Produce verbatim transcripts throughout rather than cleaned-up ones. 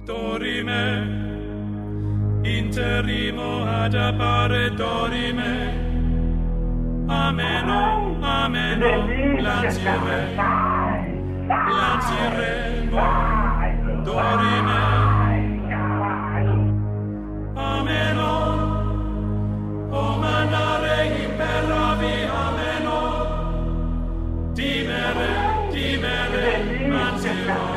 Dorime, interrimo ad appare dorime, ameno, ameno, lancire, lanciremo, dorime, ameno, o mandare imperavi, ameno, dimere, dimere, lanciremo.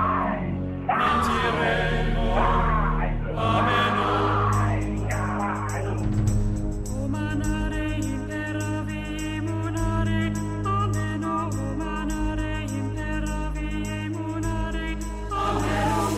Mantiremo, ameno. Umanare imperavi, munare, ameno. Umanare imperavi, munare, ameno.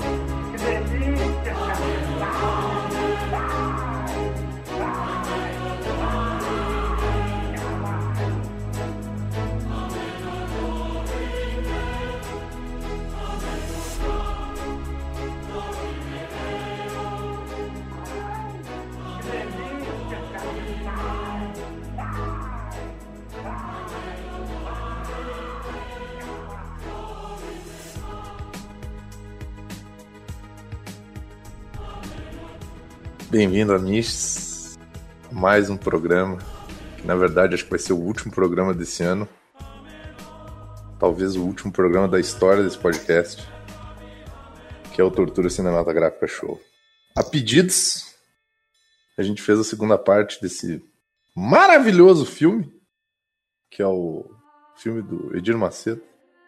Bem-vindo, amigos, a mais um programa, que na verdade acho que vai ser o último programa desse ano, talvez o último programa da história desse podcast, que é o Tortura Cinematográfica Show. A pedidos, a gente fez a segunda parte desse maravilhoso filme, que é o filme do Edir Macedo,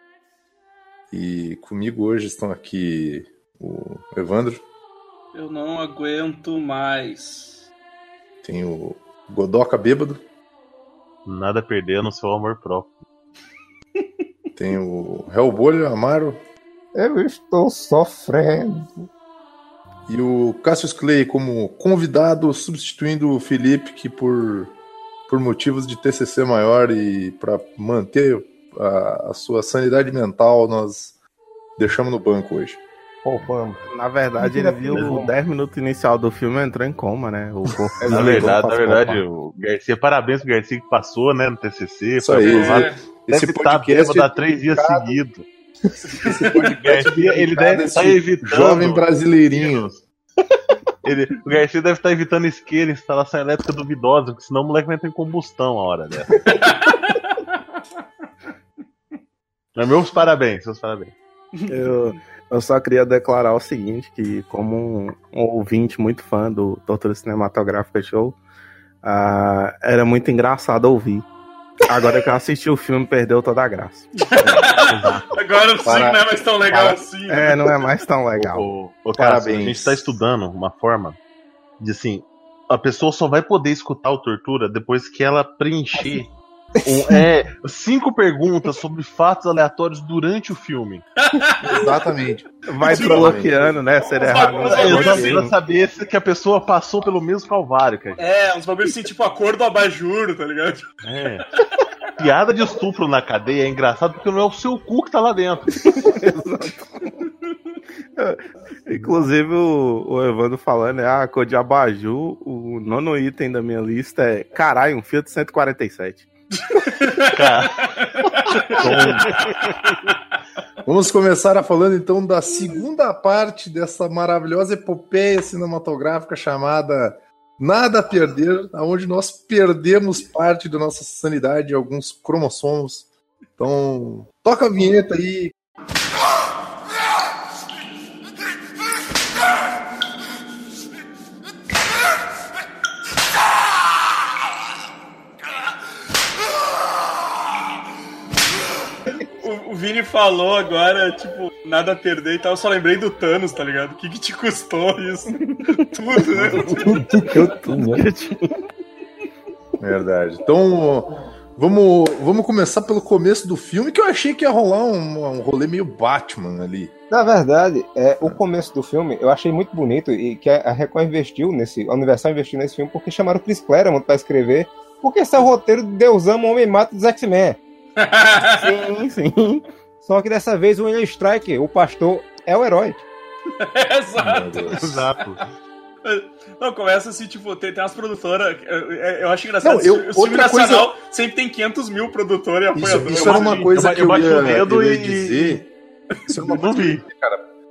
e comigo hoje estão aqui o Evandro. Eu não aguento mais. Tem o Godoca Bêbado. Nada a perder no seu amor próprio. Tem o Hellbolho Amaro. Eu estou sofrendo. E o Cassius Clay como convidado, substituindo o Felipe, que por, por motivos de T C C maior e para manter a, a sua sanidade mental, nós deixamos no banco hoje. Pô, vamos. Na verdade, ele viu o dez minutos inicial do filme e entrou em coma, né? O corpo na verdade, na verdade, o Garcia, parabéns pro Garcia que passou, né, no T C C. Isso aí. É. Esse podcast dá três dias seguidos. Esse podcast Garcia, ele deve estar evitando jovem brasileirinho. Ele, o Garcia deve estar evitando isqueiro, instalação elétrica duvidosa, porque senão o moleque vai entrar em combustão a hora dessa. Mas meus parabéns, seus parabéns. Eu, eu só queria declarar o seguinte, que como um, um ouvinte muito fã do Tortura Cinematográfica Show, uh, era muito engraçado ouvir. Agora que eu assisti o filme, perdeu toda a graça. Agora sim, Para... não é mais tão legal Para... assim. É, não é mais tão legal. Ô, ô, Cássio, a gente está estudando uma forma de assim, a pessoa só vai poder escutar o Tortura depois que ela preencher um, é, cinco perguntas sobre fatos aleatórios durante o filme. Exatamente. Vai desbloqueando, né? Se ele errar, não é, pra saber se que a pessoa passou pelo mesmo calvário, cara. É, uns bagulhos assim, tipo a cor do abajur, tá ligado? É. Piada de estupro na cadeia é engraçado porque não é o seu cu que tá lá dentro. Inclusive o, o Evandro falando, né? Ah, cor de abajur, o nono item da minha lista é caralho, um Fiat cento e quarenta e sete. Cara. Então, vamos começar a falando então da segunda parte dessa maravilhosa epopeia cinematográfica chamada Nada a Perder, onde nós perdemos parte da nossa sanidade e alguns cromossomos. Então, toca a vinheta aí. O Vini falou agora, tipo, nada a perder e tal. Eu só lembrei do Thanos, tá ligado? O que que te custou isso? Tudo, né? Tudo que eu tinha. Verdade. Então, vamos, vamos começar pelo começo do filme, que eu achei que ia rolar um, um rolê meio Batman ali. Na verdade, é, o começo do filme eu achei muito bonito e que a Record investiu nesse, a Universal investiu nesse filme porque chamaram o Chris Claremont pra escrever, porque esse é o roteiro de Deus ama, Homem Mata dos X-Men. Sim, sim. Só que dessa vez o William Stryker, o pastor, é o herói. Exato. Exato. Não, começa assim, tipo, tem, tem umas produtoras. Eu, eu acho engraçado. Não, eu, o filme outra nacional coisa... sempre tem quinhentos mil produtores e Isso, apoiadores. isso era uma coisa eu, que eu, eu ia, o dedo eu ia e... dizer. Isso era uma não coisa vi. que, cara,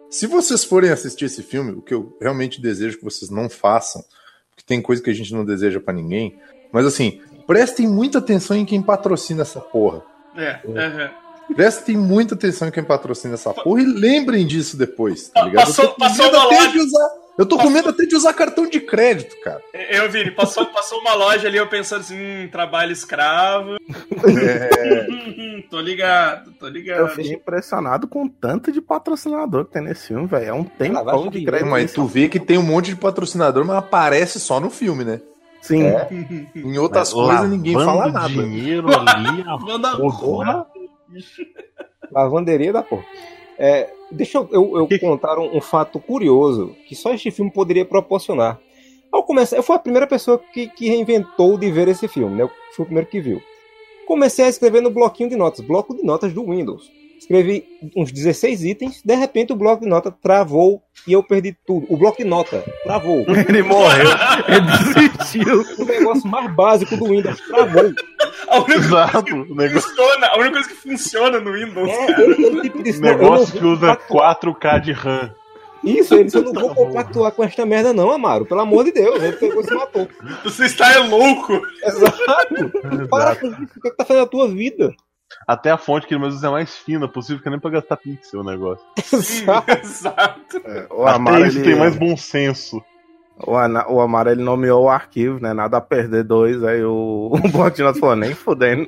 Se vocês forem assistir esse filme, o que eu realmente desejo que vocês não façam, porque tem coisa que a gente não deseja pra ninguém, mas assim, prestem muita atenção em quem patrocina essa porra. É, é. Prestem muita atenção em quem patrocina essa porra e lembrem disso depois, tá ligado? Passou, eu tô com passou medo uma até loja. de usar, eu tô com medo até de usar cartão de crédito, cara. Eu, Vini, passou, passou uma loja ali, eu pensando assim, hum, trabalho escravo. É... tô ligado, tô ligado. Eu fiquei impressionado com o tanto de patrocinador que tem nesse filme, velho. É um tempão de crédito. Mas tu vê que tem um monte de patrocinador, mas aparece só no filme, né? Sim. É. Em outras Mas coisas ninguém fala lavando nada. dinheiro ali, a Manda porra. Lavanderia da porra. É, deixa eu, eu, eu contar um, um fato curioso que só este filme poderia proporcionar. Ao começar, eu fui a primeira pessoa que, que reinventou de ver esse filme, né? Eu fui o primeiro que viu. Comecei a escrever no bloquinho de notas, bloco de notas do Windows. Escrevi uns dezesseis itens, de repente o bloco de nota travou e eu perdi tudo. O bloco de nota travou. Ele morreu, ele desistiu. O negócio mais básico do Windows travou. A única, Exato. O que negócio, funciona, a única coisa que funciona no Windows, É, cara. ele, ele tipo disse, não, eu não negócio que vou usa compactuar. quatro K de RAM. Isso, ele disse, eu não vou compactuar com esta merda não, Amaro. Pelo amor de Deus, ele pegou e se matou. Você está é louco. Exato. Para com isso, o que é que tá fazendo a tua vida? Até a fonte que ele mais usa é mais fina possível, que nem pra gastar pixel o negócio. Exato. Exato. O Até Amaro, isso ele, tem mais bom senso. o, Ana- o Amaro, ele nomeou o arquivo, né? Nada a perder dois. Aí o, o bloco de notas falou, nem fudendo.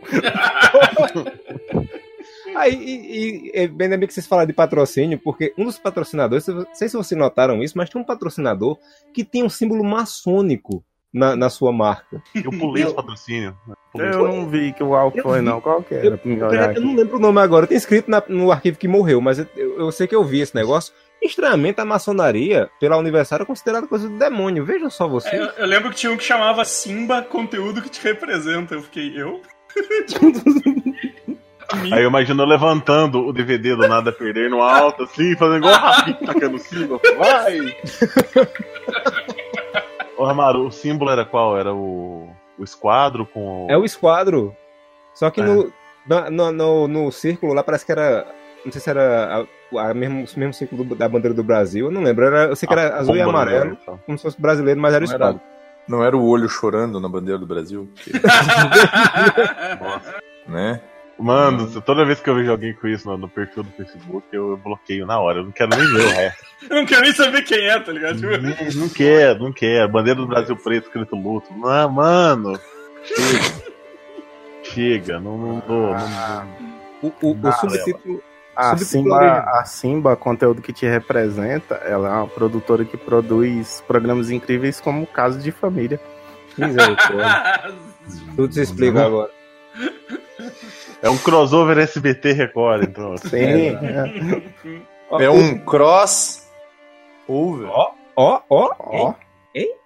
Aí, e, e é bem lembro que vocês falaram de patrocínio, porque um dos patrocinadores, não sei se vocês notaram isso, mas tem um patrocinador que tem um símbolo maçônico na, na sua marca. Eu pulei os patrocínios. Pulei. Eu não vi que o álcool Eu foi, vi. não. Qual que Eu, era? Pra me olhar eu aqui. não lembro o nome agora, tem escrito na- no arquivo que morreu, mas eu, eu sei que eu vi esse negócio. Estranhamente, a maçonaria, pela Universal, é considerada coisa do demônio. Vejam só vocês. É, eu, eu lembro que tinha um que chamava Simba Conteúdo que te representa. Eu fiquei, eu? Aí eu imagino eu levantando o D V D do Nada a Perder no alto, assim, fazendo igual o Rafinha tacando o símbolo. Vai! Ô, Amaro, o símbolo era qual? Era o, o esquadro com o... É o esquadro. Só que É. no, na- no, no, no círculo lá parece que era. Não sei se era a, a mesmo, o mesmo círculo do- da bandeira do Brasil. Eu não lembro. Era, eu sei que era a azul e pomba, amarelo, né, então. como se fosse brasileiro, mas era o Não esquadro. Não era o olho chorando na bandeira do Brasil? Que- né? Mano, se- toda vez que eu vejo alguém com isso no, no perfil do Facebook, eu, eu bloqueio na hora. Eu não quero nem ver o resto. Eu não quero nem saber quem é, tá ligado? Tipo, Não, não quero, não quero. Bandeira do Brasil preto, escrito luto. Não, mano. Chega. Chega, não, não dou. Não, não. O, o, o Ah, subtítulo. A subtítulo Simba, original. a Simba, conteúdo que te representa, ela é uma produtora que produz programas incríveis como Caso de Família. Misericórdia. Tudo se explica agora. É um crossover S B T Record, então. Sim. é. É um cross over. Ó, ó, ó. Ó. Hein? Hein?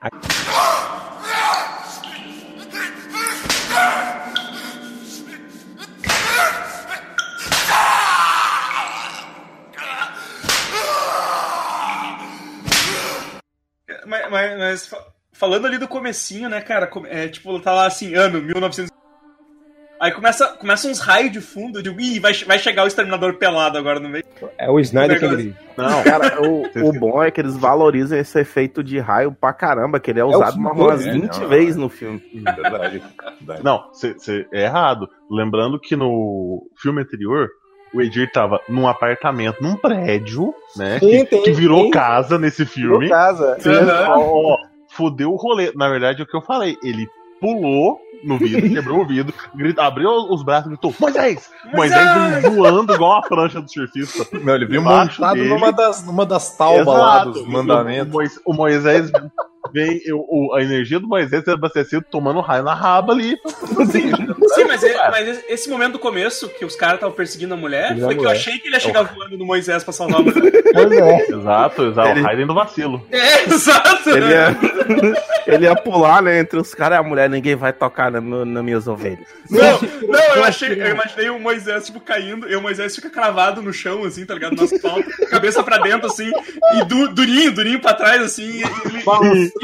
mas, mas- mas fa- falando ali do comecinho, né, cara? come- É, tipo, tá lá assim, ano mil e novecentos. Aí começa, começa uns raios de fundo. Eu digo, ih, vai, vai chegar o Exterminador pelado agora no meio. É o Snyder que Negócio. ele. Não, Cara, o, o bom é que eles valorizam esse efeito de raio pra caramba, que ele é o usado filme umas todo, né? vinte Não. vezes no filme. Verdade. verdade. não, você é errado. Lembrando que no filme anterior, o Edir tava num apartamento, num prédio, né? Sim, que, tem, que virou tem. casa nesse filme. No casa. Aham. Ó, ó, fudeu o rolê. Na verdade, é o que eu falei. Ele pulou no vidro, quebrou o vidro, grita, abriu os braços e gritou: Moisés! Moisés veio voando igual uma prancha do surfista. Não, ele veio Embaixo montado dele. numa das, numa das taubas lá Exato. dos mandamentos. O, Mois- o Moisés vem, o- o- a energia do Moisés é abastecido tomando raio na raba ali. Sim, mas, é- mas esse momento do começo, que os caras estavam perseguindo a mulher, Perseguindo foi a que eu mulher. achei que ele ia chegar voando no Moisés pra salvar a mulher. Pois é. Exato, exato. Ele- O raio dentro do vacilo. É, exato! Ele ia, ele ia pular, né, entre os caras e a mulher, ninguém vai tocar na, no- nas minhas ovelhas. Não, não, eu achei, eu imaginei o Moisés, tipo, caindo, e o Moisés fica cravado no chão, assim, tá ligado? No asfalto, cabeça pra dentro, assim, e du, durinho, durinho pra trás, assim, e ele,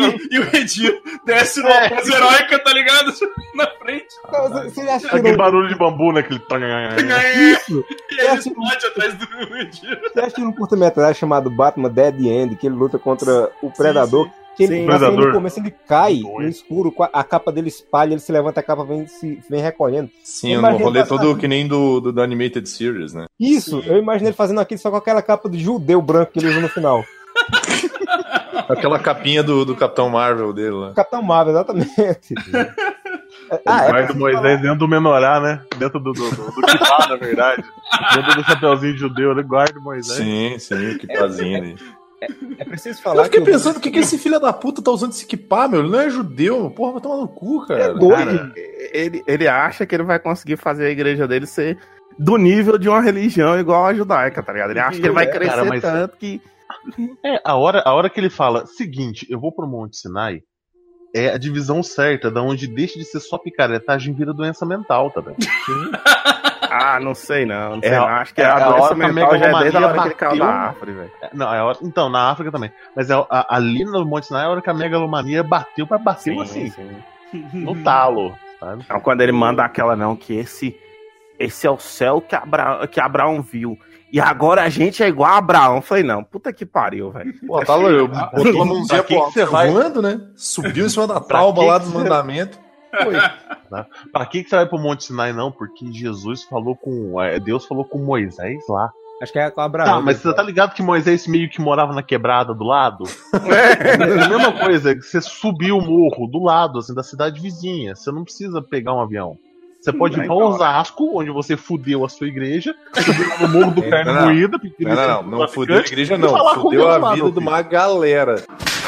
e, e o Edir desce numa É. pose heróica, tá ligado? Na frente. Não, Vocês Aquele assistiram, barulho de bambu, né? Aquele... isso? E aí ele explode atrás do Edir. Você assistiu um curta-metragem chamado Batman Dead End, que ele luta contra o Predador? Que ele, Sim. na cena Predador. no começo ele cai Doido. no escuro, com a, a capa dele espalha, ele se levanta, a capa vem, se, vem recolhendo. Sim, Eu no imagino rolê passar- todo que nem do, do, do Animated Series, né? Isso, Sim. eu imagino ele fazendo aquilo só com aquela capa de judeu branco que ele usa no final. Aquela capinha do, do Capitão Marvel dele lá. Capitão Marvel, exatamente. ah, o é guarda pra do Moisés dentro do menorá, né? Dentro do, do, do, do kipá, na verdade. Dentro do chapeuzinho de judeu, né? Guarda do Moisés. Sim, sim, que fazia ali. É preciso Eu falar fiquei que o- pensando, o que, que esse filho da puta tá usando esse equipar, meu? Ele não é judeu, meu. Porra, vai tomar no cu, cara. É doido. Cara, ele, ele acha que ele vai conseguir fazer a igreja dele ser do nível de uma religião igual a judaica, tá ligado? Ele acha que ele vai crescer Cara, mas- tanto que. É, a hora, a hora que ele fala, seguinte, eu vou pro Monte Sinai, é a divisão certa, da onde deixa de ser só picaretagem e vira doença mental, tá vendo? Ah, não sei não. Não sei É a- não. Acho que é a, a doença hora que a mental já é desde a hora que ele megalomania caiu da bateu. árvore, velho. Não, é a hora, então, na África também. Mas é, a, ali no Monte Sinai é a hora que a megalomania bateu, mas bateu assim, sim. no talo, sabe? Então, quando ele manda aquela não, que esse, esse é o céu que, Abra, que Abraão viu. E agora a gente é igual a Abraão. Eu falei, não, puta que pariu, velho. Pô, tá louco. Botou a mãozinha Pra que pro que você alto, vai- voando, né? Subiu em cima da Pra tauba que lá que dos você- mandamentos. Pra que, que você vai pro Monte Sinai, não? Porque Jesus falou com. é, Deus falou com Moisés lá. Acho que é com o Abraão. Tá, mas você tá ligado que Moisés meio que morava na quebrada do lado? É a mesma coisa, que você subiu o morro do lado, assim, da cidade vizinha. Você não precisa pegar um avião. Você pode ir pra Osasco, onde você fudeu a sua igreja, subir lá no morro do Carne não, Moída, pedir Não, não, não. licença Não pro fudeu a traficante igreja, e não. falar com Fudeu Deus a lá, vida meu de filho. uma galera.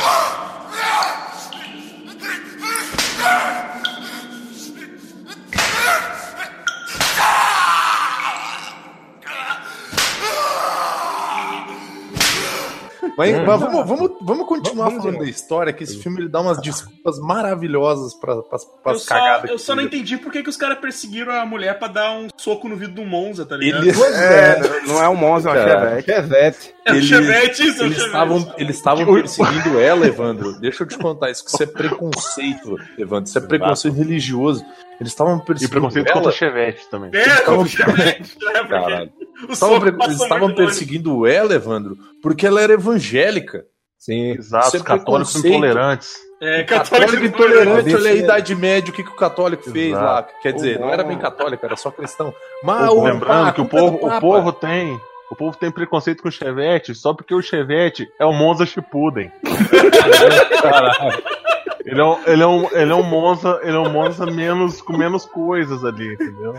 Mas, mas vamos, vamos, vamos continuar Vamos falando ver. da história, que esse filme ele dá umas desculpas maravilhosas pra, pra, Eu pras só, cagadas. eu que só não ele- entendi por que, que os caras perseguiram a mulher pra dar um soco no vidro do Monza, tá ligado? Ele, É, não é um Monza, é um Cara. Chevette. Chevette. É o eles- Chevette, isso, é o Eles Chevette. estavam eles estavam perseguindo ela, Evandro. Deixa eu te contar isso, que isso é preconceito, Evandro. Isso é preconceito religioso. Eles estavam E perseguindo preconceito ela. contra o Chevette também. É, Estavam- o Chevette, né? Porque Caralho. o Estavam, soco pre- passou eles estavam muito longe. perseguindo ela, Evandro, porque ela era evangélica. Sim. Exato, Isso é os católicos preconceito. intolerantes. É, Católico católico intolerante, olha a Desse- Idade Média, o que, que o católico fez Exato. lá. Quer dizer, não era bem católico, era só cristão. Mas o Lembrando Papa, que o a culpa é do povo, o Papa. povo tem. O povo tem preconceito com o Chevette só porque o Chevette é o Monza Shippuden. Caralho. Ele é, um, ele, é um, ele é um Monza, ele é um Monza menos, com menos coisas ali, entendeu?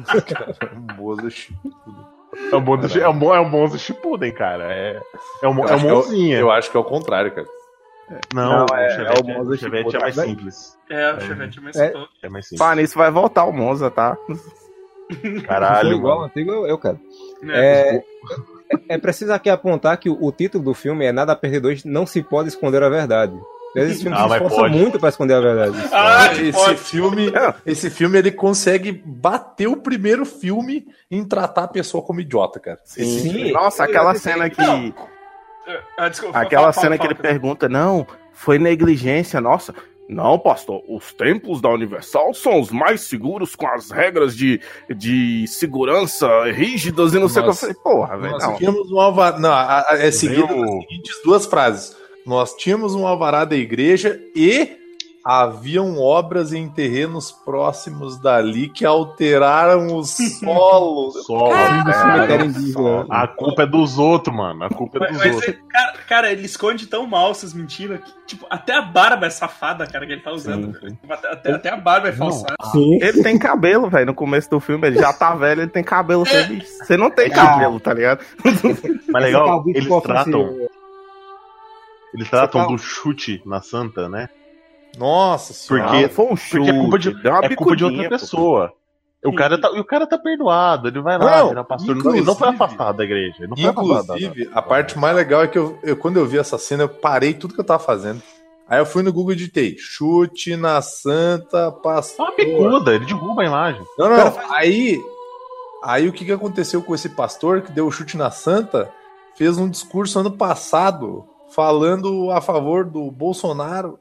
Moza Shippuden. É o Monza, é o, Mon- é o Monza Shippuden, cara. É, é o, Mon- Eu é o acho que é o- Monzinha. Eu acho que é o contrário, cara. Não, Não, o é- Chevette, é o Monza o Chevette é Shippuden. mais Mas- simples. É, o Chevette é mais É. top. É mais simples. Pá, nisso vai voltar o Monza, tá? Se Caralho, for igual ao mano. antigo, eu, eu quero. É. É, é preciso aqui apontar que o, o título do filme é Nada a Perder dois, não se pode esconder a verdade. Esse filme Ah, se mas esforça pode. muito pra esconder a verdade. Ah, que esse pode. filme, esse filme ele consegue bater o primeiro filme em tratar a pessoa como idiota, cara. Esse Sim. Sim. Nossa, aquela cena que. Não. Ah, desculpa, Aquela fala, fala, cena fala, que ele fala. pergunta, não, foi negligência, nossa. Não, pastor, os templos da Universal são os mais seguros com as regras de, de segurança rígidas e não sei o que. Eu Nossa. falei, porra, velho, Nós não. tínhamos um alvará. Não, a- a- é seguido Eu- nas seguintes duas frases. Nós tínhamos um alvará da igreja e haviam obras em terrenos próximos dali que alteraram o solo. Solo, Sim, do cara. cemitério indígena. A culpa é dos outros, mano. A culpa é Mas, dos mas outros. ele- cara, cara, ele esconde tão mal essas mentiras que, tipo, até a barba é safada, cara, que ele tá usando. Sim, sim. Tipo, Até, até, até a barba é Não. falsada. Sim. Ele tem cabelo, velho, no começo do filme, ele já tá velho, ele tem cabelo. Você, você não tem cabelo, tá ligado? Mas legal, calvície eles qual tratam, fosse- eles tratam Essa cal- do chute na santa, né? Nossa senhora. Porque- Não, foi um chute, Porque é culpa de, deu uma é culpa de outra bicudinha, pô. pessoa. O cara, tá, e o cara tá perdoado, ele vai lá, Não, virar pastor. Ele não foi inclusive- afastado da igreja. Ele não foi afastado. da- Inclusive, a parte mais legal é que eu, eu- quando eu vi essa cena, eu parei tudo que eu tava fazendo. Aí eu fui no Google e digitei chute na santa É uma pastor. picuda, ele derruba a imagem. Não, não, aí, aí o que, que aconteceu com esse pastor que deu o chute na santa? Fez um discurso ano passado falando a favor do Bolsonaro.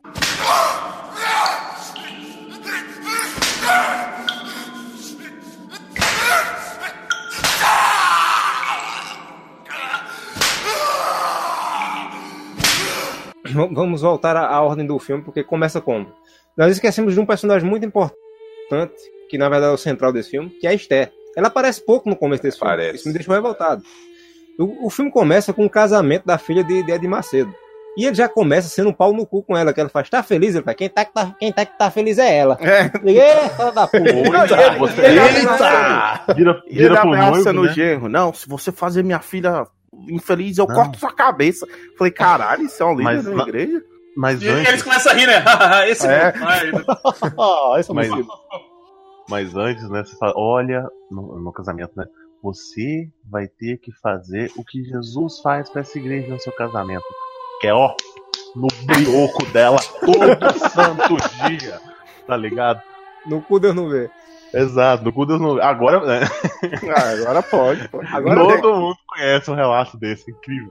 Vamos voltar à, à ordem do filme, porque começa como? Nós esquecemos de um personagem muito importante, que na verdade é o central desse filme, que é a Esther. Ela aparece pouco no começo desse Parece. filme. Isso me deixou revoltado. O, o filme começa com o casamento da filha de, de Edir Macedo. E ele já começa sendo um pau no cu com ela, que ela faz, tá feliz? Ele faz, quem tá que tá, quem tá, que tá feliz é ela. É. Eita, da puta. Eita, você- Eita! Vira, E ele vira pro ameaça noivo, no né? genro. Não, se você fazer minha filha infeliz, eu Não. corto sua cabeça. Falei, caralho, isso é um líder Mas da na- igreja? Mas E eles antes, começam a rir, né? Esse É. mesmo. Ai, Ah, essa mas, música. mas antes, né, você fala, olha, no, no casamento, né? Você vai ter que fazer o que Jesus faz pra essa igreja no seu casamento. Que é, ó, no brioco dela todo santo dia. Tá ligado? No cu Deus não vê. Exato, no cu Deus não. Agora, né? Ah, agora pode. pô. Agora todo mundo conhece um relato desse, incrível.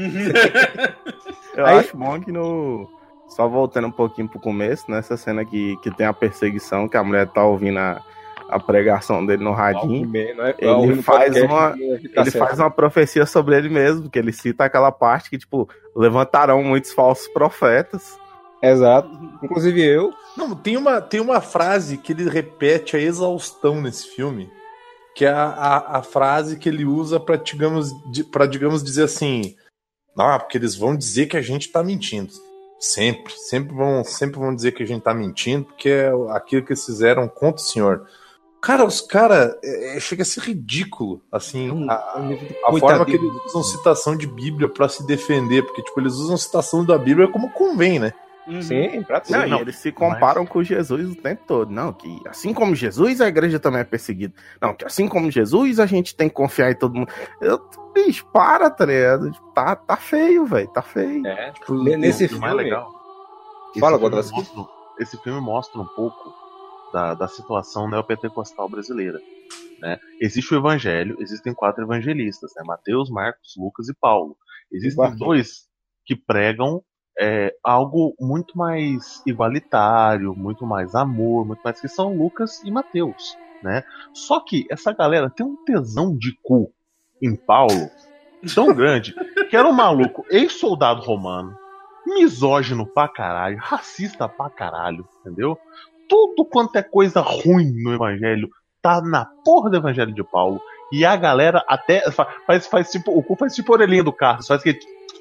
Eu Aí- acho bom que no. Só voltando um pouquinho pro começo, nessa cena que, que tem a perseguição, que a mulher tá ouvindo a, a pregação dele no radinho. Ele faz uma- Ele faz uma profecia sobre ele mesmo, que ele cita aquela parte que, tipo, levantarão muitos falsos profetas. Exato. Inclusive eu. Não, tem uma, tem uma frase que ele repete a exaustão nesse filme, que é a, a, a frase que ele usa pra, digamos, di- pra, digamos, dizer assim, ah, porque eles vão dizer que a gente tá mentindo. Sempre, sempre vão, sempre vão dizer que a gente tá mentindo, porque é aquilo que eles fizeram contra o senhor. Cara, os caras, é, é, chega a ser ridículo, assim, a, a forma que eles usam citação de Bíblia pra se defender, porque, tipo, eles usam citação da Bíblia como convém, né? Sim, pra Não, tudo. e eles se comparam com Jesus o tempo todo. Não, que assim como Jesus, a igreja também é perseguida. Não, que assim como Jesus, a gente tem que confiar em todo mundo. Eu, bicho, para, tá ligado? Tá, tá feio, velho, tá feio. É, tipo, nesse O filme. mais legal. Fala, esse, filme Godowski. mostra, esse filme mostra um pouco da, da situação neopentecostal brasileira. Né? Existe o evangelho, existem quatro evangelistas, né? Mateus, Marcos, Lucas e Paulo. Existem Marcos. dois que pregam é, algo muito mais igualitário, muito mais amor, muito mais que são Lucas e Mateus. Né? Só que essa galera tem um tesão de cu em Paulo tão grande que era um maluco ex-soldado romano, misógino pra caralho, racista pra caralho, entendeu? Tudo quanto é coisa ruim no evangelho tá na porra do evangelho de Paulo. E a galera até fa- faz, faz tipo, o cu faz tipo a orelhinha do carro, só que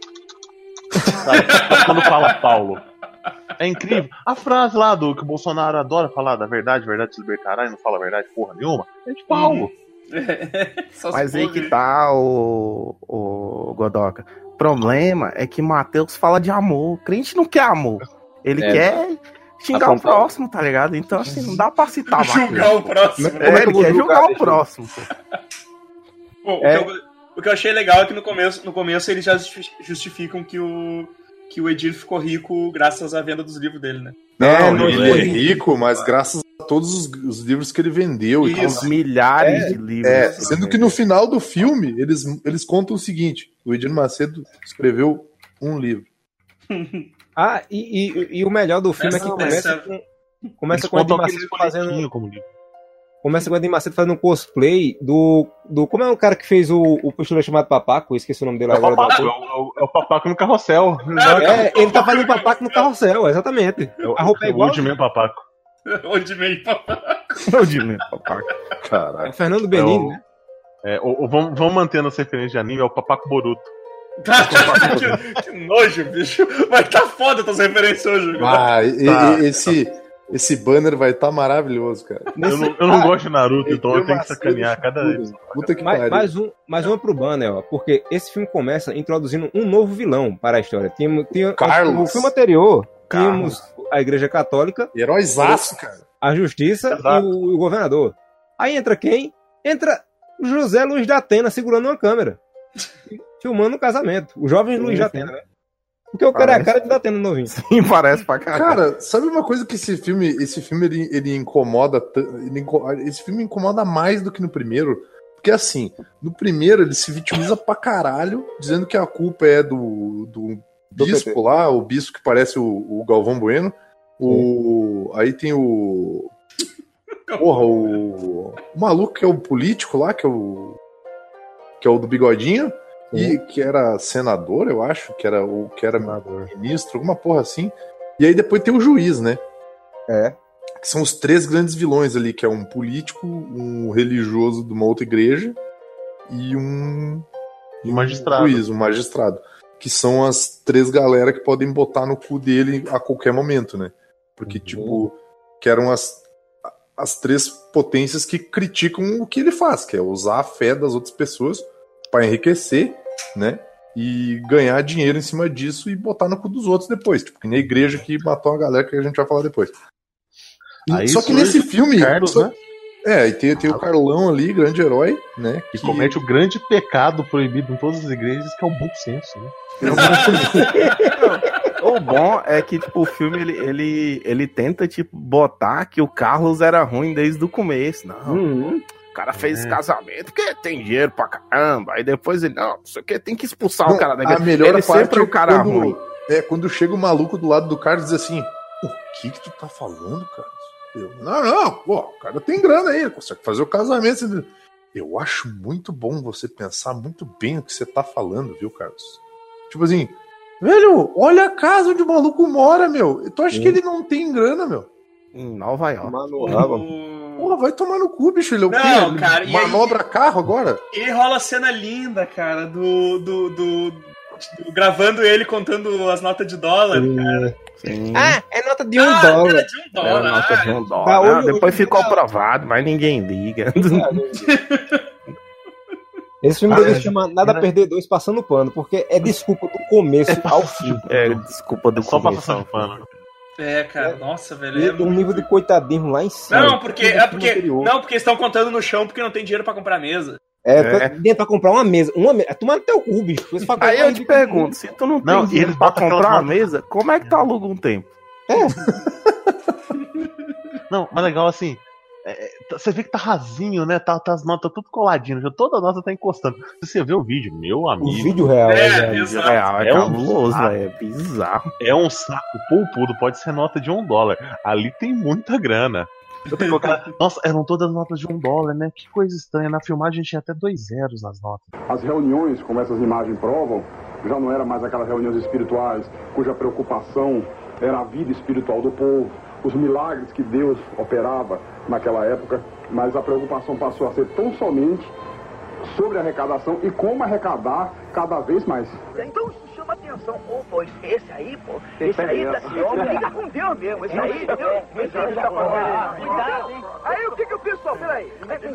sabe? Quando fala Paulo. É incrível. A frase lá do que o Bolsonaro adora falar da verdade, verdade se libertará e não fala a verdade porra nenhuma, é de Paulo. Mas aí que tá o, o Godoca. O problema é que Mateus fala de amor. O crente não quer amor. Ele É. quer xingar o próximo, tá ligado? Então, assim, não dá pra citar Julgar o próximo. É, ele eu vou quer julgar, julgar o deixa eu- próximo. Pô. Bom, É. o, que eu, o que eu achei legal é que no começo, no começo eles já justi- justificam que o, que o Edir ficou rico graças à venda dos livros dele, né? Não, É, não, ele ele- é rico, mas graças a todos os, os livros que ele vendeu. E Isso. Os milhares É, de livros. É, sendo que no final do filme, eles, eles contam o seguinte: o Edir Macedo escreveu um livro. Ah, e, e, e o melhor do filme Essa é que não, começa essa- com, começa Eles com o Edir contam aqueles Macedo fazendo. folhetinhos como livro. Começa com o Edir Macedo fazendo um cosplay do. do como é o cara que fez o, o pistoleiro chamado Papaco? Eu esqueci o nome dele É o agora. do papaco, ator. é o, é o papaco no carrossel. É, ele tá fazendo papaco no carrossel, exatamente. A roupa é o igual. Ultimate papaco. Onde vem papai. Eu digo, né, papai? É Caralho. o Fernando Benini, É o- né? É, o, o- vamos, vamos mantendo as referências de anime, é o papaco Boruto. que, que nojo, bicho. Vai tá foda tuas referências hoje. cara. Ah, e- Tá. e- esse, esse banner vai estar maravilhoso, cara. Eu não, eu não Ah, gosto de Naruto, então eu Edir tenho que Macedo sacanear cada vez. tudo. Puta que Mais, pariu. mais, um, mais uma pro banner, ó, porque esse filme começa introduzindo um novo vilão para a história. Tinha, tinha, Carlos. No filme anterior, Carlos. tínhamos a Igreja Católica, Heróizaço, cara. a Justiça Exato. e o, o governador. Aí entra quem? Entra José Luiz da Atena segurando uma câmera, filmando o casamento. O jovem Luiz da Atena, né? Porque o cara é a Parece. cara de da Atena novinho. Sim, parece pra caralho. Cara, sabe uma coisa que esse filme, esse filme ele, ele incomoda, t- ele inco- esse filme incomoda mais do que no primeiro, porque assim, no primeiro ele se vitimiza pra caralho, dizendo que a culpa é do, do, bispo lá, o bispo que parece o, o Galvão Bueno. O... Aí tem o... Porra, o... o maluco que é o político lá, que é o... Que é o do bigodinho. E que era senador, eu acho, que era o que era senador. Ministro, alguma porra assim. E aí depois tem o juiz, né? É. Que são os três grandes vilões ali, que é um político, um religioso de uma outra igreja e um, e um magistrado. juiz, um magistrado. Que são as três galera que podem botar no cu dele a qualquer momento, né? Porque, uhum. tipo, que eram as, as três potências que criticam o que ele faz, que é usar a fé das outras pessoas para enriquecer, né? E ganhar dinheiro em cima disso e botar no cu dos outros depois. Tipo, que nem a igreja que matou uma galera que a gente vai falar depois. Aí só que nesse filme. Carlos, só... né? É, e tem, tem o Carlão ali, grande herói, né? Que, que comete o grande pecado proibido em todas as igrejas, que é o bom senso, né? O bom é que, tipo, o filme ele, ele, ele tenta, tipo, botar que o Carlos era ruim desde o começo. Não. Uhum. O cara fez é. casamento porque tem dinheiro pra caramba. Aí depois ele, não, não sei o que, tem que expulsar não, o cara da igreja. A melhor ele parte sempre é o cara quando, ruim. É quando chega o maluco do lado do Carlos e diz assim: o que que tu tá falando, Carlos? Eu, não, não, pô, o cara tem grana aí, ele consegue fazer o casamento. Eu acho muito bom você pensar muito bem o que você tá falando, viu, Carlos? Tipo assim, velho, olha a casa onde o maluco mora, meu. Tu acha Sim. que ele não tem grana, meu? Em Nova York. Mano, Porra, vai tomar no cu, bicho. Ele é o não, quê? Cara, manobra aí, carro agora? E rola a cena linda, cara, do, do, do, do gravando ele contando as notas de dólar, Sim. cara. Sim. Ah, é nota de um ah, dólar. É de um dólar. É nota de um dólar. Ah, depois ficou aprovado, mas ninguém liga. Esse filme ah, deve chamar Nada a Perder dois Passando Pano, porque é desculpa do começo ao fim. É desculpa do Só começo. Só passando pano. É, cara, é. nossa, velho. E é um nível de coitadismo lá em cima. Não, porque é porque não, porque estão contando no chão porque não tem dinheiro pra comprar mesa. É, é. Dinheiro pra comprar uma mesa. Uma mesa. Tomar no teu cu, bicho. Aí eu te pergunto, se tu não tem não, dinheiro pra comprar uma mesa, como é que tu aluga um tempo? É. Não, mas legal assim. É, você vê que tá rasinho, né? Tá, tá as notas tudo coladinhas, toda nota tá encostando. Se você vê o vídeo, meu amigo. O vídeo real, é, é, é, vídeo real, é, é cabuloso, um é bizarro. É um saco poupudo, pode ser nota de um dólar. Ali tem muita grana. Nossa, eram todas notas de um dólar, né? Que coisa estranha. Na filmagem tinha até dois zeros nas notas. As reuniões, como essas imagens provam, já não era mais aquelas reuniões espirituais cuja preocupação era a vida espiritual do povo, os milagres que Deus operava naquela época, mas a preocupação passou a ser tão somente sobre a arrecadação e como arrecadar cada vez mais. Então chama atenção, pô, pô, esse aí, pô, esse aí tá se homem, liga com Deus mesmo, esse aí, esse aí tá falando, cuidado, hein? Aí o que que o pessoal, peraí,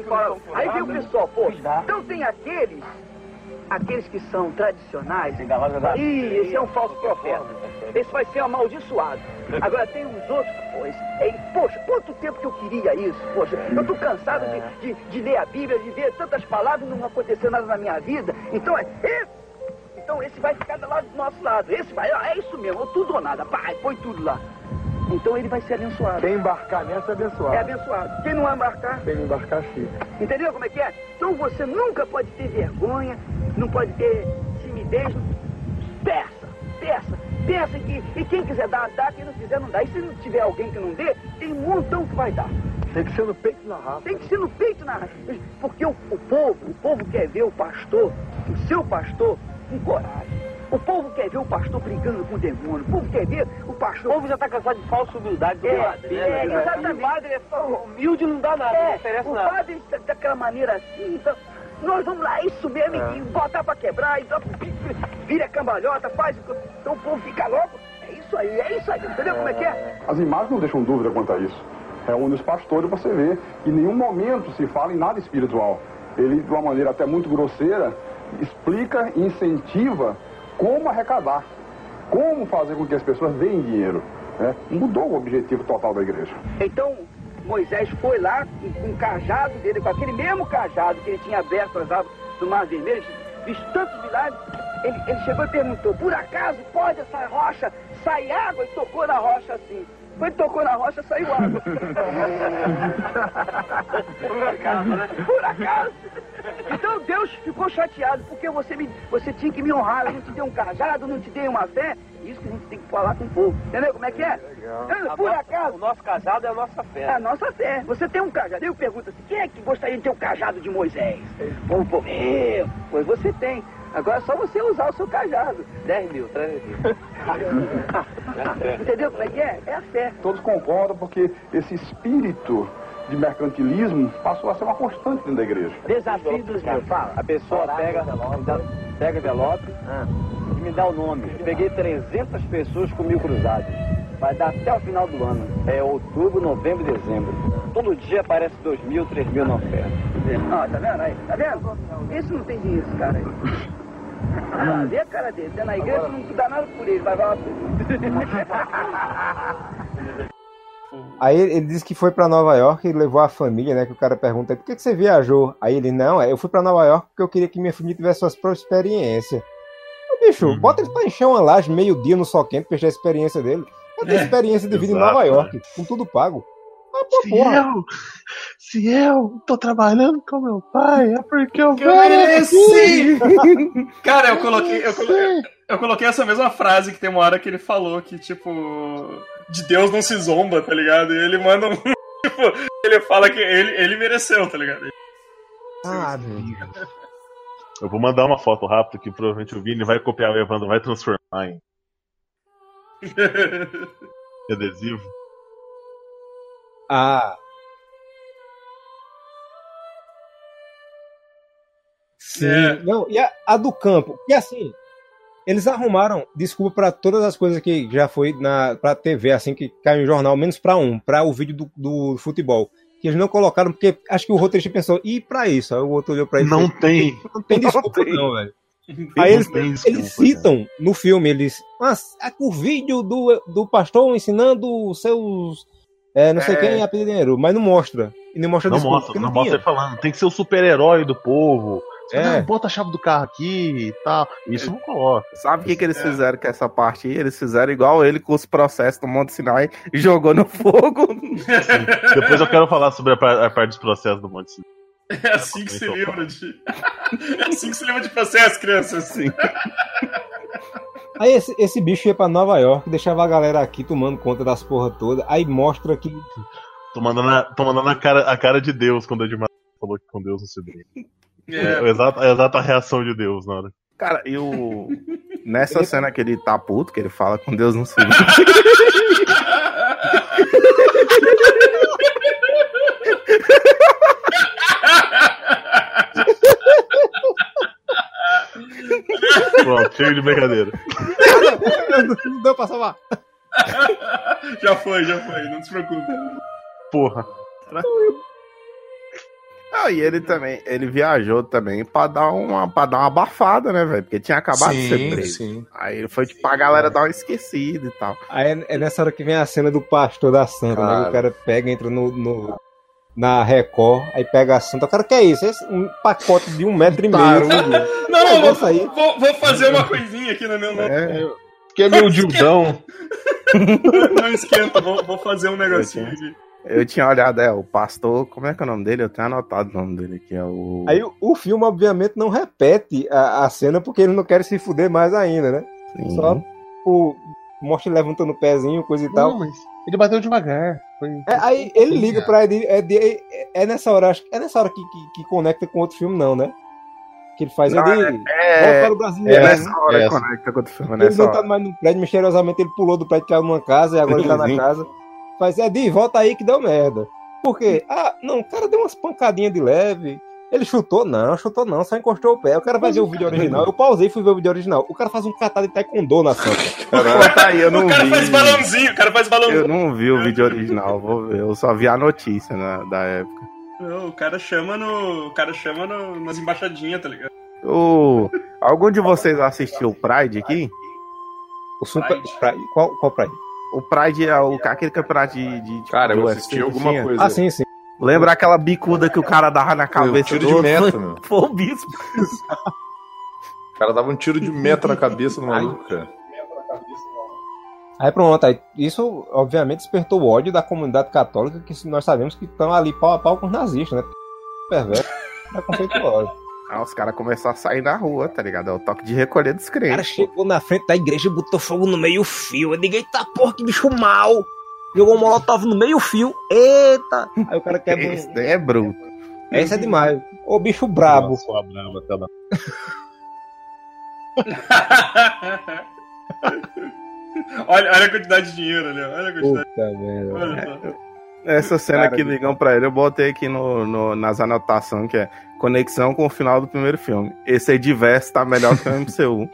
aí vem o pessoal, pô, então tem aqueles, aqueles que são tradicionais, e esse é um falso profeta, esse vai ser amaldiçoado. Agora tem os outros, pois, é, poxa, quanto tempo que eu queria isso, poxa, eu tô cansado de, de, de ler a Bíblia, de ver tantas palavras e não acontecer nada na minha vida, então é esse, então esse vai ficar lá do nosso lado, esse vai, é isso mesmo, tudo ou nada, pai, põe tudo lá. Então ele vai ser abençoado. Quem embarcar nessa é abençoado. É abençoado. Quem não embarcar... Quem embarcar, sim. Entendeu como é que é? Então você nunca pode ter vergonha, não pode ter timidez. Peça, peça, peça que... E quem quiser dar, dá. Quem não quiser, não dá. E se não tiver alguém que não dê, tem um montão que vai dar. Tem que ser no peito e na raça. Tem que ser no peito e na raça. Porque o, o povo, o povo quer ver o pastor, o seu pastor, com coragem. O povo quer ver o pastor brigando com o demônio. O povo quer ver o pastor... O povo já está cansado de falsa humildade. É, padre, é, é, exatamente. O padre é só humilde, não dá nada, é, não interessa o nada. O padre está daquela maneira assim, então... Nós vamos lá, isso mesmo, é. e botar pra quebrar, então, vira a cambalhota, faz... Então o povo fica louco. É isso aí, é isso aí. Entendeu é. como é que é? As imagens não deixam dúvida quanto a isso. É onde os pastores você vê que em nenhum momento se fala em nada espiritual. Ele, de uma maneira até muito grosseira, explica e incentiva como arrecadar, como fazer com que as pessoas deem dinheiro, né? Mudou o objetivo total da igreja. Então, Moisés foi lá com um cajado dele, com aquele mesmo cajado que ele tinha aberto as águas do Mar Vermelho, visto tantos milagres, ele, ele chegou e perguntou, por acaso pode essa rocha sair água? E tocou na rocha assim. Quando tocou na rocha, saiu água. Por acaso, né? Por acaso. Então Deus ficou chateado porque você, me, você tinha que me honrar. Eu não te dei um cajado, não te dei uma fé. Isso que a gente tem que falar com o povo. Entendeu como é que é? Eu, por acaso... O nosso cajado é a nossa fé. É a nossa fé. Você tem um cajado. Eu pergunto assim, quem é que gostaria de ter o cajado de Moisés? O povo, eu. Pois você tem. Agora é só você usar o seu cajado. dez mil, treze mil. Entendeu como é que é? É a fé. Todos concordam porque esse espírito de mercantilismo passou a ser uma constante dentro da igreja. Desafio dos meus. Fala. A pessoa pega, me dá, pega envelope e me dá o nome. Eu peguei trezentas pessoas com mil cruzados. Vai dar até o final do ano. É outubro, novembro e dezembro. Todo dia aparece dois mil, três mil na oferta. Ó, tá vendo aí? Tá vendo? Esse não tem dinheiro, esse cara aí. Ah, vê a cara dele. Tá na igreja, não dá nada por ele. Vai lá. Aí ele disse que foi pra Nova York e levou a família, né? Que o cara pergunta, por que, que você viajou? Aí ele, não, eu fui pra Nova York porque eu queria que minha família tivesse suas próprias experiências. Ô, bicho, uhum. Bota ele pra encher uma laje meio-dia no sol quente pra encher a experiência dele. Ele tem experiência de vida em Nova York, né? Com tudo pago. Ah, pô, se, porra. eu, se eu tô trabalhando com meu pai, é porque eu, eu mereci! Cara, eu coloquei, eu, coloquei, eu coloquei essa mesma frase que tem uma hora que ele falou que, tipo, de Deus não se zomba, tá ligado? E ele manda um. Tipo, ele fala que ele, ele mereceu, tá ligado? Ah, eu vou mandar uma foto rápida que provavelmente o Vini vai copiar o Evandro, vai transformar em adesivo. Ah. Sim. É. Não, e a, a do campo. E assim, eles arrumaram desculpa pra todas as coisas que já foi na, pra T V, assim, que caiu em jornal, menos pra um, pra o vídeo do, do futebol. Que eles não colocaram, porque acho que o roteirista pensou, e pra isso? Aí o outro olhou pra ele. Não e tem. Não tem desculpa, não, não velho. Aí eles, desculpa, eles citam cara. No filme, eles. Mas é o vídeo do, do pastor ensinando os seus. É, não sei é. Quem é apelideiro, mas não mostra. E não mostra Não desculpa, mostra, não, não mostra ele falando. Tem que ser o super-herói do povo. É. Não, bota a chave do carro aqui e tal. Isso não coloca. Sabe o que, que eles é. fizeram com essa parte aí? Eles fizeram igual ele com os processos do Monte Sinai e jogou no fogo. Sim. Depois eu quero falar sobre a parte, a parte dos processos do Monte Sinai. É assim que se lembra de. É assim que se lembra de processo, crianças. Sim. Aí esse, esse bicho ia pra Nova York, deixava a galera aqui tomando conta das porra toda. Aí mostra que. Tomando na, tomando na cara, a cara de Deus quando o Edmar falou que com Deus não se brinca. É. É, exato, a exata reação de Deus na hora. Cara, e o. Nessa cena que ele tá puto, que ele fala com Deus não se brinca. Pronto, chega de brincadeira. Não deu pra salvar. Já foi, já foi, não se preocupe. Porra. Ah, e ele também, ele viajou também pra dar uma, pra dar uma abafada, né, velho? Porque tinha acabado sim, de ser preso. Sim. Aí ele foi tipo pra galera dar uma esquecida e tal. Aí é, é nessa hora que vem a cena do pastor da Santa, cara. Né? O cara pega, entra no, no, na Record, aí pega a Santa. O cara, que é isso? Esse, um pacote de um metro e meio. Não, não, não, vou, vou, vou fazer uma coisinha aqui no meu nome. É, que é meu dildão. Não esquenta, vou, vou fazer um negocinho aqui. Eu tinha olhado, é, o pastor, como é que é o nome dele? Eu tenho anotado o nome dele aqui, é o... Aí o, o filme, obviamente, não repete a, a cena porque ele não quer se fuder mais ainda, né? Sim. Só o mostra levantando o pezinho, coisa e tal. Não, mas ele bateu devagar. Foi... É, aí ele liga pra ele, é, é, é nessa hora, acho, é nessa hora que, que, que conecta com outro filme, não, né? Que ele faz, não, ele é, volta para o Brasil. É nessa hora que conecta com outro filme, ele não tá mais no prédio, misteriosamente ele pulou do prédio, caiu numa casa e agora ele tá na casa. Faz, Edi, volta aí que deu merda. Por quê? Ah, não, o cara deu umas pancadinhas de leve. Ele chutou? Não, chutou não, só encostou o pé. O cara vai ver o vídeo original. Eu pausei e fui ver o vídeo original. O cara faz um catado de taekwondo na Santa. Tá aí, eu não o cara vi. faz balãozinho, o cara faz balãozinho. Eu não vi o vídeo original, vou ver. Eu só vi a notícia na, da época. Não, o cara chama no. O cara chama no, nas embaixadinhas, tá ligado? O... Algum de vocês assistiu o Pride aqui? O Super Pride. Qual, qual Pride? O Pride é o, aquele campeonato de, de, de cara, eu assisti alguma tinha. coisa. Ah, sim, sim. Lembra aquela bicuda que o cara dava na cabeça tiro do de meta, meu. Foi o bispo. O cara dava um tiro de meta na cabeça do maluco, cara. Aí pronto, aí, isso obviamente despertou o ódio da comunidade católica, que nós sabemos que estão ali pau a pau com os nazistas, né? Perverso, preconceituoso. Aí os caras começaram a sair na rua, tá ligado? É o toque de recolher dos O cara crentes. chegou na frente da igreja e botou fogo no meio-fio. Eu digo, eita porra, que bicho mal. Jogou um molotov no meio-fio. Eita. Aí o cara quebra um... Esse daí é bruto. Essa é demais. Ô, bicho brabo. Nossa, sua brava, tá lá. olha, olha a quantidade de dinheiro ali, ó. Olha a quantidade. Puta merda. Olha só. Essa cena Cara, que ligam pra ele, eu botei aqui no, no- nas anotações, que é conexão com o final do primeiro filme. Esse aí diverso tá melhor que o M C U.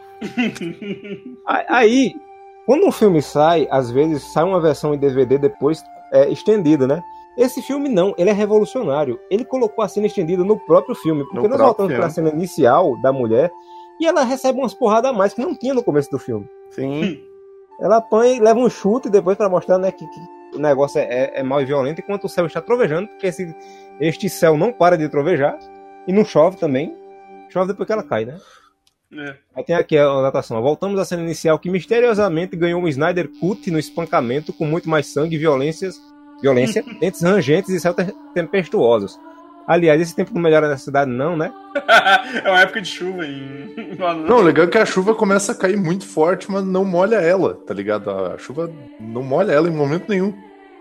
Aí, quando um filme sai, às vezes sai uma versão em D V D depois é, estendida, né? Esse filme não, ele é revolucionário. Ele colocou a cena estendida no próprio filme. Porque No nós próprio voltamos filme. pra cena inicial da mulher e ela recebe umas porradas a mais que não tinha no começo do filme. Sim. Ela apanha e leva um chute depois pra mostrar, né, que, que o negócio é, é, é mau e violento enquanto o céu está trovejando, porque esse, este céu não para de trovejar e não chove também. Chove depois que ela cai, né? É. Aí tem aqui a anotação. Voltamos à cena inicial que misteriosamente ganhou um Snyder Cut no espancamento com muito mais sangue e violências, violência, dentes rangentes e céus te- tempestuosos. Aliás, esse tempo não melhora na cidade não, né? É uma época de chuva em. Não, o legal é que a chuva começa a cair muito forte, mas não molha ela, tá ligado? A chuva não molha ela em momento nenhum.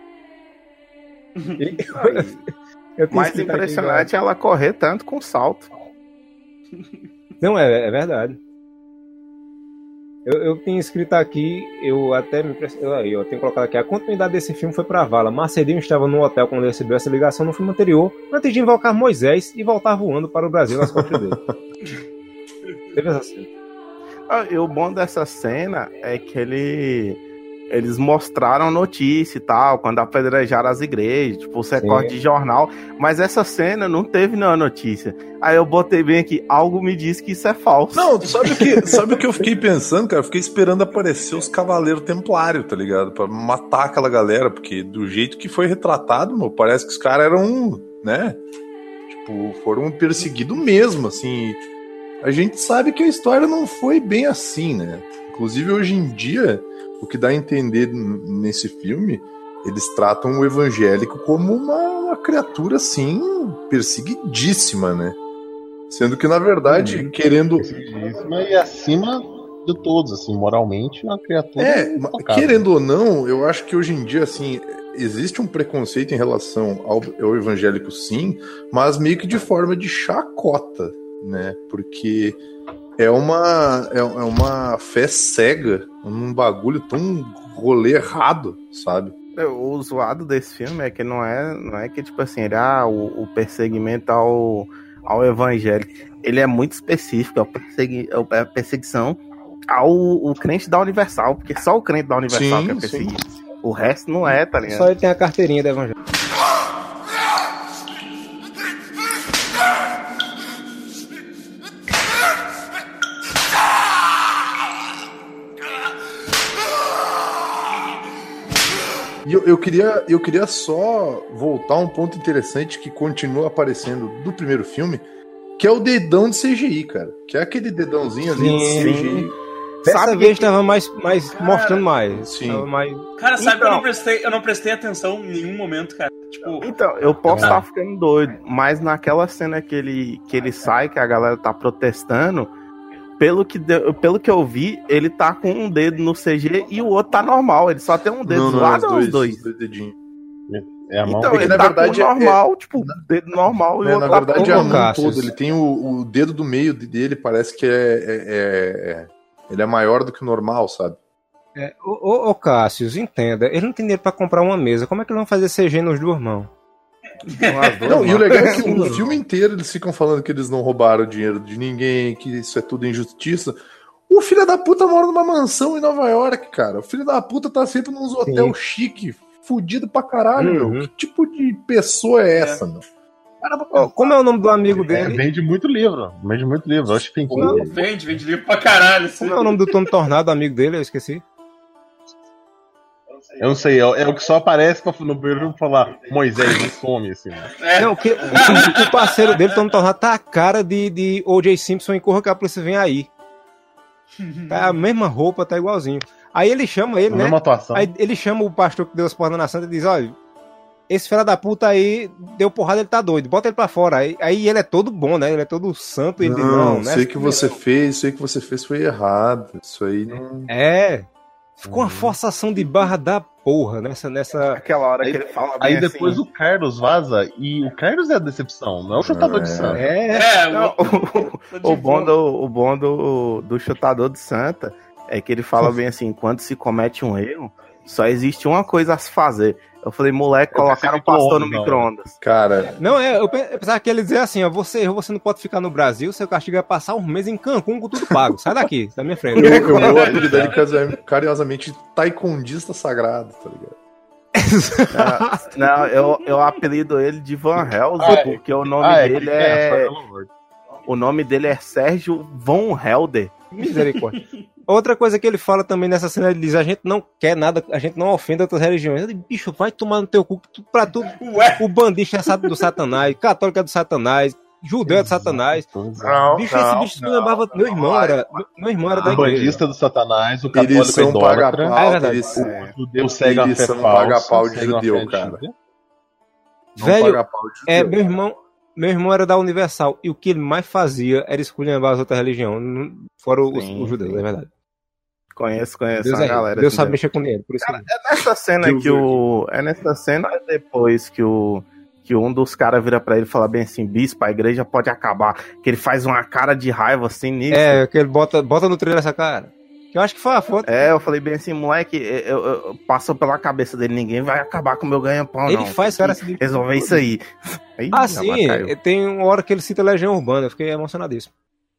E- Aí, Eu tenho mais escrito aqui, impressionante é ela correr tanto com salto. Não, é, é verdade. Eu, eu tenho escrito aqui, eu até me impress- eu, aí, eu tenho colocado aqui, a continuidade desse filme foi pra vala. Marcelinho estava no hotel quando recebeu essa ligação no filme anterior, antes de invocar Moisés e voltar voando para o Brasil nas costas dele. Teve essa cena. Ah, e o bom dessa cena é que ele, eles mostraram notícia e tal, quando apedrejaram as igrejas, tipo, os recortes de jornal, mas essa cena não teve nenhuma notícia. Aí eu botei bem aqui, algo me diz que isso é falso. Não, sabe o que, sabe o que eu fiquei pensando, cara? Eu fiquei esperando aparecer os Cavaleiros Templários, tá ligado? Pra matar aquela galera, porque do jeito que foi retratado, meu, parece que os caras eram, né? Tipo, foram perseguidos mesmo, assim. A gente sabe que a história não foi bem assim, né? Inclusive, hoje em dia, o que dá a entender n- nesse filme, eles tratam o evangélico como uma, uma criatura, assim, perseguidíssima, né? Sendo que, na verdade, querendo... Perseguidíssima e acima de todos, assim, moralmente, uma criatura. É, ma- intocável. querendo ou não, eu acho que hoje em dia, assim, existe um preconceito em relação ao, ao evangélico, sim, mas meio que de forma de chacota, né? Porque é uma, é, é uma fé cega, um bagulho tão rolê errado, sabe? O zoado desse filme é que não é, não é que, tipo assim, ele, ah, o, o perseguimento ao, ao evangélico, ele é muito específico, é, o persegui, é a perseguição ao o crente da Universal, porque só o crente da Universal Sim, que é perseguido. O resto não é, tá ligado? Só ele tem a carteirinha do evangelho. E eu, eu, queria, eu queria só voltar a um ponto interessante que continua aparecendo do primeiro filme, que é o dedão de C G I, cara. Que é aquele dedãozinho ali de Sim. C G I. Dessa Sabe vez tava mais, mais Cara, mostrando mais. sim. Tava mais... Cara, sabe que eu Então. não prestei, eu não prestei atenção em nenhum momento, cara. Tipo, Então, eu posso estar ficando doido, mas naquela cena que ele, que ele sai, que a galera tá protestando, pelo que, deu- pelo que eu vi, ele tá com um dedo no C G e o outro tá normal. Ele só tem um dedo Não, não, zoado os ou os dois, dois? os dois dedinhos. É a mão. Então, Porque, ele na tá verdade, com o é- normal, tipo, dedo normal e É, o na outro tá verdade, é com a o mão Cássius. toda. Ele tem o, o dedo do meio dele, parece que é, é- é- é- ele é maior do que o normal, sabe? É, ô, ô, ô Cássius, entenda. Ele não tem dinheiro pra comprar uma mesa. Como é que eles vão fazer C G nos duas mãos? com as duas Não, e o mãos. legal é que o filme inteiro eles ficam falando que eles não roubaram dinheiro de ninguém, que isso é tudo injustiça. O filho da puta mora numa mansão em Nova York, cara. O filho da puta tá sempre nos hotel chique, fudido pra caralho, Uhum. meu. Que tipo de pessoa é essa, meu? Ó, como é o nome do amigo É, dele? vende muito livro. Vende muito livro. Acho que tem Não. que. vende, vende livro pra caralho. Assim. Como é o nome do Tony Tornado, amigo dele? Eu esqueci. Eu não sei, é, é o que só aparece pra, no primeiro falar Moisés e some, assim. Né? É, Não, que, o, o parceiro dele, Tony Tornado, tá a cara de, de O J Simpson em Corra que a polícia vem aí. Tá a mesma roupa, tá igualzinho. Aí ele chama ele, A né? mesma atuação. Aí ele chama o pastor que deu as portas na santa e diz, olha, esse filho da puta aí deu porrada, ele tá doido, bota ele pra fora. Aí, aí ele é todo bom, né? Ele é todo santo. Ele Não, diz, não, né? sei que você fez, sei que você fez foi errado. Isso aí não. É. Ficou uma forçação de barra da porra nessa. nessa... Aquela hora Aí, que ele fala aí bem depois assim, o Carlos vaza e o Carlos é a decepção, não é o chutador de Santa. É. É, Não, o, o bom, do, o bom do, do chutador de Santa é que ele fala bem assim, quando se comete um erro, só existe uma coisa a se fazer. Eu falei, moleque, colocaram o pastor no micro-ondas. Cara, Não, é, eu pe- eu pensava que ele dizia assim, ó, você errou, você não pode ficar no Brasil, seu castigo é passar um mês em Cancún com tudo pago. Sai daqui, da minha frente. eu, eu vou apelidar ele casam- carinhosamente de taekwondista sagrado, tá ligado? Não, não, eu, eu apelido ele de Van Helsing, Ah, é. porque o nome Ah, é, dele que é... é, pelo amor. O nome dele é Sérgio Von Helder. Misericórdia. Outra coisa que ele fala também nessa cena, ele diz, a gente não quer nada, a gente não ofende outras religiões. Eu digo, bicho, vai tomar no teu cu, que tu- pra tudo. Ué, O bandista é sa- do satanás, católico é do satanás, judeu é do satanás. Não, Bicho, esse bicho se lembrava. Meu irmão era. Meu irmão era da O igreja. bandista do Satanás, o Eles católico é são idólatra, paga-pau, Ah, é verdade. eles, o judeu segue a eles fé são falsa, paga-pau de segue uma judeu, fé cara. antiga. não Velho, paga pau de É, judeu. meu irmão. Meu irmão era da Universal e o que ele mais fazia era esculhambar as outras religiões, não- fora os, Sim, os judeus, sim. é verdade. Conheço, conheço Deus, a é, galera. Deus assim, sabe deve- mexer com dinheiro, por isso que... É nessa cena Deus que o. É nessa cena depois que o. Que um dos caras vira pra ele e fala bem assim, bispo, a igreja pode acabar. Que ele faz uma cara de raiva assim nisso. É, que ele bota, bota no trailer essa cara. Que eu acho que foi a foto. É, eu falei bem assim, moleque, eu, eu, eu- passou pela cabeça dele, ninguém vai acabar com o meu ganha-pão, Ele não. faz Tem cara que assim. resolver isso aí. Aí, Ah, já sim, caiu. tem uma hora que ele cita Legião Urbana, eu fiquei emocionadíssimo.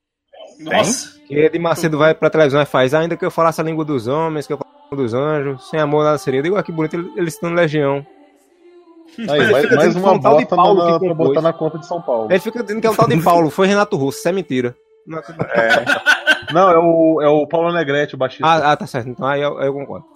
nossa. Que Edir Macedo vai pra televisão e faz, ainda que eu falasse a língua dos homens, que eu falasse a língua dos anjos, sem amor nada seria. Eu digo, ah, que bonito, ele, ele citando Legião. Aí, Ele mais, fica mais dizendo uma que foi um tal de bota Paulo na, que pra compôs. botar na conta de São Paulo. Ele fica dizendo que é o tal de Paulo, foi Renato Russo, isso é mentira. Não, Não, é o, é o Paulo Negrete, o baixista. Ah, ah, tá certo, então aí eu, aí eu concordo.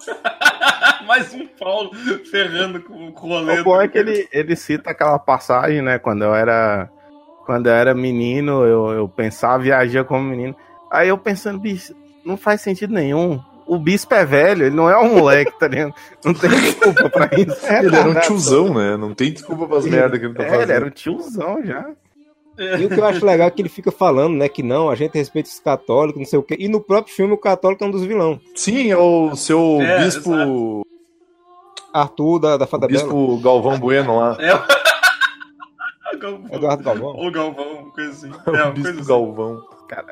Mais um Paulo ferrando com, com o rolê. O bom é que ele, ele cita aquela passagem, né? Quando eu era. Quando eu era menino, eu, eu pensava, viajava como menino. Aí eu pensando, bicho, não faz sentido nenhum. O bispo é velho, ele não é um moleque, tá ligado? Não tem desculpa pra isso. É, Ele era um nada. tiozão, né? Não tem desculpa pras merdas que ele tá É, fazendo. ele era um tiozão já. E o que eu acho legal é que ele fica falando, né, que não, a gente respeita os católicos, não sei o quê. E no próprio filme o católico é um dos vilões. Sim, é o seu É, bispo. exato. Arthur, da, da Fada Bela. Bispo Galvão Bueno lá. É o Galvão. Eduardo Galvão. Ou Galvão, coisa assim. É É, o uma Bispo coisa assim. Galvão.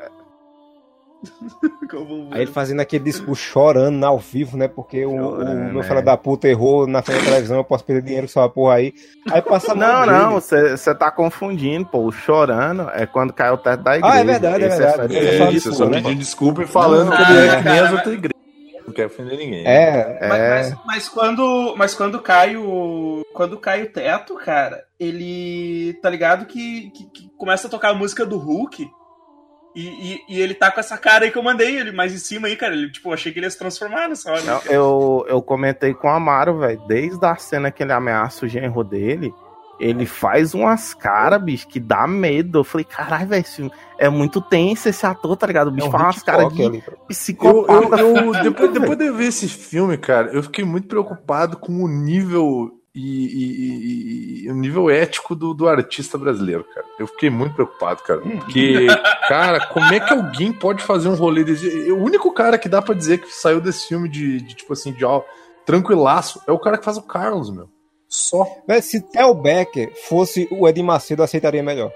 Galvão. Aí ele fazendo aquele discurso chorando ao vivo, né? Porque o, o Chorando, meu né? filho da puta errou na frente da televisão, eu posso perder dinheiro com essa porra aí. Aí passa a mão Não, dele. não, você tá confundindo, pô. O chorando é quando cai o teto da igreja. Ah, é verdade, é Esse verdade. só de É, pedir É, fala isso, desculpa, só né? pedindo desculpa e falando Não, que ele é ah, que nem as cara. outras igrejas. Não quer ofender ninguém. É, Mas, É. mas, mas quando, mas quando cai o. Quando cai o teto, cara, ele. Tá ligado que, que, que começa a tocar a música do Hulk. E, e, e ele tá com essa cara aí que eu mandei ele mais em cima aí, cara. Ele, tipo, eu achei que ele ia se transformar nessa hora. Não, eu, eu comentei com o Amaro, velho. Desde a cena que ele ameaça o genro dele, ele faz umas caras, bicho, que dá medo. Eu falei, caralho, velho, esse filme é muito tenso esse ator, tá ligado? O bicho É um faz umas caras Hitchcock de ali. Eu, psicopata. eu, eu- fudido, depois, velho. depois de eu ver esse filme, cara, eu fiquei muito preocupado com o nível e, e- e- e o nível ético do, do artista brasileiro, cara. Eu fiquei muito preocupado, cara. Porque, cara, como é que alguém pode fazer um rolê desse? O único cara que dá pra dizer que saiu desse filme de, de, tipo assim, de ó, tranquilaço é o cara que faz o Carlos, meu. Só. Mas se Theo Becker fosse o Edir Macedo, eu aceitaria melhor.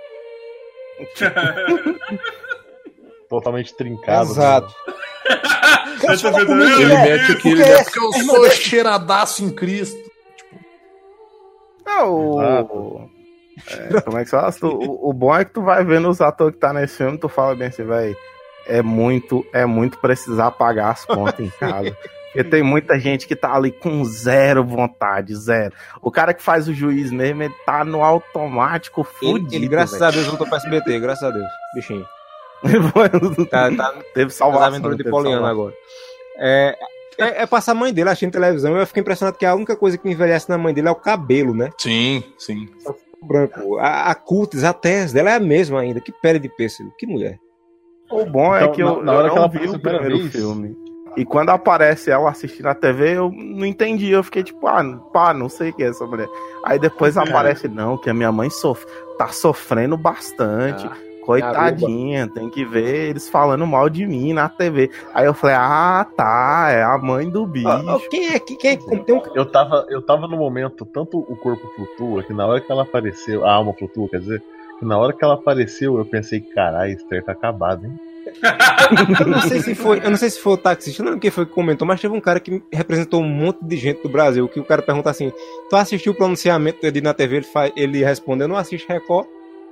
Totalmente trincado. Exato. Eu tô vendo- Ele mete aquele, porque né? é- Porque eu sou cheiradaço em Cristo. Ah, o... É, como é que você fala? Tu- O, o bom é que tu vai vendo os atores que tá nesse filme, tu fala bem assim, velho, é muito, é muito precisar pagar as contas em casa. Porque tem muita gente que tá ali com zero vontade, zero. O cara que faz o juiz mesmo, ele tá no automático Ele, fudido. ele, graças velho. a Deus, voltou pra S B T, graças a Deus. Bichinho. tá, Tá, tá teve nas salvação. aventuras de teve Poliana salvação. agora. É, é, é passar a mãe dele assistindo televisão. Eu fiquei impressionado que a única coisa que envelhece na mãe dele é o cabelo, né? Sim, sim. O branco. A, a cutis, a tez dela é a mesma ainda. Que pele de pêssego. Que mulher. O bom é Então, que na- eu, na eu hora que não ela vi aparece o a primeira primeiro vez- filme. E quando aparece ela assistindo a T V, eu não entendi. Eu fiquei tipo, ah, pá, não sei quem é essa mulher. Aí depois aparece, não, que a minha mãe sof- tá sofrendo bastante. Ah, coitadinha, tem que ver eles falando mal de mim na T V. Aí eu falei, ah, tá, é a mãe do bicho. Oh, oh, quem é que quem é que tem um... Eu tava, eu tava no momento, tanto o corpo flutua, que na hora que ela apareceu, a alma flutua, quer dizer, que na hora que ela apareceu, eu pensei, caralho, esse trem tá acabado, hein? eu não sei se foi, eu não sei se foi o taxista, não lembro quem foi que comentou, mas teve um cara que representou um monte de gente do Brasil, que o cara pergunta assim, tu assistiu o pronunciamento dele na T V, ele, faz, ele responde, eu não assisto Record.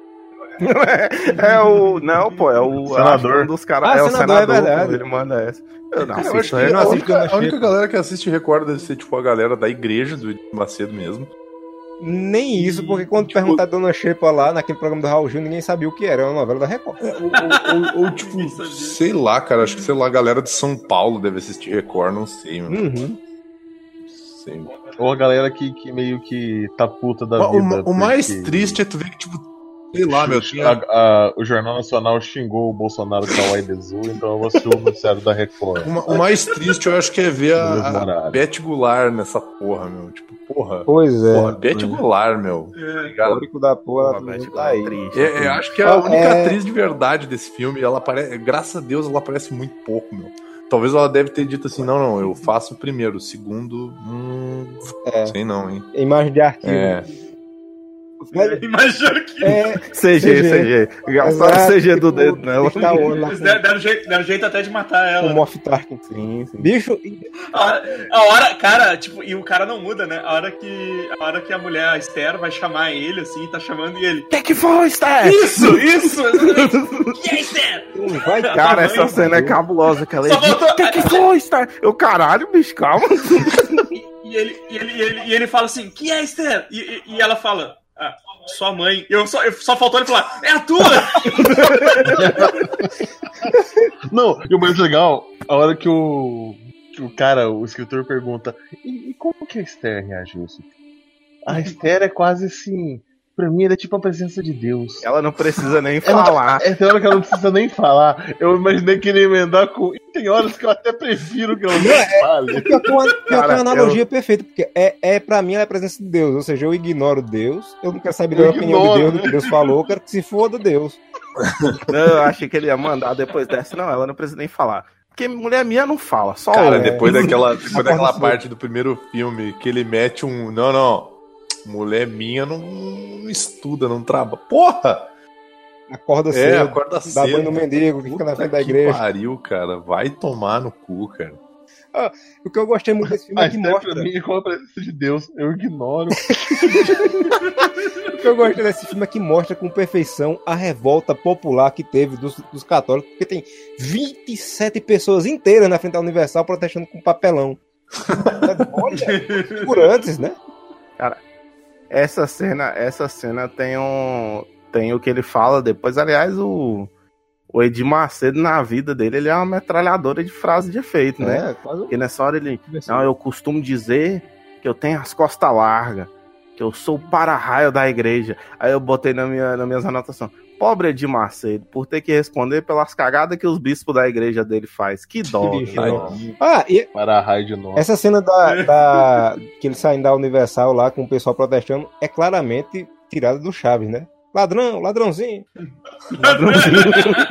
é, é o. Não, pô, é o senador um dos caras. Ah, é o senador, senador, é verdade. Pô, ele manda essa. Eu não eu acho assisto, que eu não a, assisto única, a única galera que assiste Record deve ser tipo a galera da igreja do Macedo mesmo. Nem isso, porque quando tipo, perguntar a Dona Xepa lá, naquele programa do Raul Gil, ninguém sabia o que era, era uma novela da Record. É, ou, ou, ou, ou, tipo, sei lá, cara, acho que, sei lá, a galera de São Paulo deve assistir Record, não sei, mano. Uhum. Sei. Ou a galera que, que meio que tá puta da o, vida. O, o mais triste é tu ver que, tipo, sei lá, meu. Tinha... A, a, o Jornal Nacional xingou o Bolsonaro de Kawaii Dezu, então eu vou assistir o noticiário da Record. O, o mais triste eu acho que é ver a, a Beth Goulart nessa porra, meu. Tipo, porra. Pois é. Porra, Beth Goulart, meu. É, o da porra, porra tá aí. É, eu acho que é a única é... atriz de verdade desse filme. Ela aparece, graças a Deus, ela aparece muito pouco, meu. Talvez ela deve ter dito assim, não, não, eu faço o primeiro, o segundo, hum, é. sei não, hein. Imagem de arquivo. É. Imagina que. É, C G, C G. Gastaram o C G do dedo nela. Eles deram jeito, deram jeito até de matar ela. O Moff Tarkin. Sim, sim. Bicho. A hora, a hora, cara, tipo, e o cara não muda, né? A hora que a, hora que a mulher, a Esther, vai chamar ele, assim, tá chamando e ele. Que que foi, Esther? Isso, isso! Que é, Esther? Vai, cara, essa cena é cabulosa. Que ela diz, que que foi, Esther? Eu, caralho, bicho, calma. E ele, e ele, e ele, e ele fala assim, que é, Esther? E, e, e ela fala. Ah, sua mãe. Eu só, eu só faltou ele falar, é a tua! Não, e o mais legal, a hora que o, que o cara, o escritor pergunta, e, e como que a Esther reagiu? A Esther é quase assim, pra mim ela é tipo a presença de Deus. Ela não precisa nem falar. É, tem hora que ela não precisa nem falar. Eu imaginei que ele ia emendar com. E tem horas que eu até prefiro que ela não é, fale. É, pior que uma, pior Cara, que uma analogia eu... perfeita, porque é, é, pra mim ela é a presença de Deus. Ou seja, eu ignoro Deus, eu não quero saber da opinião de Deus, do que Deus falou, eu quero que se foda Deus. Não, eu achei que ele ia mandar depois dessa. Não, ela não precisa nem falar. Porque mulher minha não fala, só Cara, é. depois daquela, depois daquela parte do primeiro filme que ele mete um. Não, não. Mulher minha não, não estuda, não trabalha. Porra! Acorda cedo. É, acorda dá cedo. Dá banho no mendigo, que fica na frente da igreja. Que pariu, cara. Vai tomar no cu, cara. Ah, o que eu gostei muito desse filme é que mostra. Pra mim é com a presença de Deus, eu ignoro. O que eu gostei desse filme é que mostra com perfeição a revolta popular que teve dos, dos católicos, porque tem vinte e sete pessoas inteiras na frente da Universal protestando com papelão. Olha, figurantes, né? Cara, essa cena, essa cena tem um. Tem o que ele fala depois. Aliás, o. O Edir Macedo, na vida dele, ele é uma metralhadora de frase de efeito, né? É, quase... Porque nessa hora ele... Não, eu costumo dizer que eu tenho as costas largas, que eu sou o para-raio da igreja. Aí eu botei na minha, nas minhas anotações. Pobre Edir Macedo, por ter que responder pelas cagadas que os bispos da igreja dele faz. Que dó, que dó. Ah, e... Para-raio de novo. Essa cena da, da... que eles saem da Universal lá com o pessoal protestando é claramente tirada do Chaves, né? Ladrão, ladrãozinho. Ladrãozinho.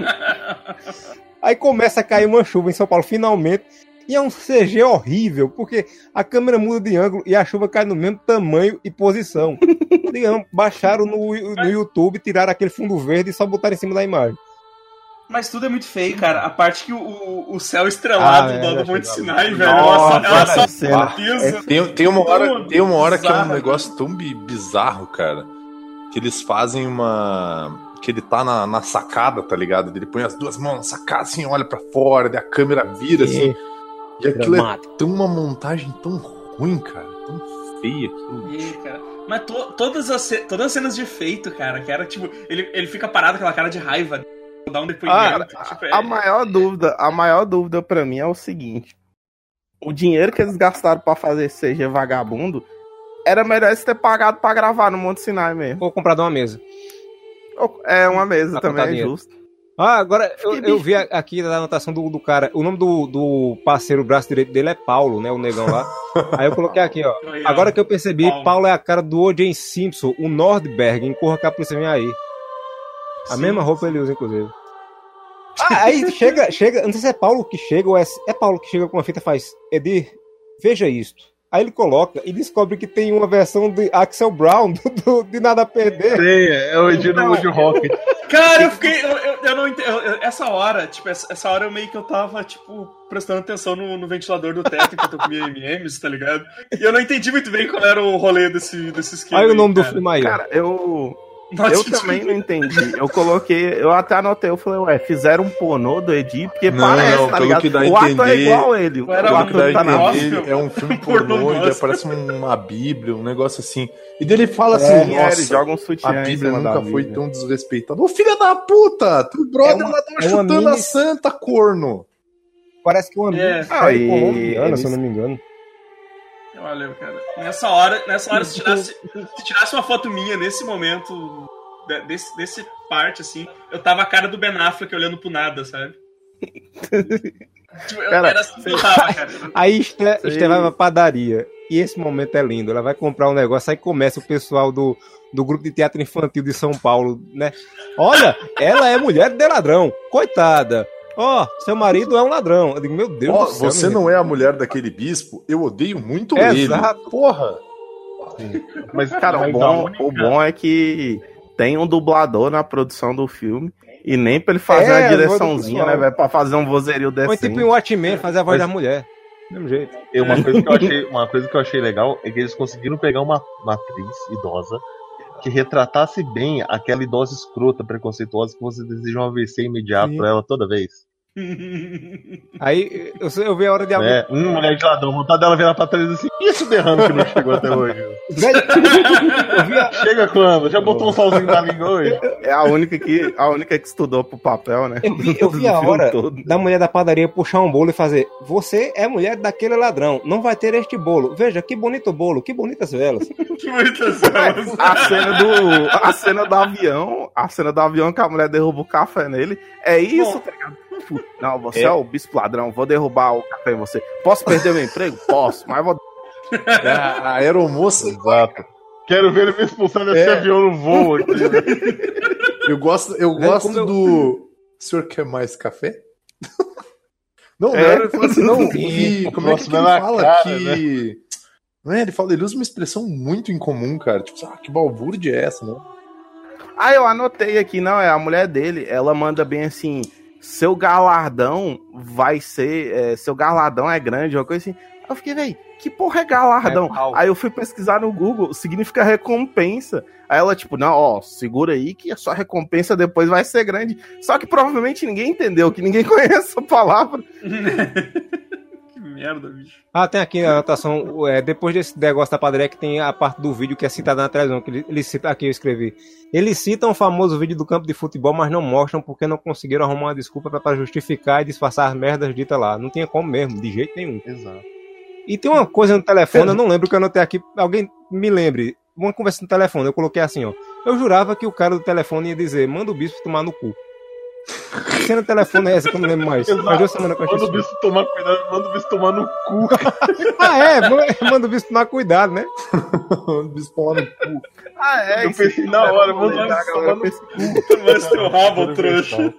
Aí começa a cair uma chuva em São Paulo, finalmente. E é um C G horrível, porque a câmera muda de ângulo e a chuva cai no mesmo tamanho e posição. Digamos, baixaram no, no YouTube, tiraram aquele fundo verde e só botaram em cima da imagem. Mas tudo é muito feio, cara. A parte que o, o céu estrelado ah, do é, Monte Sinai, velho. Nossa, ela só, ela só é, tem, tem uma hora, tem uma hora que é um negócio tão bizarro, cara. Que eles fazem uma... Que ele tá na, na sacada, tá ligado? Ele põe as duas mãos na sacada, assim, olha pra fora, daí a câmera vira, assim. E aquilo Dramático. É tão uma montagem tão ruim, cara. Tão feia aquilo. É, cara. Mas to, todas, as, todas as cenas de efeito, cara, que era tipo... Ele, ele fica parado com aquela cara de raiva, dá um depoimento. Ah, tipo, é... A maior dúvida, a maior dúvida pra mim é o seguinte. O dinheiro que eles gastaram pra fazer C G vagabundo... Era melhor eles ter pagado pra gravar no Monte Sinai mesmo. Ou comprado uma mesa. É, uma mesa pra também, é justo. Ah, agora eu, eu vi aqui na anotação do, do cara, o nome do, do parceiro, o braço direito dele é Paulo, né, o negão lá. Aí eu coloquei aqui, ó. Agora que eu percebi, Paulo, Paulo é a cara do O J Simpson, o Nordberg, em Corra que a Polícia Vem Aí. A Sim. mesma roupa ele usa, inclusive. Ah, aí chega, chega, não sei se é Paulo que chega ou é, é Paulo que chega com uma fita e faz, Edir, veja isto. Aí ele coloca e descobre que tem uma versão de Axel Brown do, do, de Nada a Perder. Sim, é o Edir no Wood Rocket. Cara, eu fiquei. Eu, eu, eu não entendo. Essa hora, tipo, essa, essa hora eu meio que eu tava, tipo, prestando atenção no, no ventilador do teto enquanto eu comia M e M's, tá ligado? E eu não entendi muito bem qual era o rolê desse, desse esquema. Aí o nome cara. do filme aí. Cara, eu. Not eu também não entendi. Eu coloquei, eu até anotei, eu falei, ué, fizeram um pornô do Edir, porque não, parece, não, tá ligado? O ator é igual a ele. O ator tá na é um filme pornô, e parece uma bíblia, um negócio assim. E dele fala assim, é, nossa, ele joga um sutiã a bíblia nunca foi tão desrespeitada. Ô filha da puta, tu brother é lá tá chutando mini... a santa, corno. Parece que uma é. Ah, e... colombiana, se eu não me engano. Valeu, cara. Nessa hora, nessa hora se, tirasse, se tirasse uma foto minha nesse momento, desse, desse parte, assim, eu tava a cara do Ben Affleck olhando pro nada, sabe? Tipo, eu, cara, era assim que eu tava, cara. Aí Esté vai pra padaria. E esse momento é lindo. Ela vai comprar um negócio, aí começa o pessoal do, do grupo de teatro infantil de São Paulo, né? Olha, ela é mulher de ladrão. Coitada. Ó, oh, seu marido é um ladrão. Eu digo, meu Deus oh, do céu. Você não é a mulher daquele bispo? Eu odeio muito é, ele. Exato. Porra. Sim. Mas, cara, o bom, o bom é que tem um dublador na produção do filme. E nem pra ele fazer é, a direçãozinha, né, velho? Pra fazer um vozerio decente. Foi tipo em Watchmen, fazer a voz Mas... da mulher. Do mesmo jeito. E uma, coisa que eu achei, uma coisa que eu achei legal é que eles conseguiram pegar uma, uma atriz idosa que retratasse bem aquela idosa escrota, preconceituosa, que você deseja um A V C imediato Sim. pra ela toda vez. Aí eu, eu vi a hora de alguém. É, uma mulher de ladrão, vontade dela virar pra trás assim, e esse derrame que não chegou até hoje? a... Chega quando? Já botou um solzinho na língua hoje? É a única que, a única que estudou pro papel, né? Eu vi, eu vi a hora todo. da mulher da padaria puxar um bolo e fazer: você é mulher daquele ladrão, não vai ter este bolo. Veja, que bonito bolo, que bonitas velas. Que bonitas velas. A cena do, a cena do avião, a cena do avião que a mulher derruba o café nele, é isso, Bom. tá ligado? Não, você é. é o bispo ladrão, vou derrubar o café em você. Posso perder meu emprego? Posso, mas vou... É a aeromoça. Exato. Quero ver ele me expulsar desse é. avião no voo aqui. Né? Eu gosto, eu gosto eu... do... O senhor quer mais café? Não, é. não, ele fala assim, não, e como é que, que ele fala cara, que... Né? Não é, ele fala, ele usa uma expressão muito incomum, cara. Tipo, ah, que balbúrdia é essa, né? Ah, eu anotei aqui, não, é a mulher dele, ela manda bem assim... Seu galardão vai ser... É, seu galardão é grande, uma coisa assim. Eu fiquei, velho, que porra é galardão? É, Aí eu fui pesquisar no Google, significa recompensa. Aí ela, tipo, não, ó, segura aí que a sua recompensa depois vai ser grande. Só que provavelmente ninguém entendeu, que ninguém conhece essa palavra. Que merda, bicho. Ah, tem aqui a anotação, é, depois desse negócio da padaria que tem a parte do vídeo que é citada na televisão, que ele, ele cita, aqui eu escrevi. Eles citam o famoso vídeo do campo de futebol, mas não mostram porque não conseguiram arrumar uma desculpa pra, pra justificar e disfarçar as merdas ditas lá. Não tinha como mesmo, de jeito nenhum. Exato. E tem uma coisa no telefone, eu não lembro que eu anotei aqui, alguém me lembre. Uma conversa no telefone, eu coloquei assim, ó. Eu jurava que o cara do telefone ia dizer, manda o bispo tomar no cu. Que cena do telefone é essa que eu não lembro mais? Faz duas semanas que eu manda o bispo tomar cuidado, manda o bispo tomar no cu. Ah, é? Manda o bispo tomar cuidado, né? Manda o bispo tomar no cu. Ah, é? Eu pensei na hora, manda o bispo tomar no cu. Tomar seu rabo, trouxa.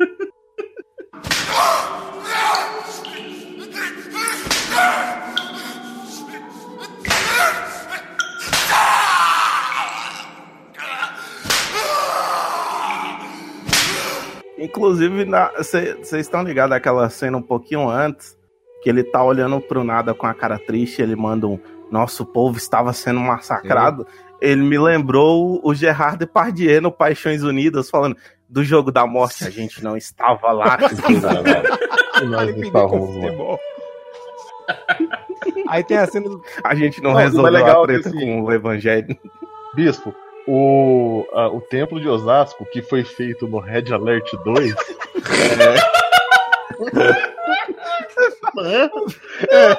Inclusive, vocês estão ligados àquela cena um pouquinho antes, que ele tá olhando pro nada com a cara triste, ele manda um nosso povo estava sendo massacrado. É. Ele me lembrou o Gerard Depardieu no Paixões Unidas, falando do jogo da morte, a gente não estava lá. Nós estávamos lá. Aí tem a cena do... A gente não, não resolveu legal, a treta assim, com o evangelho. Bispo, o, a, o templo de Osasco, que foi feito no Red Alert dois, é... é...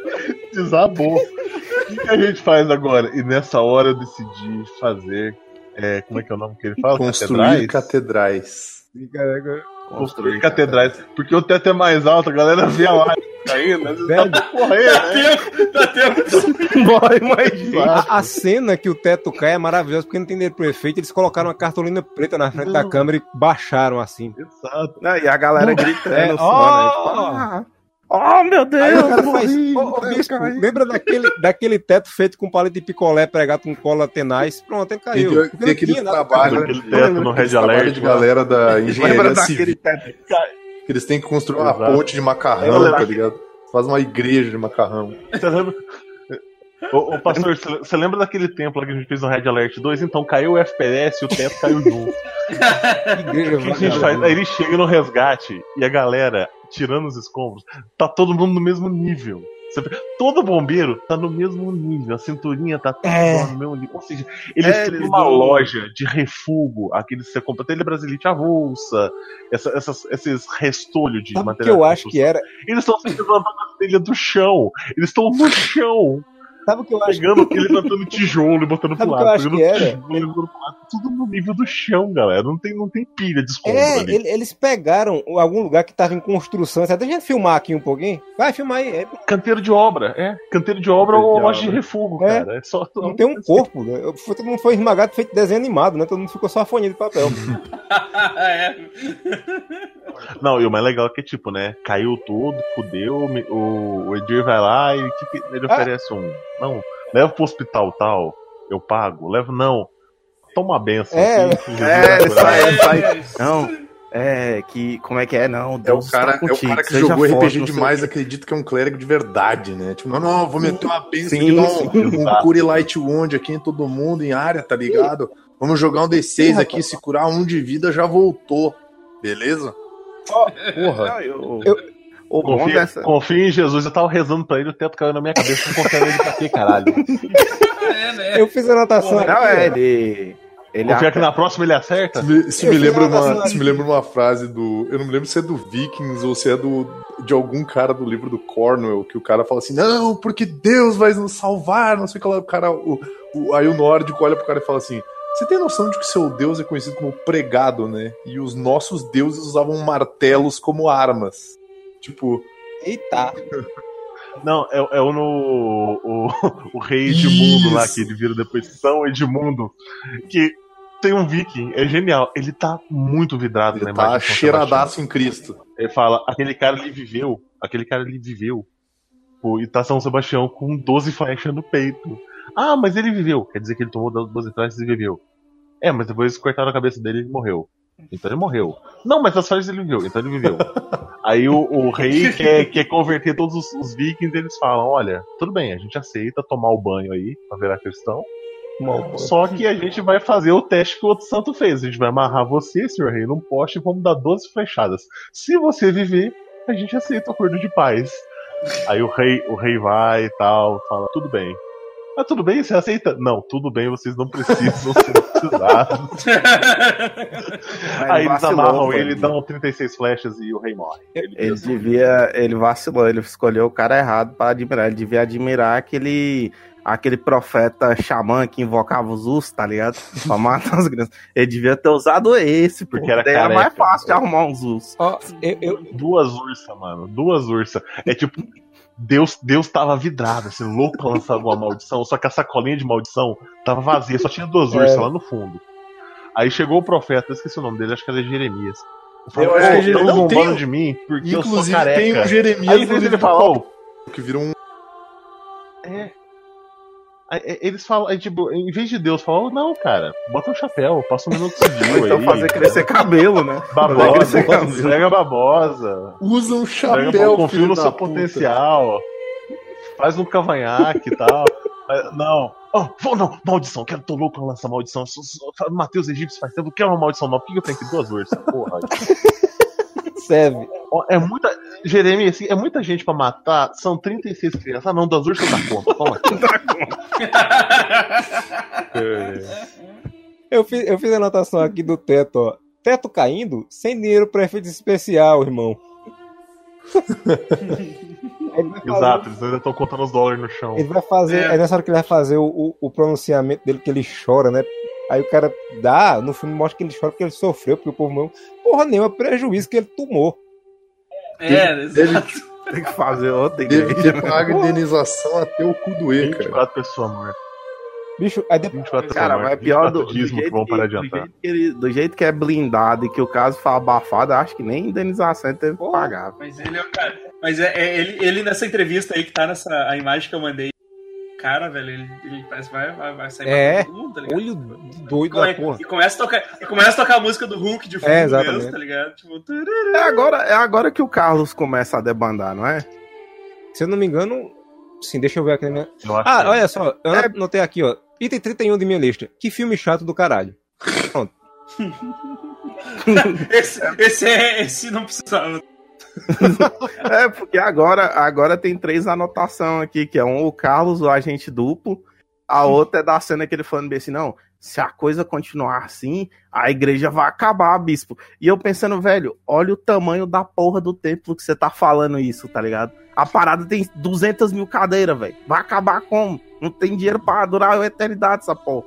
desabou. O que, que a gente faz agora? E nessa hora eu decidi fazer É, como é que é o nome que ele fala? Construir catedrais. catedrais. Construir catedrais. Porque o teto é mais alto, a galera vê a live caindo, às vezes tá correndo, né? Dá tempo. Bora, imagina. A, a cena que o teto cai é maravilhosa, porque não tem dinheiro pro efeito, eles colocaram uma cartolina preta na frente não. da câmera e baixaram assim. Exato. Não, e a galera gritando. É, ó, oh, meu Deus! Aí o cara faz, oh, oh, bispo, lembra daquele, daquele teto feito com palito de picolé pregado com cola tenaz? Pronto, ele caiu. Tem, tem aquele trabalho, aquele teto no Red Alert de galera da engenharia civil. Teto? Que eles têm que construir uma Exato. ponte de macarrão, tá ligado? Faz uma igreja de macarrão. Você lembra? Ô, ô pastor, você lembra daquele templo que a gente fez no Red Alert dois? Então caiu o F P S e o teto caiu junto. Igreja, o que a gente faz? Aí ele chega no resgate e a galera, tirando os escombros, tá todo mundo no mesmo nível. Todo bombeiro tá no mesmo nível, a cinturinha tá é. no mesmo nível. Ou seja, eles é, têm eles uma do... loja de refúgio, aqueles que você compra telebrasilite avulsa, essa, essas, esses restolhos de Sabe material. Que eu acho que era. Eles estão se levantando a telha do chão, eles estão no chão. Sabe o que eu acho? Pegando, ele levantando tijolo e botando pro lado. Eu acho que era? Tijolo, tudo no nível do chão, galera. Não tem, não tem pilha de escombro é, ali. Eles pegaram algum lugar que tava em construção. Deixa a gente filmar aqui um pouquinho. Vai, filmar aí. É. Canteiro de obra, é. Canteiro de obra ou loja de refúgio, é. cara. É só, não tem um corpo. Né? Todo mundo foi esmagado, feito desenho animado, né? Todo mundo ficou só a folhinha de papel. é. Não, e o mais legal é que, tipo, né? Caiu tudo, fudeu. O, o Edir vai lá e que, ele oferece ah. um. Não, leva pro hospital tal, eu pago. Levo, não. Toma uma benção. É, aqui, é, sai, sai. Não, é, que, como é que é? Não, Deus é o cara, tá contigo, é o cara que jogou R P G demais, acredita que é um clérigo de verdade, né? Tipo, não, não, vou meter uma benção sim, aqui, um, um Cure Light Wound aqui em todo mundo, em área, tá ligado? Vamos jogar um D seis sim, aqui, se curar um de vida, já voltou. Beleza? Oh, porra, eu... eu... O confia, dessa... confia em Jesus, eu tava rezando pra ele, o teto caiu na minha cabeça, não confia nele pra quê, caralho? É, né? Eu fiz a anotação. Não, é, ele. ele confia que na próxima ele acerta? Isso me, isso me lembra uma, isso me lembra uma frase do. Eu não me lembro se é do Vikings ou se é do, de algum cara do livro do Cornwell, que o cara fala assim: não, porque Deus vai nos salvar, não sei o que lá. O cara, o, o, aí o nórdico olha pro cara e fala assim: você tem noção de que seu Deus é conhecido como pregado, né? E os nossos deuses usavam martelos como armas. Tipo. Eita! Não, é, é o no. O, o rei Edmundo Isso. lá, que ele vira depois São Edmundo. Que tem um viking, é genial. Ele tá muito vidrado, ele né? Tá cheiradaço em Cristo. Ele fala: aquele cara ele viveu. Aquele cara ele viveu. Pô, e tá São Sebastião com doze flechas no peito. Ah, mas ele viveu. Quer dizer que ele tomou doze flechas e viveu. É, mas depois cortaram a cabeça dele e ele morreu. Então ele morreu. Não, mas as flechas ele viveu, então ele viveu. Aí o, o rei quer, quer converter todos os, os vikings e eles falam: olha, tudo bem, a gente aceita tomar o banho aí pra virar cristão. Só que a gente vai fazer o teste que o outro santo fez. A gente vai amarrar você, senhor rei, num poste e vamos dar doze flechadas. Se você viver, a gente aceita o acordo de paz. Aí o rei, o rei vai e tal, fala: tudo bem. Ah, tudo bem? Você aceita? Não, tudo bem, vocês não precisam ser precisados. Aí eles amarram ele, dão trinta e seis flechas e o rei morre. Ele, ele devia. Ele vacilou, ele escolheu o cara errado pra admirar. Ele devia admirar aquele. Aquele profeta xamã que invocava os ursos, tá ligado? Pra matar as crianças. Ele devia ter usado esse, porque era, era mais fácil de arrumar uns ursos. Oh, eu, eu... Duas ursas, mano. Duas ursas. É tipo. Deus, Deus tava vidrado, assim, louco pra lançar alguma maldição, só que a sacolinha de maldição tava vazia, só tinha duas ursas é. lá no fundo. Aí chegou o profeta, eu esqueci o nome dele, acho que era Jeremias. Eu, eu acho que estão zombando de mim, porque eu sou careca. Tem um Jeremias aí no ele falou que vira um... É... Aí, eles falam, aí, tipo, em vez de Deus falar: não, cara, bota um chapéu, passa um minuto civil então aí. Então fazer crescer cabelo, né? Babosa, pega babosa. Usa um chapéu, pega, confia no seu puta. potencial. Faz um cavanhaque e tal. Não. Oh, vou não, maldição, quero, tô louco pra lançar maldição. Matei os egípcios faz tempo, quero uma maldição nova. Por que eu tenho que duas ursas? Porra. Serve. É muita. Jeremias, assim, é muita gente pra matar. São trinta e seis crianças. Ah, não, das ursas dá conta. Toma aqui. Dá conta. eu, fiz, eu fiz a anotação aqui do teto, ó. Teto caindo, sem dinheiro pra efeito especial, irmão. Exato, eles ainda estão contando os dólares no chão. Ele vai fazer. É, é nessa hora que ele vai fazer o, o, o pronunciamento dele, que ele chora, né? Aí o cara dá, no filme mostra que ele chora porque ele sofreu, porque o povo não. Porra nenhuma, prejuízo que ele tomou. É, Ele- exato. Tem que fazer outra Teve igreja. que pagar indenização até o cu doer, vinte e cara. quatro pessoas mortas. Bicho, aí depois. vinte e quatro Cara, pessoas mas é mortas. pior do, do, vinte e quatro dízimos que jeito vão que, parar de do, adiantar. jeito que ele, do jeito que é blindado e que o caso foi abafado, eu acho que nem indenização ele teve que Porra. pagar. Mas ele é o cara. Mas é, é ele, ele nessa entrevista aí que tá nessa a imagem que eu mandei. Cara, velho, ele, ele parece que vai, vai, vai sair É, matando todo mundo, tá ligado? Olho doido da porra. E começa a tocar, e começa a tocar a música do Hulk de fundo É, exatamente. mesmo, tá ligado? Tipo, É agora, é agora que o Carlos começa a debandar, não é? Se eu não me engano. Sim, deixa eu ver aqui na minha. Eu acho Ah, que- olha só, eu É. anotei aqui, ó. Item trinta e um de minha lista. Que filme chato do caralho. esse, esse, é, esse não precisava. É, porque agora, agora tem três anotações aqui, que é um o Carlos, o agente duplo, a outra é da cena que ele falando bem assim, não, se a coisa continuar assim, a igreja vai acabar, bispo. E eu pensando, velho, olha o tamanho da porra do templo que você tá falando isso, tá ligado? A parada tem duzentas mil cadeiras, velho. Vai acabar como? Não tem dinheiro pra durar a eternidade essa porra.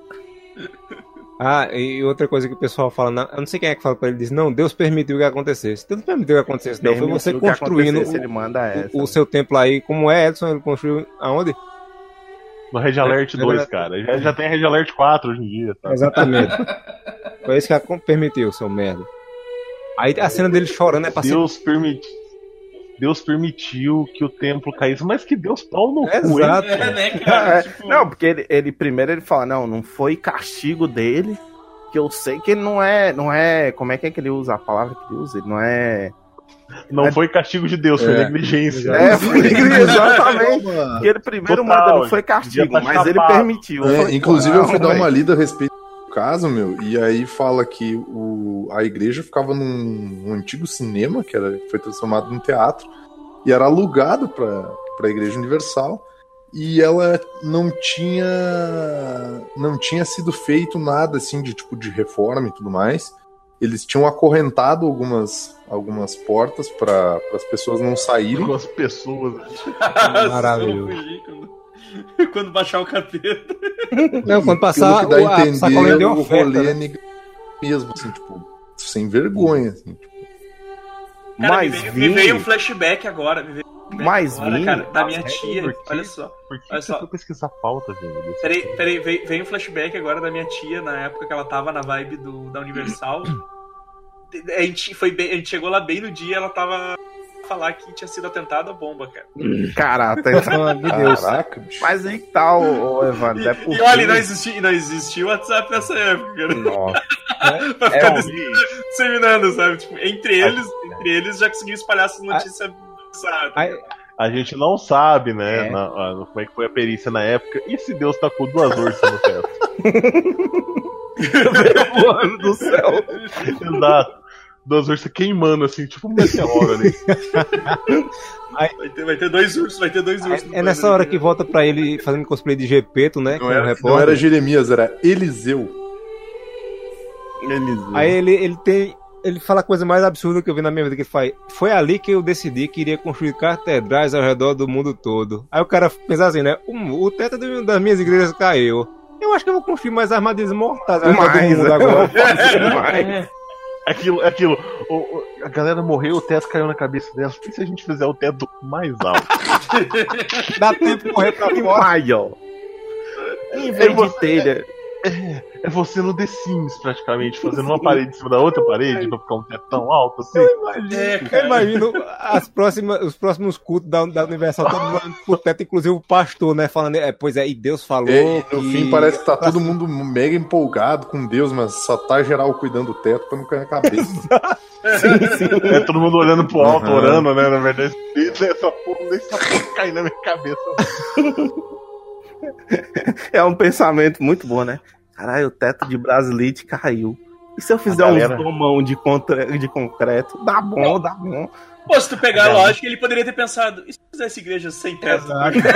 Ah, e outra coisa que o pessoal fala, na- eu não sei quem é que fala pra ele, diz, não, Deus permitiu que acontecesse. Deus não permitiu que acontecesse, não. Foi você Permitiu que construindo acontecesse, o, ele manda essa. o, o seu templo aí, como é, Edson, ele construiu aonde? No Red Alert É, dois, é, cara. Já, já tem Red Alert quatro hoje em dia, tá? Exatamente. Foi isso que ela permitiu, seu merda. Aí a cena dele chorando é pra ser... Deus permitiu. Deus permitiu que o templo caísse, mas que Deus pau no cu, hein? Exato. É, né, cara? É, Tipo, não, porque ele, ele primeiro ele fala, não, não foi castigo dele, que eu sei que ele não é, não é, como é que é que ele usa a palavra que ele usa? Ele não é... Não foi castigo de Deus, foi É. negligência. É, foi exatamente. Mano. Porque ele primeiro Total, manda, não foi devia castigo, tá mas ele chapado. permitiu. É, falei, inclusive pô, eu fui não, dar uma velho. lida a respeito do caso, meu, e aí fala que o, a igreja ficava num, num antigo cinema, que era, foi transformado num teatro, e era alugado para a Igreja Universal, e ela não tinha não tinha sido feito nada assim de tipo de reforma e tudo mais. Eles tinham acorrentado algumas, algumas portas para as pessoas não saírem. Com as pessoas. Maravilhoso. eu vou fugir Quando, quando baixar o capeta. Não, quando Pelo passar que dá o, a a sacolinha entender, de o oferta, rolê né? é neg- mesmo, assim, tipo, sem vergonha, assim, tipo. Cara, Mas me, veio, me Vini, veio um flashback agora. Me veio um flashback Mas agora, Vini, cara, da minha por tia. quê? Olha só. Por que Olha você só. foi pesquisar a pauta, velho? desse Peraí, filme? peraí, veio, veio um flashback agora da minha tia, na época que ela tava na vibe do, da Universal. A gente, foi bem, a gente chegou lá bem no dia, ela tava a falar que tinha sido atentado a bomba, cara. Cara, até... Mano de Deus. Caraca, bicho. mas aí que tá, ô, ô Evandro, E, é e porque... olha, não existia, não existia o WhatsApp nessa época, cara. Nossa. Pra ficar É, disseminando, sabe? Tipo, entre eles, entre eles já conseguiam espalhar essas notícias bizarras. Aí, A gente não sabe, né, É. na- a- como é que foi a perícia na época. E se Deus tacou duas ursas no teto? Mano do céu. Exato. Duas ursas queimando, assim, tipo um meteoro ali. Vai ter, vai ter dois ursos, vai ter dois ursos. é nessa hora que volta pra ele fazendo cosplay de Gepeto, né? Não com o era, não repórter. era Jeremias, era Eliseu. Eles... Aí ele, ele tem. Ele fala a coisa mais absurda que eu vi na minha vida, que ele faz. Foi ali que eu decidi que iria construir catedrais ao redor do mundo todo. Aí o cara pensa assim, né? O, o teto de- das minhas igrejas caiu. Eu acho que eu vou construir mais armadilhas mortais ao redor Mais, do mundo né? agora. Mais. Aquilo, aquilo. o- o- a galera morreu, o teto caiu na cabeça dela. E se a gente fizer o teto mais alto? Dá tempo de correr pra fora. Maior. Em vez de telha. É você no The Sims, praticamente, fazendo uma parede em cima da outra parede pra ficar um teto tão alto assim. É, Eu cara. imagino as próximas, os próximos cultos da, da Universal, todo mundo pro teto, inclusive o pastor, né? Falando, é, pois é, e Deus falou. É, e no que... fim parece que tá todo mundo mega empolgado com Deus, mas só tá geral cuidando do teto pra não cair na cabeça. É todo mundo olhando pro alto, Uhum. orando, né? Na verdade, essa porra, essa porra cair na minha cabeça. É um pensamento muito bom, né? Caralho, o teto de Brasilite caiu. E se eu fizer A galera- uns domão de, contra... de concreto? Dá bom, dá bom. Pô, se tu pegar a lógica, ele poderia ter pensado, e se fizesse igreja sem teto?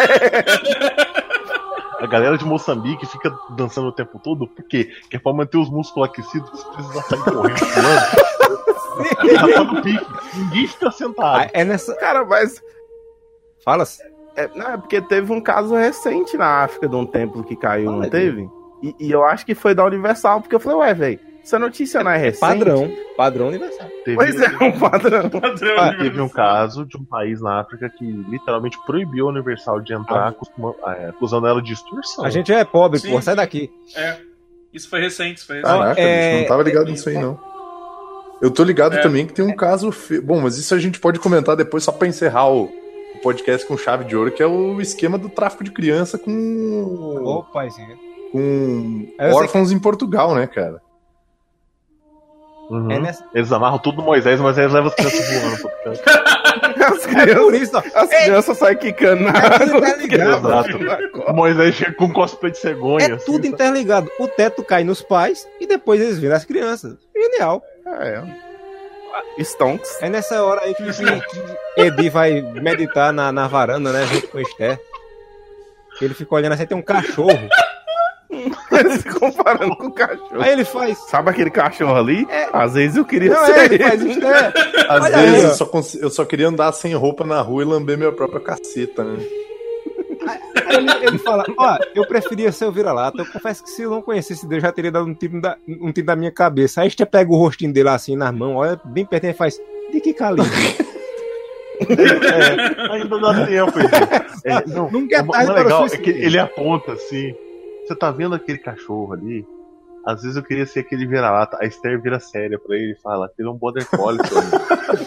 A galera de Moçambique fica dançando o tempo todo, por quê? Que é pra manter os músculos aquecidos, você precisa sair correndo, pulando. Tá todo pique. Ninguém fica sentado. Ah, é nessa. Cara, mas... Fala-se. É, não, é porque teve um caso recente na África de um templo que caiu, não Olha, teve? E, e eu acho que foi da Universal, porque eu falei, ué, velho, essa notícia não é recente? Padrão, padrão Universal. Teve, Pois é, um padrão. Padrão, ah, né? teve um caso de um país na África que literalmente proibiu a Universal de entrar acusando, é, acusando ela de extorsão. A gente é pobre, Sim. pô, sai daqui. É. Isso foi recente, isso foi recente. Caraca, é- bicho, não tava ligado nisso aí, não. Eu tô ligado É. também que tem um caso... Fe... Bom, mas isso a gente pode comentar depois só pra encerrar o, o podcast com chave de ouro, que é o esquema do tráfico de criança com... Ô, paizinho. com Eu sei órfãos em Portugal, né, cara? Uhum. É nessa... Eles amarram tudo no Moisés, mas eles levam as crianças voando pro canto. As É por crianças, isso, ó. as crianças saem quicando na É tudo água. interligado. Exato. O Moisés chega com cosplay de cegonha. É assim, tudo sabe? interligado. O teto cai nos pais e depois eles viram as crianças. Genial. É. Stonks. É nessa hora aí que, que Edi vai meditar na, na varanda, né? Junto com o Esther. Ele fica olhando assim, tem um cachorro. Se comparando com o cachorro. Aí ele faz. Sabe aquele cachorro ali? É. Às vezes eu queria Não, ser é, ele ele. faz Esther. Às Olha vezes aí, eu ó. só, cons... eu só queria andar sem roupa na rua e lamber minha própria caceta, né? Aí ele, ele fala, ó, eu preferia ser o vira-lata. Eu confesso que se eu não conhecesse Deus, já teria dado um tiro da, um tiro da minha cabeça. Aí Esther pega o rostinho dele assim nas mãos, olha bem pertinho e faz, de que calibre? É, ainda dá tempo, gente. É, não, Nunca é o tarde mais para o legal é suicídio. que ele aponta assim. Você tá vendo aquele cachorro ali? Às vezes eu queria ser aquele vira-lata. A Esther vira séria pra ele e fala: aquele é um border collie, seu amigo."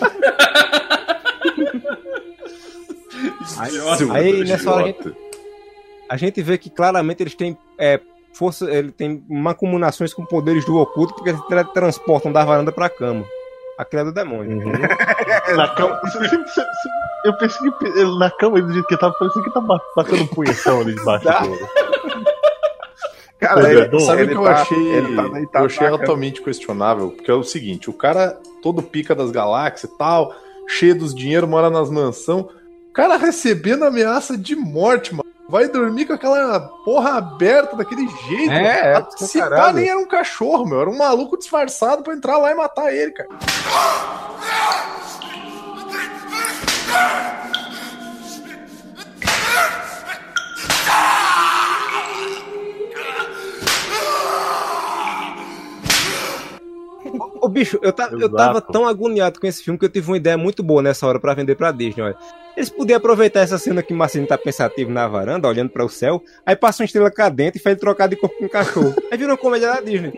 Idiota. Aí nessa hora a gente, Idiota. a gente vê que claramente eles têm é, força, ele tem mancomunações com poderes do oculto, porque eles tra- transportam da varanda pra cama. Aquilo é do demônio. Na cama. cê- cê- cê- cê- Eu pensei que ele- na cama, do jeito que ele tava, parecia que ele tava batendo um punhetão ali debaixo Tá. do. Cara, Ele- ele, Sabe o ele que eu tá- achei? ele tá deitado eu achei na cama. altamente questionável, porque é o seguinte, o cara todo pica das galáxias e tal, cheio dos dinheiro, mora nas mansão, o cara recebendo ameaça de morte, mano. Vai dormir com aquela porra aberta daquele jeito. É, mano. é, Se pá, caralho. nem era um cachorro, meu. Era um maluco disfarçado pra entrar lá e matar ele, cara. Ô bicho, eu, ta, eu Exato. tava tão agoniado com esse filme que eu tive uma ideia muito boa nessa hora pra vender pra Disney, olha. Eles podiam aproveitar essa cena que o Marcelinho tá pensativo na varanda, olhando pra o céu, aí passa uma estrela cadente e faz ele trocar de corpo com um cachorro. Aí vira uma comédia da Disney.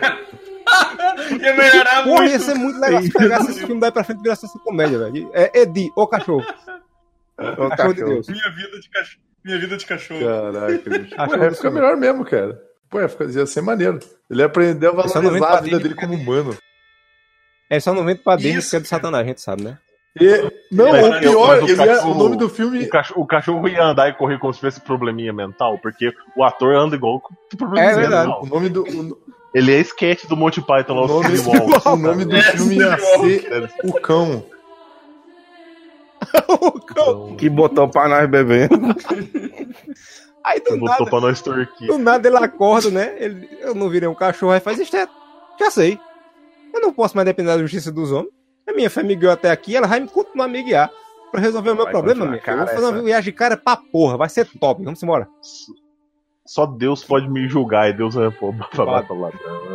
Ia melhorar Porra, muito. ia ser muito legal se pegasse esse filme daí pra frente e virasse essa comédia, velho. É Edi, o cachorro. Ô, Cachorro de cachorro. Deus. Minha vida de cachorro. Minha vida de cachorro. Caraca, bicho. Acho Pô, que ia ficar melhor mesmo, cara. Pô, ia, ficar, ia ser maneiro. Ele ia aprender a Só não vem valorizar pra a vida Disney, dele como humano. É só não vento pra Disney Isso, porque é do Satanás, a gente sabe, né? E, não, Mas o pior, mas o ele é- cachorro- o nome do filme... O cachorro, o cachorro ia andar e correr como se tivesse probleminha mental, porque o ator anda igual com probleminha É verdade. mental. O nome do... O, Ele é sketch do Monty Python lá, o o nome, Steve Wall. o nome do É, filme ia Steve ser O Cão. Então, Que botou pra nós beber. Aí do botou nada, pra nós extorquir. do nada ele acorda, né? Ele, eu não virei um cachorro, aí faz isso, já sei. Eu não posso mais depender da justiça dos homens. A minha fé me guiou até aqui, ela vai me continuar a me guiar pra resolver o meu Vai problema, continuar, minha filha. Eu vou cara, fazer uma essa- viagem de cara pra porra, vai ser top. Vamos embora. Só Deus pode me julgar e Deus vai pô, blá, blá, blá, blá.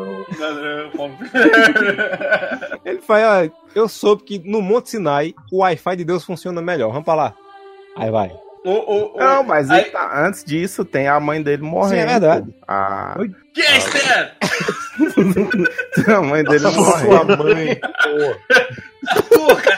Ele fala, ah, eu soube que no Monte Sinai o Wi-Fi de Deus funciona melhor. Vamos pra lá. Aí vai. Ô, ô, ô, Não, mas aí- ele tá- antes disso tem a mãe dele morrendo. Sim, é verdade. pô. A, Que é Esther? a mãe dele Sua morrendo. mãe. Porra.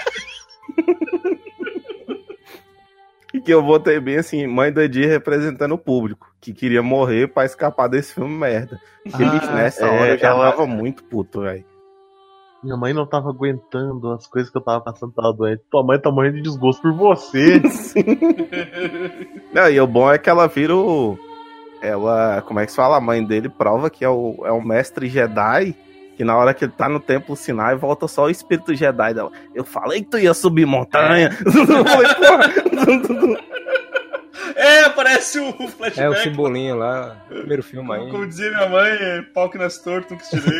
E que eu botei bem assim, mãe do Edir representando o público, que queria morrer pra escapar desse filme merda. Porque, Ah, bicho, nessa é, hora eu já ela- tava muito puto, velho. Minha mãe não tava aguentando as coisas que eu tava passando, tava doente. Tua mãe tá morrendo de desgosto por você. Não, e o bom é que ela vira o. Ela, como é que se fala? A mãe dele prova que é o, é o mestre Jedi. Que na hora que ele tá no templo Sinai, volta só o espírito Jedi dela. Eu falei que tu ia subir montanha. Eu falei, porra. É, parece o flashback. É o Cebolinha lá, primeiro filme aí. Como dizia minha mãe, é pau que nas tortas, nunca estirei.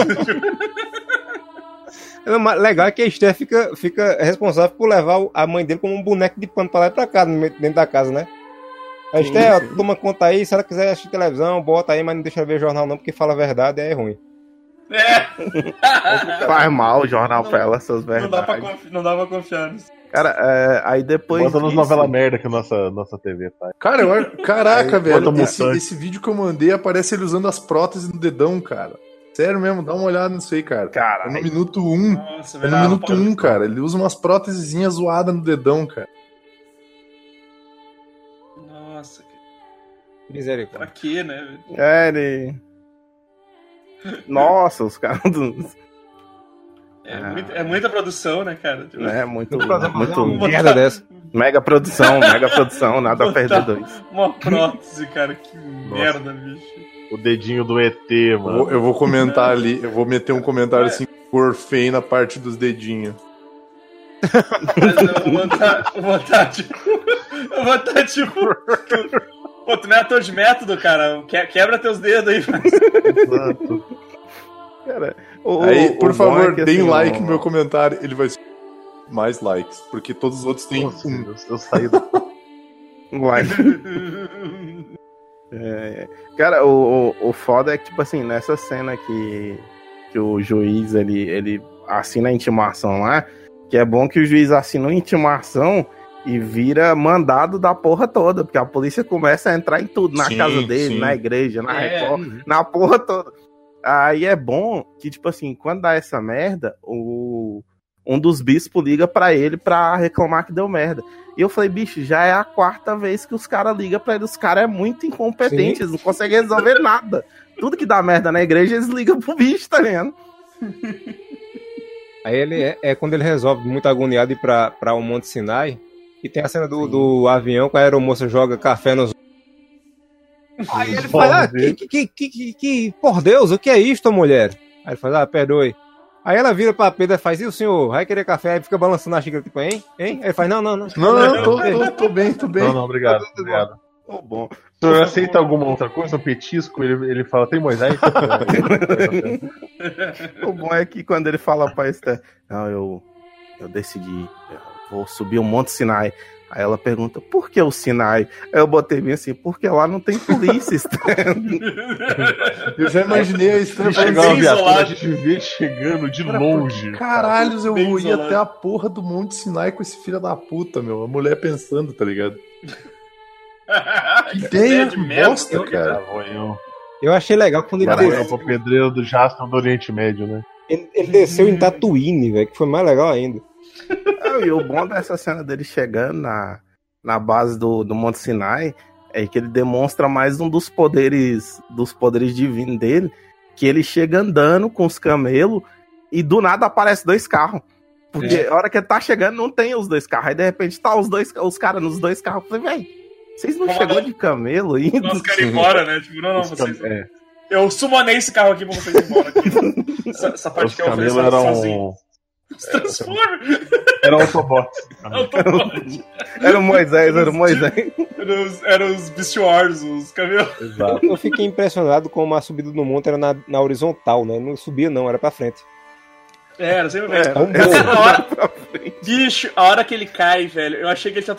É, mas legal é que a Esther fica, fica responsável por levar o- a mãe dele como um boneco de pano pra lá e pra cá, no meio- dentro da casa, né? A Esté, toma conta aí, se ela quiser assistir televisão, bota aí, mas não deixa ela ver jornal não, porque fala a verdade é ruim. É. Faz mal o jornal Não- pra ela, essas Não dá, pra verdades. confi- não dá pra confiar nisso. Cara, é, aí depois. Bota nos disso- novela merda que a nossa, nossa T V faz. Cara, eu acho... Caraca, Aí, velho. bota Esse, mutante. esse vídeo que eu mandei aparece ele usando as próteses no dedão, cara. Sério mesmo, dá uma olhada nisso aí, cara. Cara, É no minuto um. Nossa, É velho. no ah, minuto pode- um, cara. Ele usa umas prótesezinhas zoadas no dedão, cara. Nossa, cara. Misericórdia. Pra quê, né? velho? é, ele. Nossa, os caras do. É, Ah. muito- é muita produção, né, cara? Tipo, É muito. Uma muito merda dessa. mega produção, mega produção, nada a perder dois. Uma prótese, cara. Que merda, bicho. O dedinho do E T, Eu mano. vou, eu vou comentar ali, eu vou meter um comentário assim, cor feio na parte dos dedinhos. Mas eu vou botar, eu vou botar, tipo. Eu vou botar, tipo. Pô, tu não é ator de método, cara. Que- Quebra teus dedos aí. Exato. Cara, o- Aí, o por bom favor, é que, deem assim, like o- no meu comentário, ele vai ser mais likes, porque todos os outros têm Nossa, um. Deus, eu saí do... Vai. É, cara, o, o, o foda é que, tipo assim, nessa cena que, que o juiz ele, ele assina a intimação lá, que é bom que o juiz assina a intimação e vira mandado da porra toda, porque a polícia começa a entrar em tudo, na Sim, casa dele, sim. na igreja, na É. Record, na porra toda. Aí é bom que, tipo assim, quando dá essa merda, o, um dos bispos liga pra ele pra reclamar que deu merda. E eu falei, bicho, já é a quarta vez que os caras ligam pra ele. Os caras é muito incompetentes, Sim. eles não conseguem resolver nada. Tudo que dá merda na igreja, eles ligam pro bicho, tá ligado? Aí ele é, é quando ele resolve, muito agoniado, ir pra, pra o Monte Sinai. E tem a cena do, do avião que a aeromoça joga café nos. Aí ele fala, ah, que, que, que, que, que, que- por Deus, o que é isto, mulher? Aí ele fala, ah, perdoe. Aí ela vira pra Pedro e faz, e o senhor vai querer café? Aí fica balançando a xícara, tipo, hein? Hein? Aí ele faz, não, não, não. Não, não, tô, tô, tô bem, tô bem. Não, não, obrigado, obrigado. Ô, bom. O senhor aceita alguma outra coisa? Um petisco? Ele, ele fala, tem Moisés? O bom é que quando ele fala pra Esther, não, eu, eu decidi, eu vou subir o Monte Sinai. Aí ela pergunta, por que o Sinai? Aí eu botei bem assim, porque lá não tem polícia, Esther. Eu já imaginei a história. Se chegar uma bem viatura, a isolado. gente vê chegando de Cara, longe. Caralhos, eu Bem vou ir isolado. até a porra do Monte Sinai com esse filho da puta, meu. A mulher pensando, tá ligado? Que Ideia de merda. bosta, cara. Lá vou eu. Eu achei legal quando ele, Lá vou eu desceu, pro pedreiro do Jasper do Oriente Médio, né? ele, ele desceu em Tatooine, velho, que foi mais legal ainda. Não, e o bom dessa cena dele chegando na, na base do, do Monte Sinai é que ele demonstra mais um dos poderes dos poderes divinos dele, que ele chega andando com os camelos e do nada aparece dois carros. Porque a hora que ele tá chegando não tem os dois carros. Aí de repente tá os dois os caras nos dois carros. Eu falei, véi, vocês não Como chegou não? de camelo ainda? Nós querem ir embora, né? Tipo, não, não, Os vocês. cam- é, Eu sumonei esse carro aqui pra vocês ir embora. Aqui. Essa, essa parte os que eu fiz camelos eram. sozinho. Se transforma! Eram Autobots. Eu tô pronto. Era o Moisés, era o Moisés. Eram os, eram os Beast Wars, os camelos. Exato. Eu fiquei impressionado como a subida do monte era na, na horizontal, né? Não subia não, era pra frente. É, era sempre É, velho. Tão bom. essa A hora- pra frente. Bicho, a hora que ele cai, velho, eu achei que ele tinha.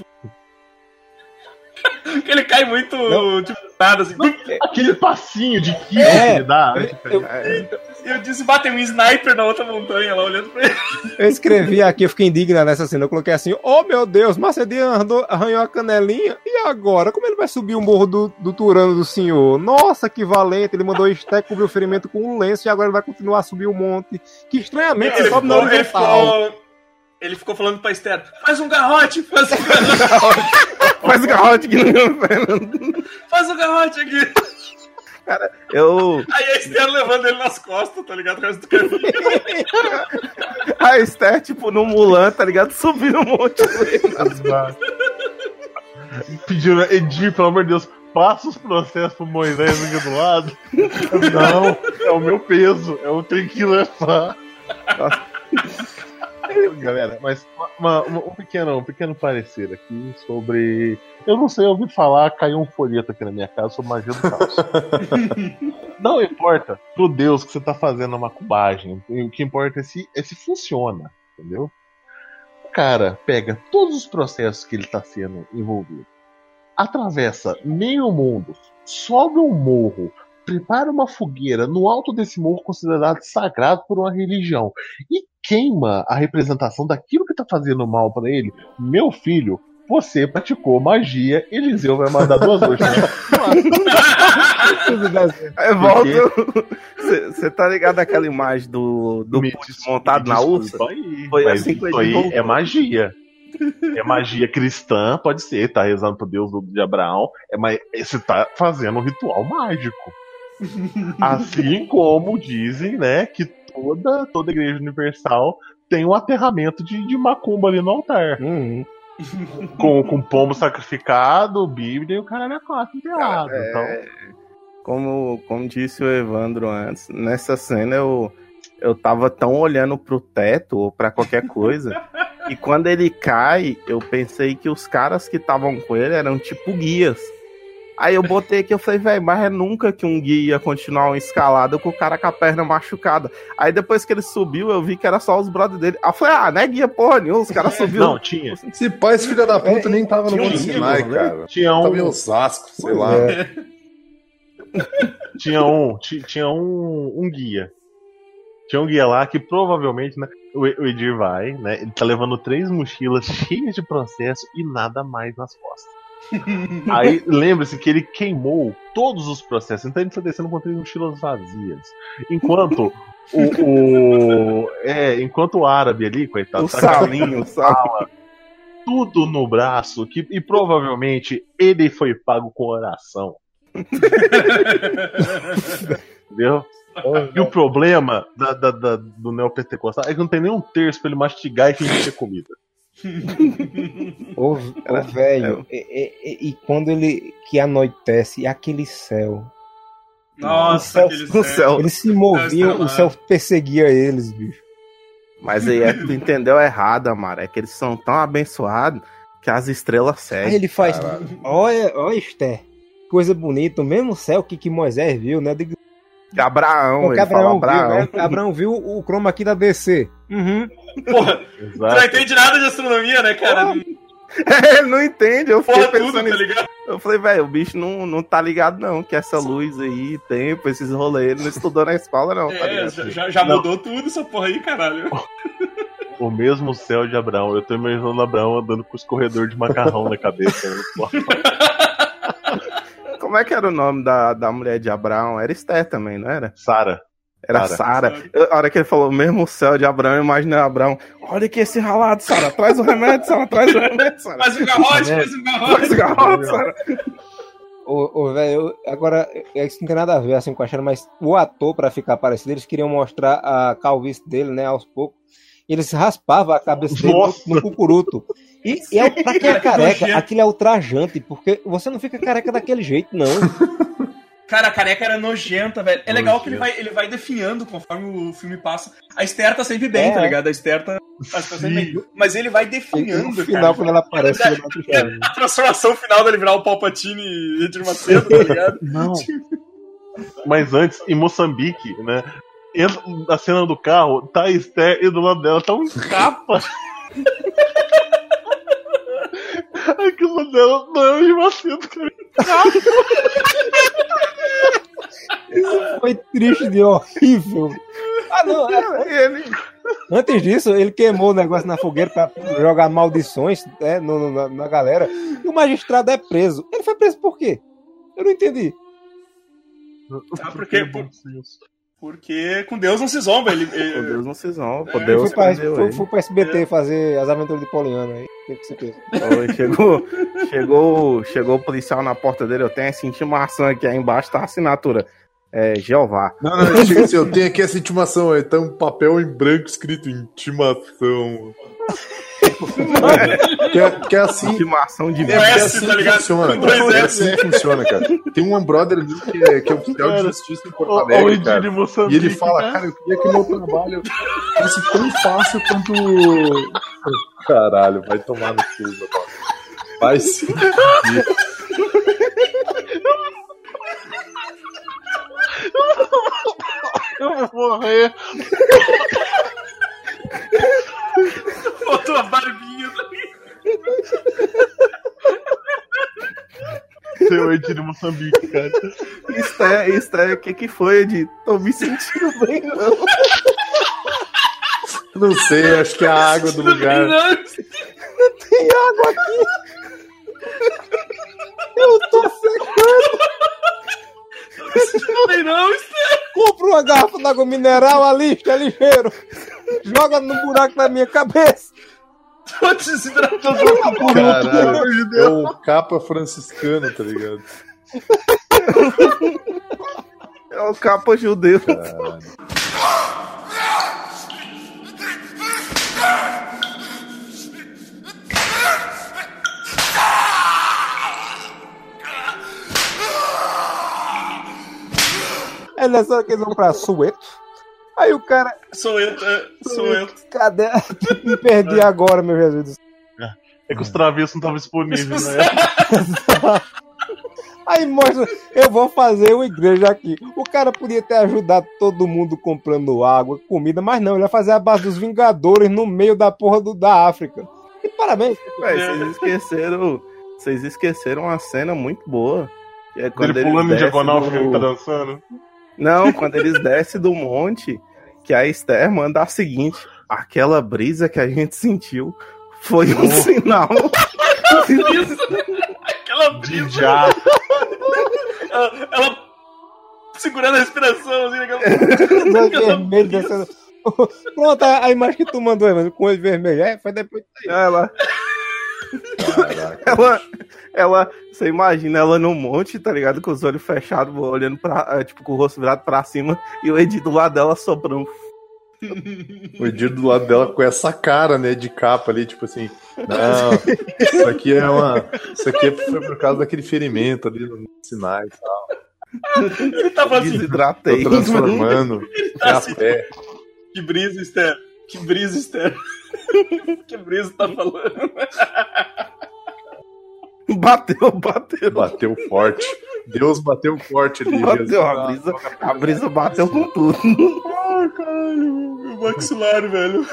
que ele cai muito, Não. tipo, nada assim. Aquele passinho de que É, ele dá. Eu, Eu disse, bateu um sniper na outra montanha lá, olhando pra ele. eu escrevi aqui, eu fiquei indignado nessa cena. Eu coloquei assim: oh meu Deus, Macedinho arrancou- arranhou a canelinha. E agora? Como ele vai subir o morro do, do Turano do Senhor? Nossa, que valente! Ele mandou o Stack cobrir o ferimento com um lenço e agora ele vai continuar a subir o monte. Que estranhamente, Ele ele sobe na ficou, ele, horizontal. ficou, ele ficou falando pra Esther: faz um garrote, faz um garrote, Faz garrote que não faz um garrote aqui. Eu. Aí a Esther levando ele nas costas, tá ligado? O resto do caminho. A Esther, tipo, no Mulan, tá ligado? Subindo um monte. Pediu, Edir, pelo amor de Deus, passa os processos pro Moisés aqui do lado. Não, é o meu peso, é o que tem que levar. Galera, mas uma- uma- um, pequeno, um pequeno parecer aqui sobre. Eu não sei, eu ouvi falar, caiu um folheto aqui na minha casa sobre magia do caos. Não importa pro Deus que você tá fazendo uma cubagem, o que importa é se, é se funciona, entendeu? O cara pega todos os processos que ele tá sendo envolvido, atravessa meio mundo, sobe um morro, prepara uma fogueira no alto desse morro considerado sagrado por uma religião e queima a representação daquilo que tá fazendo mal pra ele, meu filho, você praticou magia, Eliseu vai mandar duas hoje. Aí volta. Você tá ligado àquela imagem do, do Putz montado na ursa? Aí, Foi mas assim que isso ele aí voltou. é magia. É magia cristã, pode ser, tá rezando pro Deus de Abraão, é, mas você tá fazendo um ritual mágico. Assim como dizem, né, que toda, toda igreja universal tem um aterramento de, de macumba ali no altar. Uhum. Com, com pombo sacrificado, Bíblia e o cara é quatro enterrado. É, Então, como, como disse o Evandro antes, nessa cena eu, eu tava tão olhando pro teto ou pra qualquer coisa, e quando ele cai, eu pensei que os caras que estavam com ele eram tipo guias. Aí eu botei aqui, eu falei, velho, mas é nunca que um guia ia continuar uma escalada com o cara com a perna machucada. Aí depois que ele subiu, eu vi que era só os brothers dele. Aí eu falei, ah, não é guia porra nenhuma, os caras subiram. não, tinha. Esse pai, esse filho da puta, nem tava no tinha um Monte livro, Sinai, né? cara. Tinha um, Tava em Osasco, sei lá. É. tinha um, ti- tinha um, um guia. Tinha um guia lá que provavelmente, né, o, o Edir vai, né, ele tá levando três mochilas cheias de processo e nada mais nas costas. Aí lembre-se que ele queimou todos os processos, então ele tá descendo com três mochilas vazias. Enquanto o, o é, enquanto o árabe ali, coitado, O tá salinho, o salinho. fala tudo no braço, que, e provavelmente ele foi pago com oração. Entendeu? E o problema da, da, da, do neopentecostal é que não tem nem um terço pra ele mastigar e fingir ter comida. Ô, ô, velho, e, e- e quando ele que anoitece, aquele céu. Nossa, o aquele No céu. céu. Eles se moviam, Céu o céu perseguia eles, bicho. Mas aí é que tu entendeu errado, Amaro. É que eles são tão abençoados que as estrelas Aí seguem. ele faz, olha, olha, Esther, coisa bonita, o mesmo céu que, que Moisés viu, né? De, Que Abraão, que ele fala Abraão, viu, Abraão. né? Abraão viu o chroma aqui da D C. Uhum. Porra, tu não Exato. entende nada de astronomia, né, cara? Ele não entende, eu fiquei Porra, tudo, pensando tá nisso. ligado? Eu falei, velho, o bicho não, não tá ligado não, que essa luz aí, tempo, esses rolês, ele não estudou na escola não, tá É, ligado? já, já- já Não. mudou tudo essa porra aí, caralho. O mesmo céu de Abraão. Eu tô imaginando Abraão andando com os corredores de macarrão na cabeça. Né? Como é que era o nome da, da mulher de Abraão? Era Esther também, não era? Sara. Era Sara. Sara. Eu- A hora que ele falou, mesmo o céu de Abraão, eu imaginei Abraão, olha que esse ralado, Sara, traz o remédio, Sara, traz o remédio, Sara. Faz um garrote, faz um Traz garrote. o garrote, Sara. Ô, ô, velho, agora, é, isso não tem nada a ver assim com a Xana, mas o ator, pra ficar parecido, eles queriam mostrar a calvície dele, né, aos poucos. E eles raspavam a cabeça dele no, Nossa. no cucuruto. E, e é, pra quem é Cara, que careca, nojento. aquilo é ultrajante, porque você não fica careca daquele jeito, não. Cara, a careca era nojenta, velho. É legal Nojento. que ele vai, ele vai definhando conforme o filme passa. A Esther tá sempre bem, É. tá ligado? A Esther tá, tá sempre bem. Mas ele vai E definhando, no cara. final, quando ela aparece, ele bate o chave. A transformação final dele virar o Palpatine e Edir Macedo, tá ligado? Não. Mas antes, em Moçambique, né? entra- Na cena do carro, tá a Esther e do lado dela tá um capa. Aquilo dela não é o de Macedo, cara. Isso foi triste de horrível. Ah, não, é- Ele, antes disso, ele queimou o negócio na fogueira pra jogar maldições, né, no- no- na, na galera. E o magistrado é preso. Ele foi preso por quê? Eu não entendi. Ah, porque, por- porque com Deus não se zomba. Ele, Pô, ele- Deus não se zomba, pô, É, Ele Deus foi pra, prendeu foi, ele. foi pra S B T fazer as aventuras de Poliana aí. Tem que ser preso. Oi, chegou, chegou, chegou o policial na porta dele, eu tenho essa intimação aqui, aí embaixo tá a assinatura. É, Jeová. Não, não, chega assim, eu tenho aqui essa intimação, aí tá um papel em branco escrito intimação. que, é, que é assim. Intimação de Com É, porque é S, assim tá que ligado? funciona. Com dois É S. assim que funciona, cara. Tem um brother ali que é, que é oficial de justiça em Porto Olha o Alegre, Edir cara. de E Moçambique. ele fala, né? cara, eu queria que o meu trabalho fosse tão fácil quanto. Caralho, vai tomar no cu, meu pai. Vai se. Eu vou morrer. botou a barbinha. ser o Edi de Moçambique, cara. Isso é, isso é, o que que foi, Edi? Tô me sentindo bem, não. Não sei, acho que é a água do lugar. Não, Não tem água aqui. Eu tô secando. não tem não, Esther. Compra uma garrafa d'água mineral ali, é ligeiro. Joga no buraco da minha cabeça. Tô desidratando. Caralho, é o capa franciscano, tá ligado? É o capa judeu. Caralho. É nessa hora que eles vão pra Soweto. Aí o cara. Sou eu, é, sou eu. Cadê? Me perdi agora, meu Jesus. É que os travessos não estavam disponíveis, né? Aí mostra, eu vou fazer uma igreja aqui. O cara podia ter ajudado todo mundo comprando água, comida, mas não, ele vai fazer a base dos Vingadores no meio da porra do, da África. E parabéns. Véi, vocês esqueceram. Vocês esqueceram uma cena muito boa. Que é quando Ele eles pulando em descem diagonal, do- fica dançando. Não, quando eles descem do monte, que a Esther manda a seguinte: aquela brisa que a gente sentiu foi um sinal. Aquela De brisa. já. Ela, ela segurando a respiração, assim, aquela... Dois vermelhos dançando. Pronto, a, a imagem que tu mandou aí, mano, com o olho vermelho. É, foi depois disso aí. Ela, Caraca. ela, ela, você imagina ela no monte, tá ligado? Com os olhos fechados, olhando pra, tipo, com o rosto virado pra cima e o Edi do lado dela soprando. O Edir do lado dela com essa cara, né, de capa ali, tipo assim, não, isso aqui é uma. Isso aqui foi por causa daquele ferimento ali no Sinai e tal. Ele tá falando assim, Tô Desidratei. transformando tá é a assim. pé. que brisa, Esther. Que brisa, Esther. Que brisa tá falando. Bateu, bateu. Bateu forte. Deus bateu forte ali. Bateu, Jesus. a brisa, a brisa bateu com tudo. Ai, caralho. Meu maxilar, velho.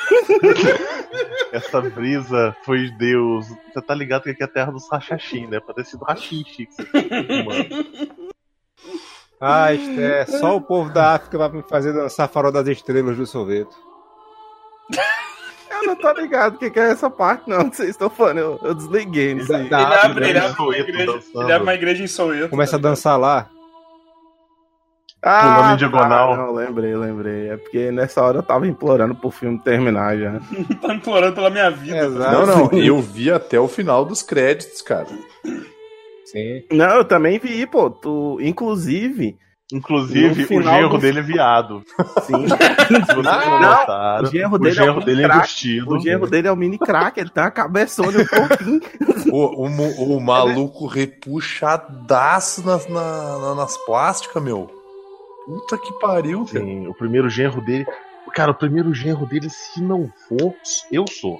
Essa brisa foi de Deus. Você tá ligado que aqui é a terra dos rachachim, né? Pode ter sido rachixe. que você tá fumando. Ah, Esté, só o povo da África vai me fazer dançar Farol das Estrelas do Soweto. Eu não tô ligado o que, que é essa parte, não. Que vocês estão falando. Eu, eu desliguei nisso aí. Ele abre, ele né? abre, uma igreja, Dançando. ele abre uma igreja em Soweto. Começa a dançar lá. Pulando em diagonal. tá, não, lembrei, lembrei. É porque nessa hora eu tava implorando pro filme terminar já. Tá implorando pela minha vida. Exato. Não, não, eu vi até o final dos créditos, cara. Sim. Não, eu também vi, pô. Tu, inclusive, Inclusive, No o final genro do- dele é viado. sim. Se vocês não Não, notaram, o genro o dele é genro um dele é craque. embutido. O genro dele é o mini crack, ele tem uma cabeçona e um pouquinho. O, o, mo- o maluco repuxadaço nas, na- na- nas plásticas, meu. Puta que pariu, cara. Sim, o primeiro genro dele. Cara, o primeiro genro dele, se não for, eu sou.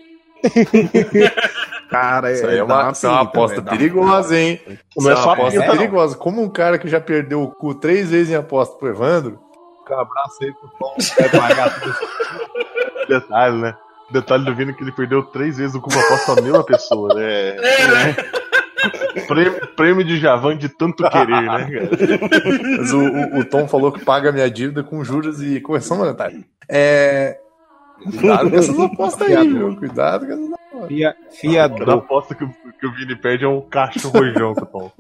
Cara, Isso aí é dá uma, isso é uma pinta, aposta velho, dá- perigosa, hein? Não é Isso só uma aposta pinta, não. perigosa. Como um cara que já perdeu o cu três vezes em aposta pro Evandro, um abraço aí pro Tom, vai pagar tudo isso. Detalhe, né? Detalhe do Vini que ele perdeu três vezes o cu pra aposta a mesma pessoa, né? É, né? Prêmio, prêmio de Javan de tanto querer, né, cara? Mas o, o- o Tom falou que paga minha dívida com juros e correção monetária. É. Cuidado com essas apostas aí, viu? Cuidado com essas apostas. Fia, Cada fiador. aposta que, o- que o Vini perde é um cacho rojão com o Tom.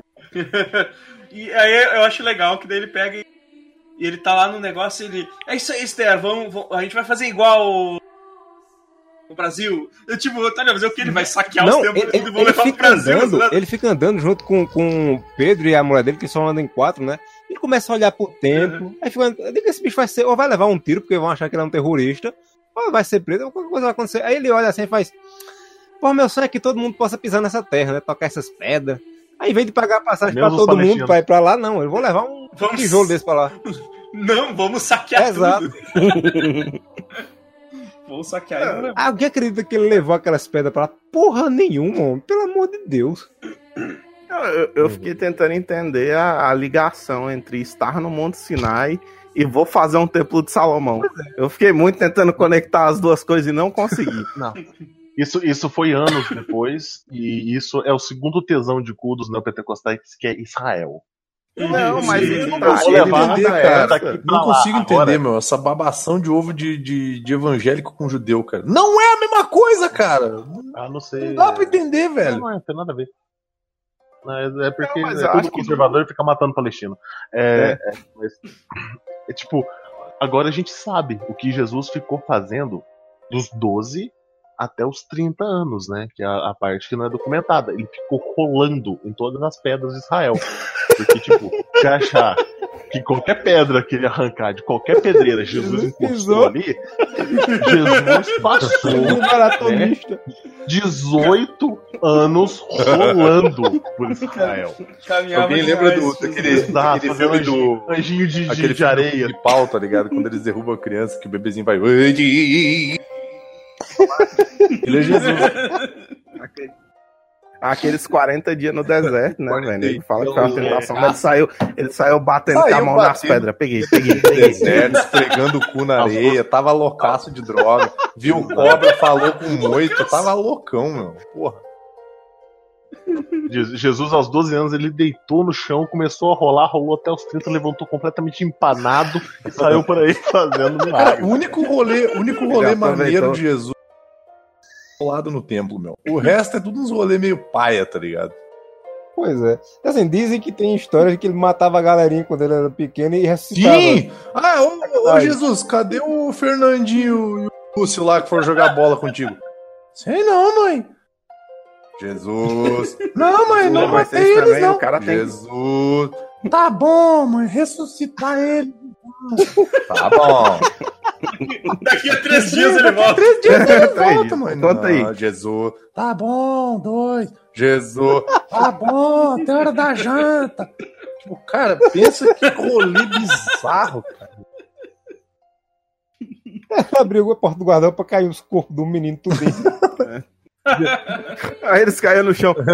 E aí eu acho legal que daí ele pega e, e ele tá lá no negócio e ele. É isso aí, Esther, vamos, vamos- a gente vai fazer igual o Brasil. Eu, tipo, tá ligado? Fazer o que? Ele vai saquear Não, os tempos ele, e vão ele levar pro fica Brasil. andando, né? ele fica andando junto com, com o Pedro e a mulher dele, que só andam em quatro, né? Ele começa a olhar pro tempo, Uhum. aí fica, eu digo que esse bicho vai ser, ou vai levar um tiro, porque vão achar que ele é um terrorista, ou vai ser preso, ou qualquer coisa vai acontecer. Aí ele olha assim e faz, pô, meu sonho é que todo mundo possa pisar nessa terra, né? Tocar essas pedras. Aí, em vez de pagar passagem Menos pra os todo mundo palestinos. pra ir pra lá, não, eu vou levar um Vamos- tijolo desse pra lá. Não, vamos saquear Exato. tudo. Vamos saquear. e vamos levar. Ah, alguém acredita que ele levou aquelas pedras pra lá? Porra nenhuma, homem. Pelo amor de Deus. Eu, eu- eu fiquei tentando entender a, a ligação entre estar no Monte Sinai e vou fazer um templo de Salomão. Eu fiquei muito tentando conectar as duas coisas e não consegui. Não. Isso, isso foi anos depois, e isso é o segundo tesão de cu dos neopentecostais, que é Israel. Não, mas Sim, ele eu não tá- consigo ele entender, manda cara. essa. Não consigo entender, Agora- meu, essa babação de ovo de, de, de evangélico com judeu, cara. Não é a mesma coisa, cara. Ah, não sei. Não dá pra entender, velho. Não, não tem nada a ver. Não, é, é porque Não, mas é eu tudo acho que conservador e fica matando palestino. É, é, mas, é tipo, agora a gente sabe o que Jesus ficou fazendo dos doze até os trinta anos, né? Que é a, a parte que não é documentada. Ele ficou rolando em todas as pedras de Israel. Porque, tipo, se achar que qualquer pedra que ele arrancar de qualquer pedreira, Jesus encostou pisou. ali, Jesus passou Um maratonista. dezoito anos rolando por Israel. Caminhava Alguém lembra do, demais, daquele, Exato, daquele fazendo filme do. anjinho, anjinho de, de, Aquele de filme areia. de pau, tá ligado? Quando eles derrubam a criança, que o bebezinho vai. Ele é Jesus. Aqueles quarenta dias no deserto, né, quarenta velho? Ele fala que foi dias. uma tentação, mas ele saiu, ele saiu batendo com a Saiu mão nas batendo. pedras. Peguei, peguei, No peguei. deserto, esfregando o cu na areia, tava loucaço de droga. Viu cobra, falou com moito, tava loucão, meu. Porra. Je- Jesus, aos doze anos, ele deitou no chão, começou a rolar, rolou até os trinta, levantou completamente empanado e saiu por aí fazendo Cara, milagre. o único rolê, o único rolê Ele maneiro aproveitou. de Jesus rolado no templo, meu. O resto é tudo uns rolê meio paia, tá ligado? Pois é. Assim, dizem que tem histórias de que ele matava a galerinha quando ele era pequeno e ressuscitava. Sim! Ah, ô, ô Jesus, cadê o Fernandinho e o Lúcio lá que foram jogar bola contigo? Sei não, mãe. Jesus. Não, mãe, não Não, mas matei esse eles, também, não. o cara tem- Jesus. Tá bom, mãe, ressuscitar ele. Tá bom. Daqui a três dias ele volta. Três dias ele Conta aí, volta, mãe. conta aí. Não, Jesus. Tá bom, dois. Jesus. Tá bom, até a hora da janta. Tipo, cara, pensa que rolê bizarro, cara. Abriu a porta do guarda-roupa pra cair os corpos do menino tudo dentro. Aí eles caíram no chão.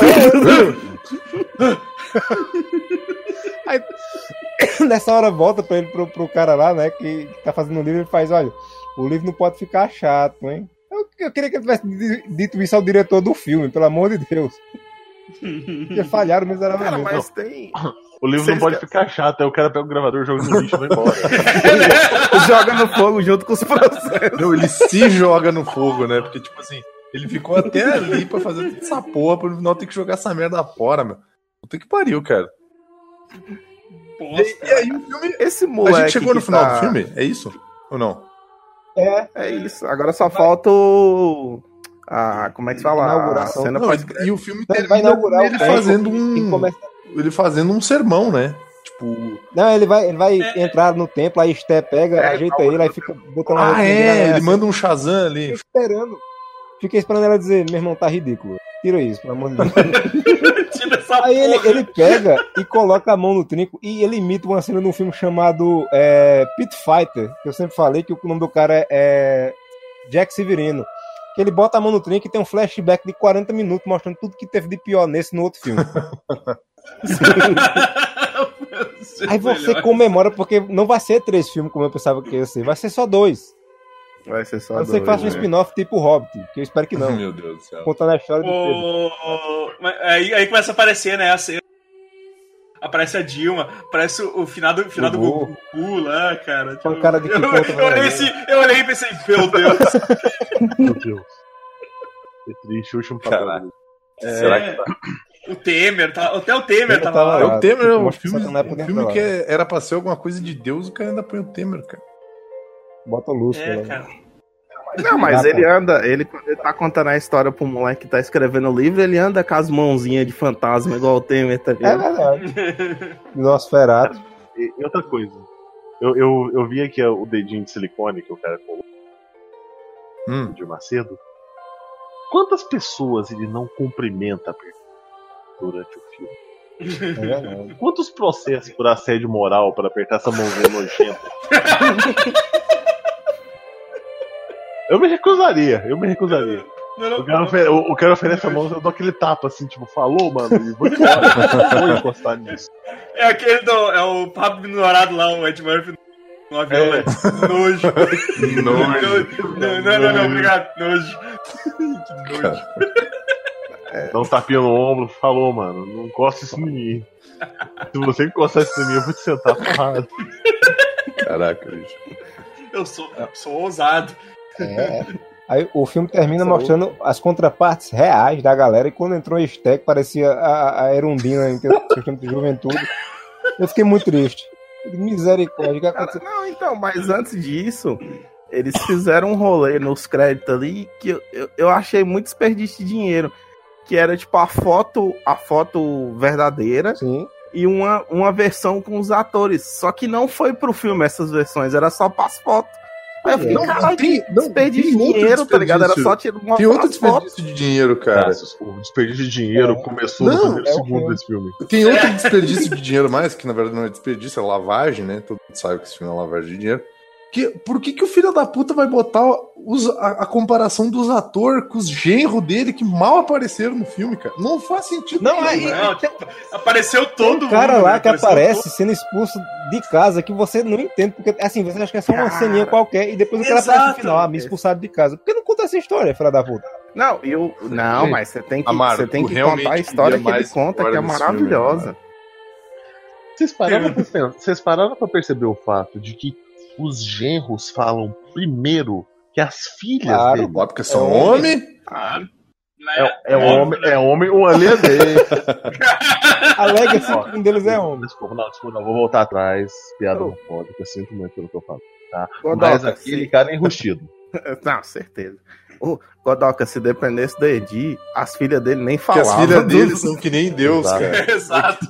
Aí, nessa hora volta pra ele pro, pro cara lá, né, que, que tá fazendo o livro, ele faz, olha, o livro não pode ficar chato, hein? Eu, eu queria que ele tivesse di- dito isso ao diretor do filme, pelo amor de Deus. Porque falharam Cara, miseravelmente. mas tem. O livro Vocês não pode ca- ficar chato, aí o cara pega o gravador, joga no lixo e vai embora. Joga no fogo junto com os processos. Não, ele se joga no fogo, né? Porque, tipo assim, ele ficou até ali pra fazer toda essa porra, pra no final ter que jogar essa merda fora, meu. Puta que pariu, cara. E, e aí o filme. Esse A moleque. gente chegou no que final tá- do filme? É isso? Ou não? É, É isso. Agora só falta o. A, como é que se fala? A Inauguração. cena Não, pode. e, e o filme vai termina inaugurar com o ele tempo fazendo e um. começa- Ele fazendo um sermão, né? Tipo. Não, ele vai, ele vai É. entrar no templo, aí Esté pega, É, ajeita ele, aí fica botando a Ah, roupinha dele, é, né, ele assim. manda um Shazam ali. Fiquei esperando. Fiquei esperando ela dizer, meu irmão, tá ridículo. Tira isso, pelo amor de Deus. Tira essa Aí ele, porra. ele pega e coloca a mão no trinco e ele imita uma cena de um filme chamado é, Pit Fighter, que eu sempre falei que o nome do cara é, é Jack Severino. Que ele bota a mão no trinco e tem um flashback de quarenta minutos mostrando tudo que teve de pior nesse no outro filme. Aí você Melhor. comemora porque não vai ser três filmes como eu pensava que ia ser, vai ser só dois. Vai ser só A não ser dois, que faça um né? spin-off tipo Hobbit, que eu espero que não. Meu Deus do céu. Contando a história do Pedro. O- mas aí, aí começa a aparecer, né? Assim, aparece a Dilma, aparece o final do, final do Gugu. Gugu lá, cara. Tipo, Com a cara de que eu, conta, eu, né? olhei assim, eu olhei e pensei, meu Deus. Meu Deus. Que triste, último papel. Caralho. É, Será que tá? O Temer, tá, até o Temer Ele tava tava lá. lá. O Temer é um Mostra filme, Satanás por um dentro filme lá. que é- era pra ser alguma coisa de Deus, o cara ainda põe o Temer, cara. Bota o Lúcio. É, né? cara. Não, mas Ah, ele tá. anda, ele quando ele tá contando a história pro moleque que tá escrevendo o livro, ele anda com as mãozinhas de fantasma, igual o Temer, tá É ligado? verdade. Nosferatu. E, e outra coisa, eu, eu, eu vi aqui o dedinho de silicone que o cara colocou Hum. de Macedo. Quantas pessoas ele não cumprimenta durante o filme? É verdade. Quantos processos por assédio moral para apertar essa mãozinha nojenta? Eu me recusaria, eu me recusaria. Não, não, O cara, ofe- o, o cara oferece a mão, eu dou aquele tapa assim, tipo, falou, mano, e vou embora. Não vou encostar nisso. É aquele do. É o Pablo Minorado lá, o Ed Murphy. No avião, É. né? Nojo. Nojo. Não, não, não, não, obrigado. Nojo. Que nojo. Dá um tapinha no ombro, falou, mano, não encosta isso em mim. Se você encostar isso em mim, eu vou te sentar porrada. Caraca, bicho. Eu sou, sou ousado. É. Aí o filme termina mostrando as contrapartes reais da galera, e quando entrou o Stack, parecia a, a Erundina em questão de juventude. Eu fiquei muito triste. Misericórdia, o que aconteceu? Não, então, mas antes disso, eles fizeram um rolê nos créditos ali que eu, eu, eu achei muito desperdício de dinheiro. Que era tipo a foto, a foto verdadeira. Sim. E uma, uma versão com os atores. Só que não foi pro filme essas versões, era só pras fotos. Aí eu fiquei, Não, caralho, tem- que não, desperdício de tem outro dinheiro, tá ligado? Era desperdício. só tirar uma Tem outro pras fotos. desperdício de dinheiro, cara. Cara, o desperdício de dinheiro É. começou Não, no primeiro é o segundo filme. desse filme. Tem outro desperdício de dinheiro mais, que na verdade não é desperdício, é lavagem, né? Todo mundo sabe que esse filme é lavagem de dinheiro. Que, por que, que o filho da puta vai botar os- a, a comparação dos atores com os genros dele que mal apareceram no filme, cara? Não faz sentido. Não, nenhum, é- né? Não, tipo, apareceu todo Tem um cara mundo, lá né? que Apareceu aparece todo- sendo expulso de casa que você não entende, porque assim, você acha que é só uma Cara. ceninha qualquer, e depois o cara Exato. aparece no final, ah, me expulsaram de casa. Por que não conta essa história, filha da puta? Não, eu. Não, Gente, mas você tem que, Amaro, você tem tu que realmente contar a história queria que ele mais conta, que história é desse filme, maravilhosa. Vocês pararam, pra, pen- vocês pararam pra perceber o fato de que os genros falam primeiro que as filhas Claro. dele. Ó, porque são É homem. Claro. É, é homem, é homem, o ali é dele. Alega-se Ó, que um deles é homem. Desculpa, não, desculpa, não, vou voltar atrás. Piada homofóbica, eu sinto muito pelo que eu falo. Tá? Godoka, Mas aquele sim. cara é enrustido. Não, certeza. O Godoka, se dependesse do Edi, as filhas dele nem Porque falavam. as filhas dele dos- são que nem Deus, Exato. cara. Exato.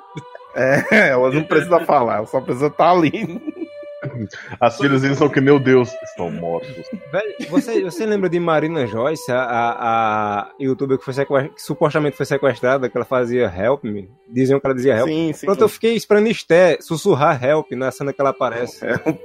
É, elas não precisam falar, elas só precisam estar ali. As filhas deles são que, meu Deus, estão mortos. Velho, você, você lembra de Marina Joyce, a, a, a youtuber que, foi sequest... que supostamente foi sequestrada, que ela fazia Help Me? Diziam que ela dizia Help. Sim, sim. Pronto, eu fiquei esperando Esté sussurrar Help na cena que ela aparece. Help.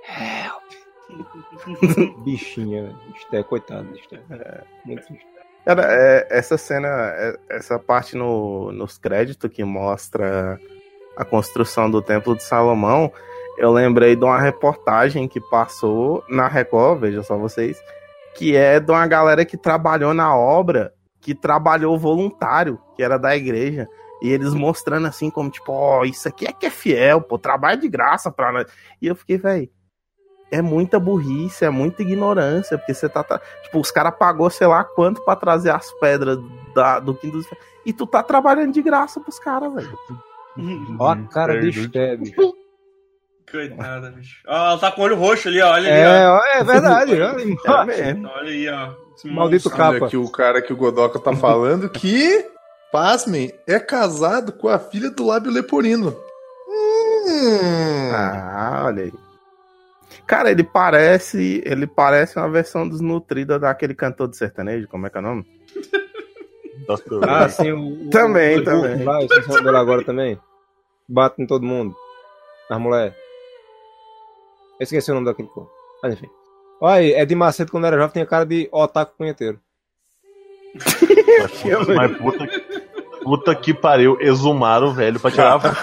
Bichinha, velho. Esté, coitado de Esté. Muito triste. Cara, é, essa cena, é, essa parte no, nos créditos que mostra a construção do Templo de Salomão, eu lembrei de uma reportagem que passou na Record, veja só vocês, que é de uma galera que trabalhou na obra, que trabalhou voluntário, que era da igreja, e eles mostrando assim como, tipo, ó, oh, isso aqui é que é fiel, pô, trabalho de graça pra nós. E eu fiquei, velho, é muita burrice, é muita ignorância, porque você tá, tá tipo, os caras pagou sei lá quanto pra trazer as pedras da, do Quinto dos Infernos, e tu tá trabalhando de graça pros caras, velho. Ó a cara de Esté, bicho. Coitada, bicho. Ó, ela tá com o olho roxo ali, ó. Olha É, ali, ó, é verdade. olha, É mesmo. ó. Olha aí, ó. Esse Maldito monstro. capa. Olha aqui o cara que o Godoka tá falando que, pasmem, é casado com a filha do Lábio Leporino. Hum. Ah, olha aí. Cara, ele parece. Ele parece uma versão desnutrida daquele cantor de sertanejo, como é que é o nome? doutor Ah, Ray. sim, o. Também, o, também. O, vai, o sensação dele agora também. Bate em todo mundo. As mulheres. Eu esqueci o nome daquele corpo. Mas enfim. Olha aí, Edir Macedo, quando era jovem, tinha cara de otaku punheteiro. Mas puta, que- puta que pariu, exumaram o velho pra tirar a foto.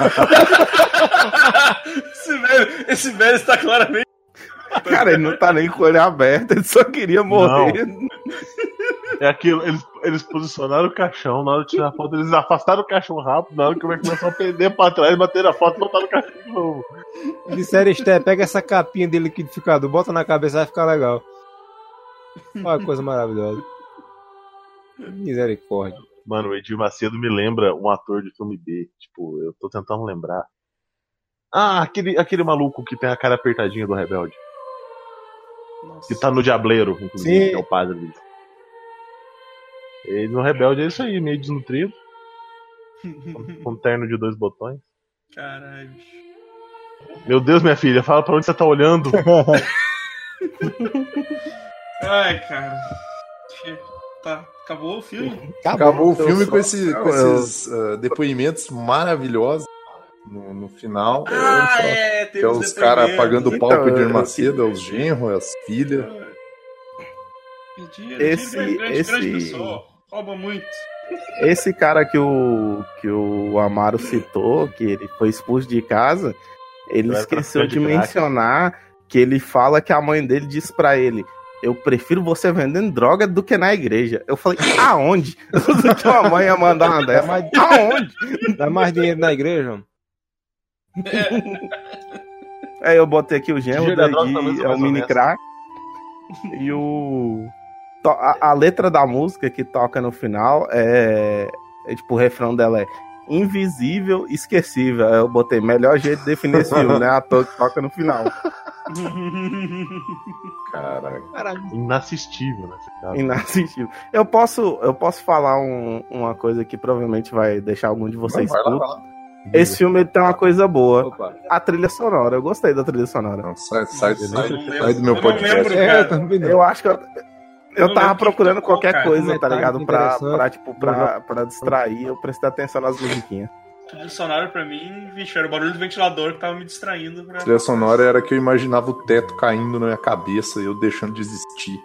esse, velho, esse velho está claramente. Cara, ele não tá nem com o olho aberto, ele só queria morrer. É aquilo, eles, eles posicionaram o caixão, na hora de tirar a foto, eles afastaram o caixão rápido, na hora que vai começar a perder pra trás, bater a foto e botar no caixão de novo. Disseram, Esté, pega essa capinha de liquidificador, bota na cabeça, vai ficar legal. Olha que coisa maravilhosa. Misericórdia. Mano, o Edir Macedo me lembra um ator de filme B. Tipo, eu tô tentando lembrar. Ah, aquele, aquele maluco que tem a cara apertadinha do Rebelde. Nossa. Que tá no Diableiro, inclusive, Sim. que é o padre dele. Ele no Rebelde é isso aí, meio desnutrido. Com um terno de dois botões. Caralho, bicho. Meu Deus, minha filha, fala pra onde você tá olhando. Ai, cara. Tá, acabou o filme? Acabou o filme só- com, esse, com eu- esses uh, depoimentos maravilhosos no, no final. Ah, é, que tem é uns os caras depoimentos. pagando pau Então, pro Edir eu- Macedo, é os genros, é as filhas. Edir, Esse- Edir é grande, esse- grande pessoa. Rouba muito. Esse cara que o, que o Amaro citou, que ele foi expulso de casa, ele Vai esqueceu de traficante de crack. mencionar que ele fala que a mãe dele disse pra ele: eu prefiro você vendendo droga do que na igreja. Eu falei, aonde? Que uma mãe ia mandar uma dessa? mais- Aonde? Dá mais dinheiro na igreja? Aí eu botei aqui o genro Dinheiro da droga também daqui, é é o mais mini honesto. crack. E o. to- A, a letra da música que toca no final é. é tipo, o refrão dela é invisível, esquecível. Aí eu botei melhor jeito de definir esse filme, né? A toa que toca no final. Caraca. Inassistível, né? esse caso. Inassistível. Eu posso, eu posso falar um- uma coisa que provavelmente vai deixar algum de vocês Vai lá, putos. vai lá. Esse filme ele tem uma coisa boa. Opa. A trilha sonora. Eu gostei da trilha sonora. Não, sai, sai, sai, Eu não sai do meu lembro, eu não podcast. lembro. É, cara. eu também não. Eu acho que eu, eu não tava lembro procurando quem tocou, qualquer cara. coisa, tá Comentário ligado? Pra, interessante. pra, tipo, pra, pra distrair. Eu prestei atenção nas musiquinhas. Trilha sonora pra mim, vixe, era o barulho do ventilador que tava me distraindo. Pra... A trilha sonora era que eu imaginava o teto caindo na minha cabeça e eu deixando de existir.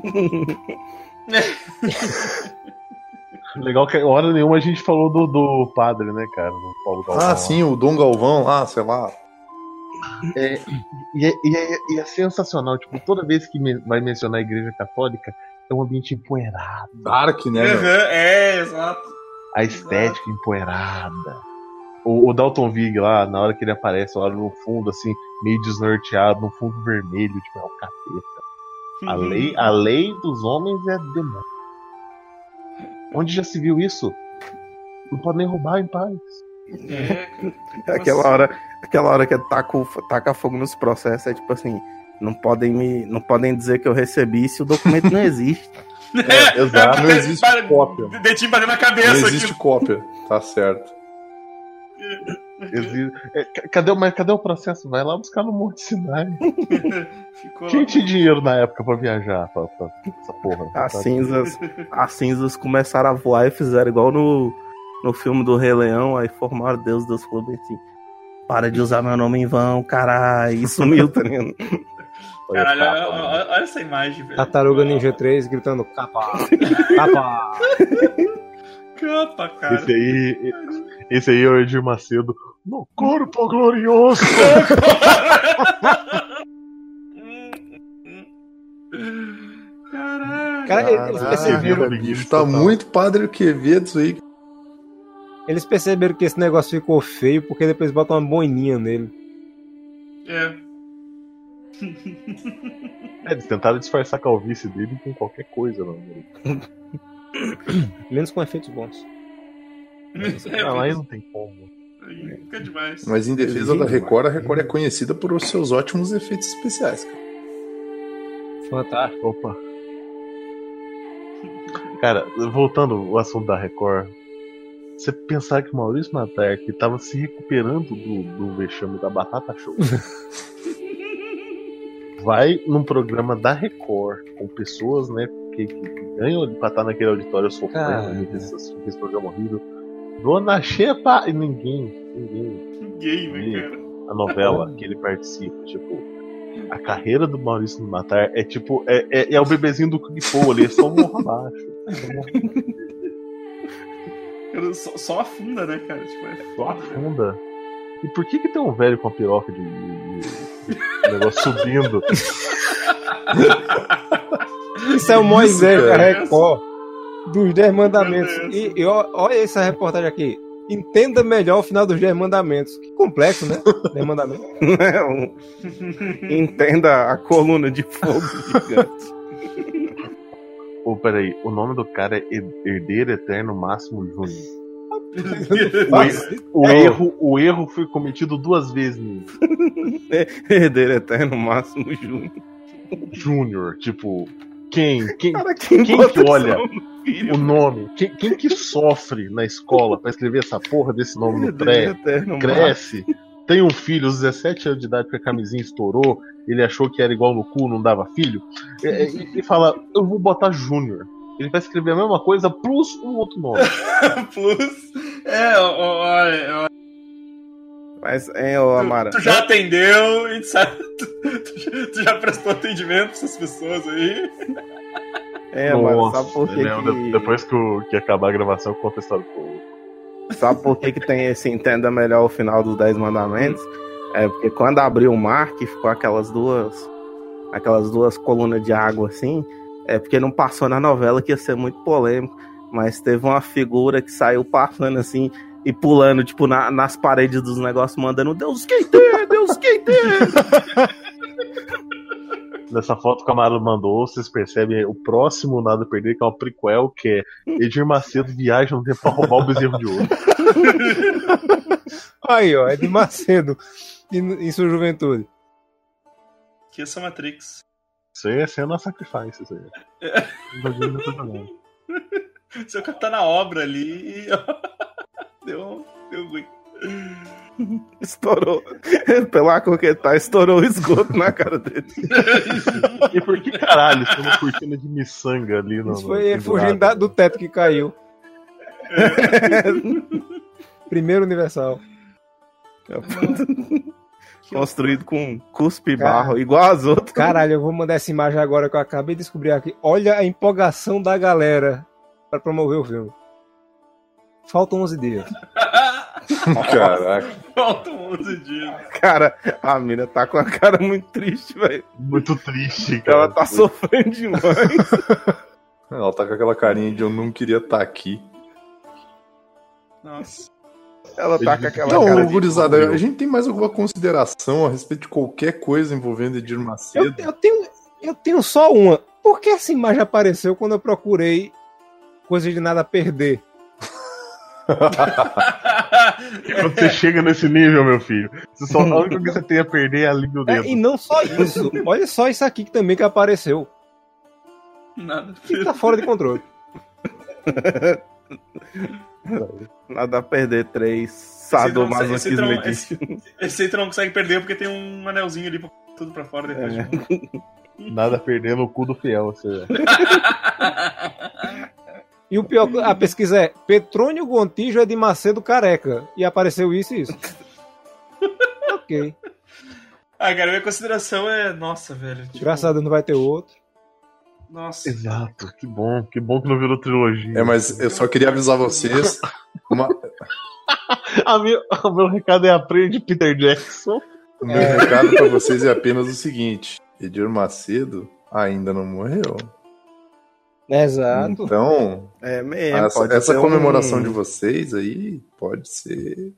Legal que hora nenhuma a gente falou do, do padre, né, cara? Do Paulo Galvão. Ah, sim, o Dom Galvão lá, sei lá. É, e, é, e, é, e é sensacional, tipo, toda vez que me- vai mencionar a igreja católica, é um ambiente empoeirado. Dark, né? Uhum, meu? é, exato. A estética empoeirada. O, o Dalton Vig lá, na hora que ele aparece, olha no fundo, assim, meio desnorteado, no fundo vermelho, tipo, é o capeta. A lei, a lei dos homens é demônio. Onde já se viu isso? Não pode nem roubar em paz. É, Aquela hora, aquela hora que taca, o- taca fogo nos processos é tipo assim, não podem me, não podem dizer que eu recebi se o documento não existe. É, exato. Não existe Para- cópia. Dedinho batendo na cabeça Não aqui. existe cópia. Tá certo. Exi- é, ca- cadê, o- mas cadê o processo? Vai lá buscar no Monte Sinai. Ficou Quem tinha dinheiro na época pra viajar pra, pra essa porra? As cinzas, as cinzas começaram a voar e fizeram igual no, no filme do Rei Leão, aí formaram Deus, Deus falou bem assim, para de usar meu nome em vão, caralho, e sumiu, tá ligado? Caralho, Olha, olha, capa, mano. olha- olha essa imagem, velho. Tartaruga Ninja três gritando capa. Capa. Capa, cara. Esse aí, esse aí é o Edir Macedo. No corpo glorioso! Caralho. Cara, eles Caralho, perceberam, o bicho tá muito Padre Quevedo isso aí. eles perceberam que esse negócio ficou feio porque depois botam uma boininha nele. É. É, eles tentaram disfarçar a calvície dele com qualquer coisa, mano. Menos com efeitos bons. Ah, lá não tem como. Aí fica demais. Mas em defesa da Record, a Record é conhecida por os seus ótimos efeitos especiais, cara. Fantástico. Opa. Cara, voltando ao assunto da Record, você pensar que o Maurício Matar, que tava se recuperando do, do vexame da Batata Show, vai num programa da Record com pessoas, né, que, que ganham pra estar naquele auditório sofrendo, né, esse, esse programa horrível. Dona Xepa e ninguém, ninguém. Ninguém, né, cara? A novela que ele participa, tipo, a carreira do Maurício Matar é tipo, é, é, é o bebezinho do Kung Fu ali, é só morro abaixo. Cara, Só, só afunda, né, cara? Tipo, é Só foda. afunda. E por que que tem um velho com a piroca de, de, de negócio subindo? Isso é o Moisés Isso, da cara. Record dos Dez Mandamentos. Meu Deus. E, e ó- olha essa reportagem aqui. Entenda melhor o final dos Dez Mandamentos. Que complexo, né? Dez Mandamentos. Entenda a coluna de fogo gigante. Pô, peraí, o nome do cara é Herdeiro Eterno Máximo Júnior. O, erro, o erro foi cometido duas vezes nele. Herdeiro Eterno Máximo Júnior. Júnior, tipo, quem? Quem, Cara, quem, quem bota que esse olha nome no filho? o nome? Quem, quem que sofre na escola pra escrever essa porra desse nome no pré? Herdeiro Eterno Cresce, tem um filho, aos dezessete anos de idade, porque a camisinha estourou, ele achou que era igual no cu, não dava filho, e, e- e fala, eu vou botar Júnior. Ele vai escrever a mesma coisa plus um outro nome. Plus. É, ó, ó, ó, ó, Mas, hein, ô Amara. tu já atendeu e sabe, tu, tu já- tu já prestou atendimento pra essas pessoas aí. É, Amara, sabe por que, Leandro, que... depois que, o- que acabar a gravação, eu conto a história do povo. Sabe por que, que tem esse Entenda Melhor o final dos Dez Mandamentos? É, porque quando abriu o mar, que ficou aquelas duas aquelas duas colunas de água assim, é porque não passou na novela, que ia ser muito polêmico, mas teve uma figura que saiu passando assim e pulando, tipo, na, nas paredes dos negócios, mandando Deus quem tem, Deus quem tem. Nessa foto que o Amaro mandou, vocês percebem o próximo Nada a Perder, que é uma prequel, que é Edir Macedo viaja no tempo pra roubar o bezerro de ouro. Aí, ó, Edir Macedo em, em sua juventude. Que essa Matrix. Isso aí é cena sacrifice, isso aí. É. Seu cara tá na obra ali e deu, deu ruim. Estourou. Pela cor que tá, estourou o esgoto na cara dele. E por que caralho? Tem uma cortina de miçanga ali no. Isso foi ele fugindo da, do teto que caiu. Primeiro Universal. Construído com cuspe e barro, igual as outras. Caralho, eu vou mandar essa imagem agora que eu acabei de descobrir aqui. Olha a empolgação da galera pra promover o filme. Faltam onze dias. Caraca. Faltam onze dias. Cara, a mina tá com a cara muito triste, velho. Muito triste, cara. Ela tá sofrendo demais. Ela tá com aquela carinha de eu não queria estar aqui. Nossa. Ela tá com aquela Não, cara gurizada, de... a gente tem mais alguma consideração a respeito de qualquer coisa envolvendo Edir Macedo? Eu, eu, tenho, eu tenho só uma. Por que essa imagem apareceu quando eu procurei coisa de nada a perder? Quando você chega nesse nível, meu filho, você só, a única coisa que você tem a perder é a língua do É, dedo. e não só isso. Olha só isso aqui que também que apareceu. Nada. Que tá fora de controle. Nada a perder três. Esse Sadomasoquismo não- existe. esse- esse aí tu não consegue perder porque tem um anelzinho ali pra tudo pra fora depois. É. Tipo. Nada a perder no cu do fiel. Você... E o pior, a pesquisa é Petrônio Gontijo é de Macedo careca. E apareceu isso e isso. Ok. Ah, cara, minha consideração é. Nossa, velho. Tipo, Graças a Deus não vai ter outro. Nossa. Exato, que bom, que bom que não virou trilogia. É, mas eu só queria avisar vocês. Uma... A meu, o meu recado é aprende Peter Jackson. O meu é. recado pra vocês é apenas o seguinte: Edir Macedo ainda não morreu. Exato. Então, é mesmo, essa, pode essa ser comemoração um... de vocês aí pode ser.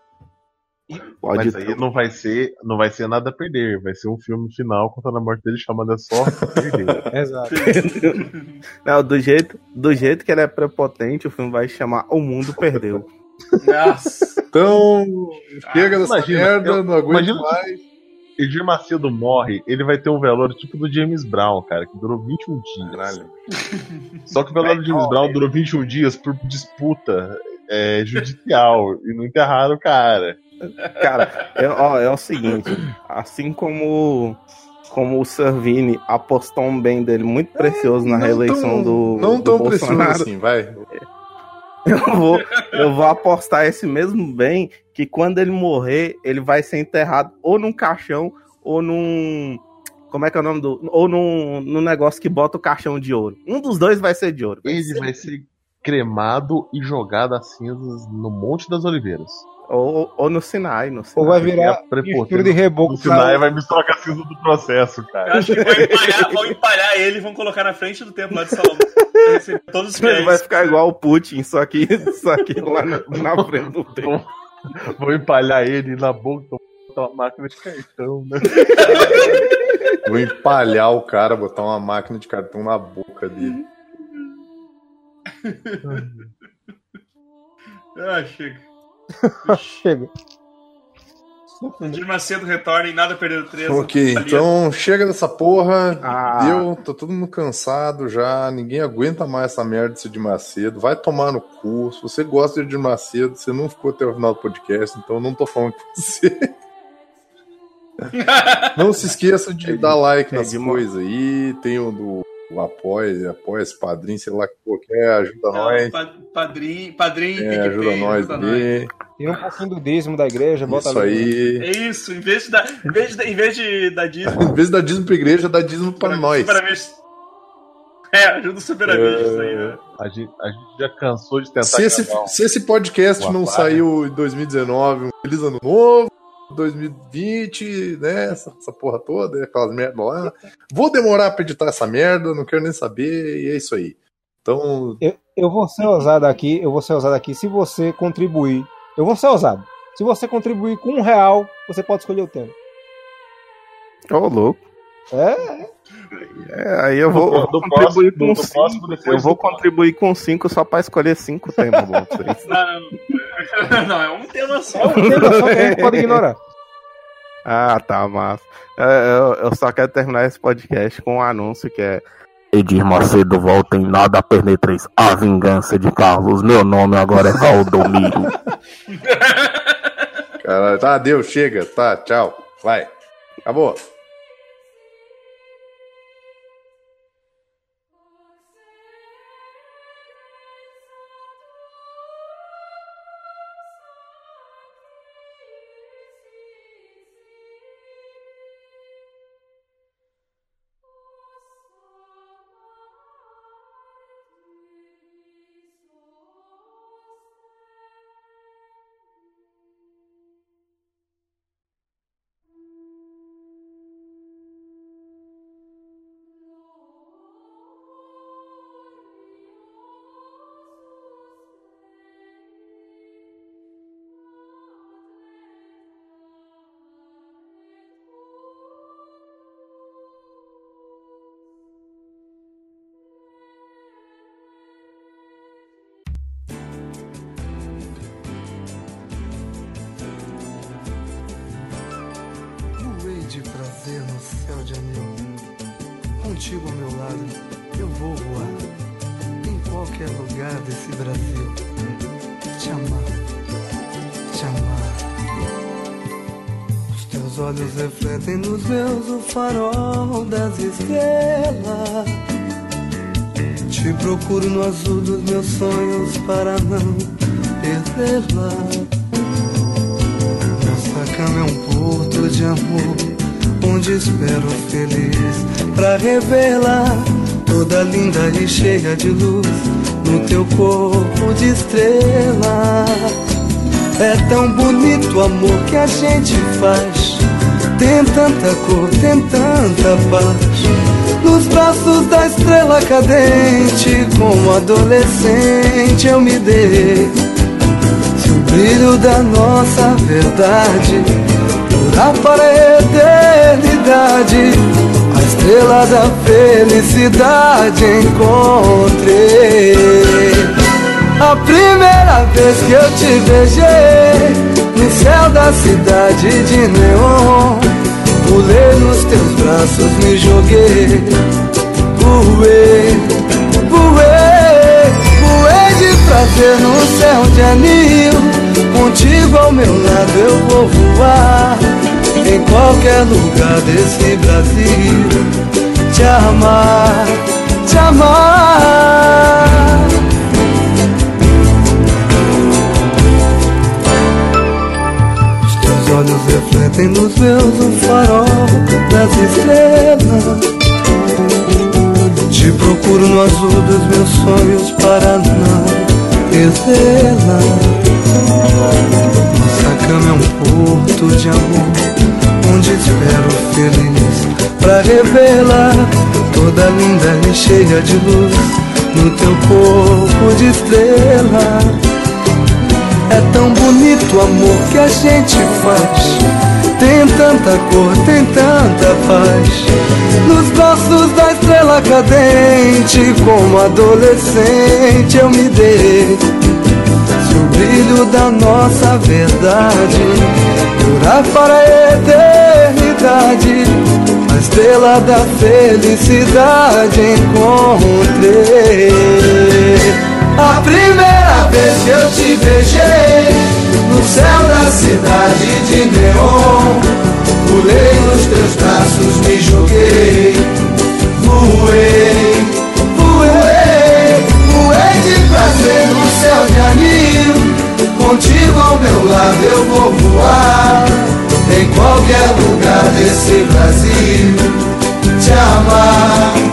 Pode Mas aí não vai ser, não vai ser nada a perder, vai ser um filme final contando a morte dele chamado Só Perder. Exato. Não, do jeito, do jeito que ele é prepotente, o filme vai chamar O Mundo Perdeu. Nossa. Então, chega dessa imagina, merda, eu- não aguento imagina- mais. Edir Macedo morre, ele vai ter um velório tipo do James Brown, cara, que durou vinte e um dias. Caralho. Só que o velório do James Brown durou vinte e um dias por disputa é, judicial e não enterraram o cara. Cara, é, ó, é o seguinte, assim como, como o Servini apostou um bem dele muito precioso na Não reeleição tão- do, Não do tão precioso Bolsonaro, assim, vai. eu, vou, eu vou apostar esse mesmo bem que quando ele morrer, ele vai ser enterrado ou num caixão ou num... Como é que é o nome do... Ou num, num negócio que bota o caixão de ouro. Um dos dois vai ser de ouro. Ele vai ser cremado e jogado as cinzas no Monte das Oliveiras. Ou, ou no Sinai. No Sinai. Ou vai virar mistura de reboco. O Sinai vai misturar com a cinza do processo, Eu cara. acho que vão empalhar, vão empalhar ele e vão colocar na frente do templo lá de Salomão. Vai receber todos os Ele vai fiéis. ficar igual o Putin, só que, só que lá na, na frente do templo. Vou empalhar ele na boca, botar uma máquina de cartão, né? Vou empalhar o cara, botar uma máquina de cartão na boca dele. Ah, chega. Chega. Edir Macedo retorna e nada perder o três. Ok, então chega dessa porra. Ah. Deu, tô todo mundo cansado já. Ninguém aguenta mais essa merda de Edir Macedo. Vai tomar no cu. Se você gosta de Edir Macedo, você não ficou até o final do podcast, então eu não tô falando com você. Não se esqueça de dar like nas coisas aí. Tem o do o Apoia, Apoia esse padrinho, sei lá que porra que é, ajuda nós. Pa- Padrinho, padrinho, É, ajuda PicPay, nós ajuda ali. Tira um pouquinho do dízimo da igreja, bota Isso ali. aí. É isso, em vez de dar, em vez de, em vez de dar dízimo Em vez de dar dízimo pra igreja, dá dízimo pra nós. Super Amigos. É, ajuda o Super Amigos, isso aí, né? A gente, a gente já cansou de tentar Se esse, gravar um- se esse podcast uma não praia. saiu em dois mil e dezenove, um feliz ano novo. dois mil e vinte, né? Essa, essa porra toda, aquelas merda lá. Vou demorar pra editar essa merda, não quero nem saber, e é isso aí. Então. Eu, eu vou ser ousado aqui, eu vou ser ousado aqui. Se você contribuir, eu vou ser ousado. Se você contribuir com um real, você pode escolher o tema. Ô, oh, louco. É. é. Aí eu vou, do, vou contribuir próximo, com do próximo, cinco. Eu vou contribuir com cinco só pra escolher cinco temas bons. Não, não, é um tema só. É um tema só que a gente pode ignorar. Ah, tá, massa. Eu, eu só quero terminar esse podcast com um anúncio que é: Edir Macedo volta em Nada a Perder três, A Vingança de Carlos. Meu nome agora é Valdomiro. Cara, tá, deu, chega, tá, tchau, vai, acabou. De prazer no céu de anil, contigo ao meu lado eu vou voar em qualquer lugar desse Brasil, te amar, te amar. Os teus olhos refletem nos meus o farol das estrelas. Te procuro no azul dos meus sonhos para não perdê-la. Nossa cama é um porto de amor, onde espero feliz pra revelar toda linda e cheia de luz no teu corpo de estrela. É tão bonito o amor que a gente faz, tem tanta cor, tem tanta paz. Nos braços da estrela cadente, como adolescente eu me dei. Se o brilho da nossa verdade durar para a eternidade, a estrela da felicidade encontrei. A primeira vez que eu te beijei, no céu da cidade de neon, pulei nos teus braços, me joguei, voei, voei, voei de prazer no céu de anil. Contigo ao meu lado eu vou voar em qualquer lugar desse Brasil, te amar, te amar. Os teus olhos refletem nos meus o farol das estrelas. Te procuro no azul dos meus sonhos para não perdê-la. Nossa cama é um porto de amor, onde espero feliz pra revelar toda linda e cheia de luz no teu corpo de estrela. É tão bonito o amor que a gente faz, tem tanta cor, tem tanta paz. Nos braços da estrela cadente, como adolescente eu me dei. Se o brilho da nossa verdade durar para a eternidade, a estrela da felicidade encontrei. A primeira vez que eu te beijei, no céu da cidade de neon, pulei nos teus braços, me joguei, voei, voei, voei de prazer no céu de anil. Contigo ao meu lado eu vou voar em qualquer lugar desse Brasil, te amar,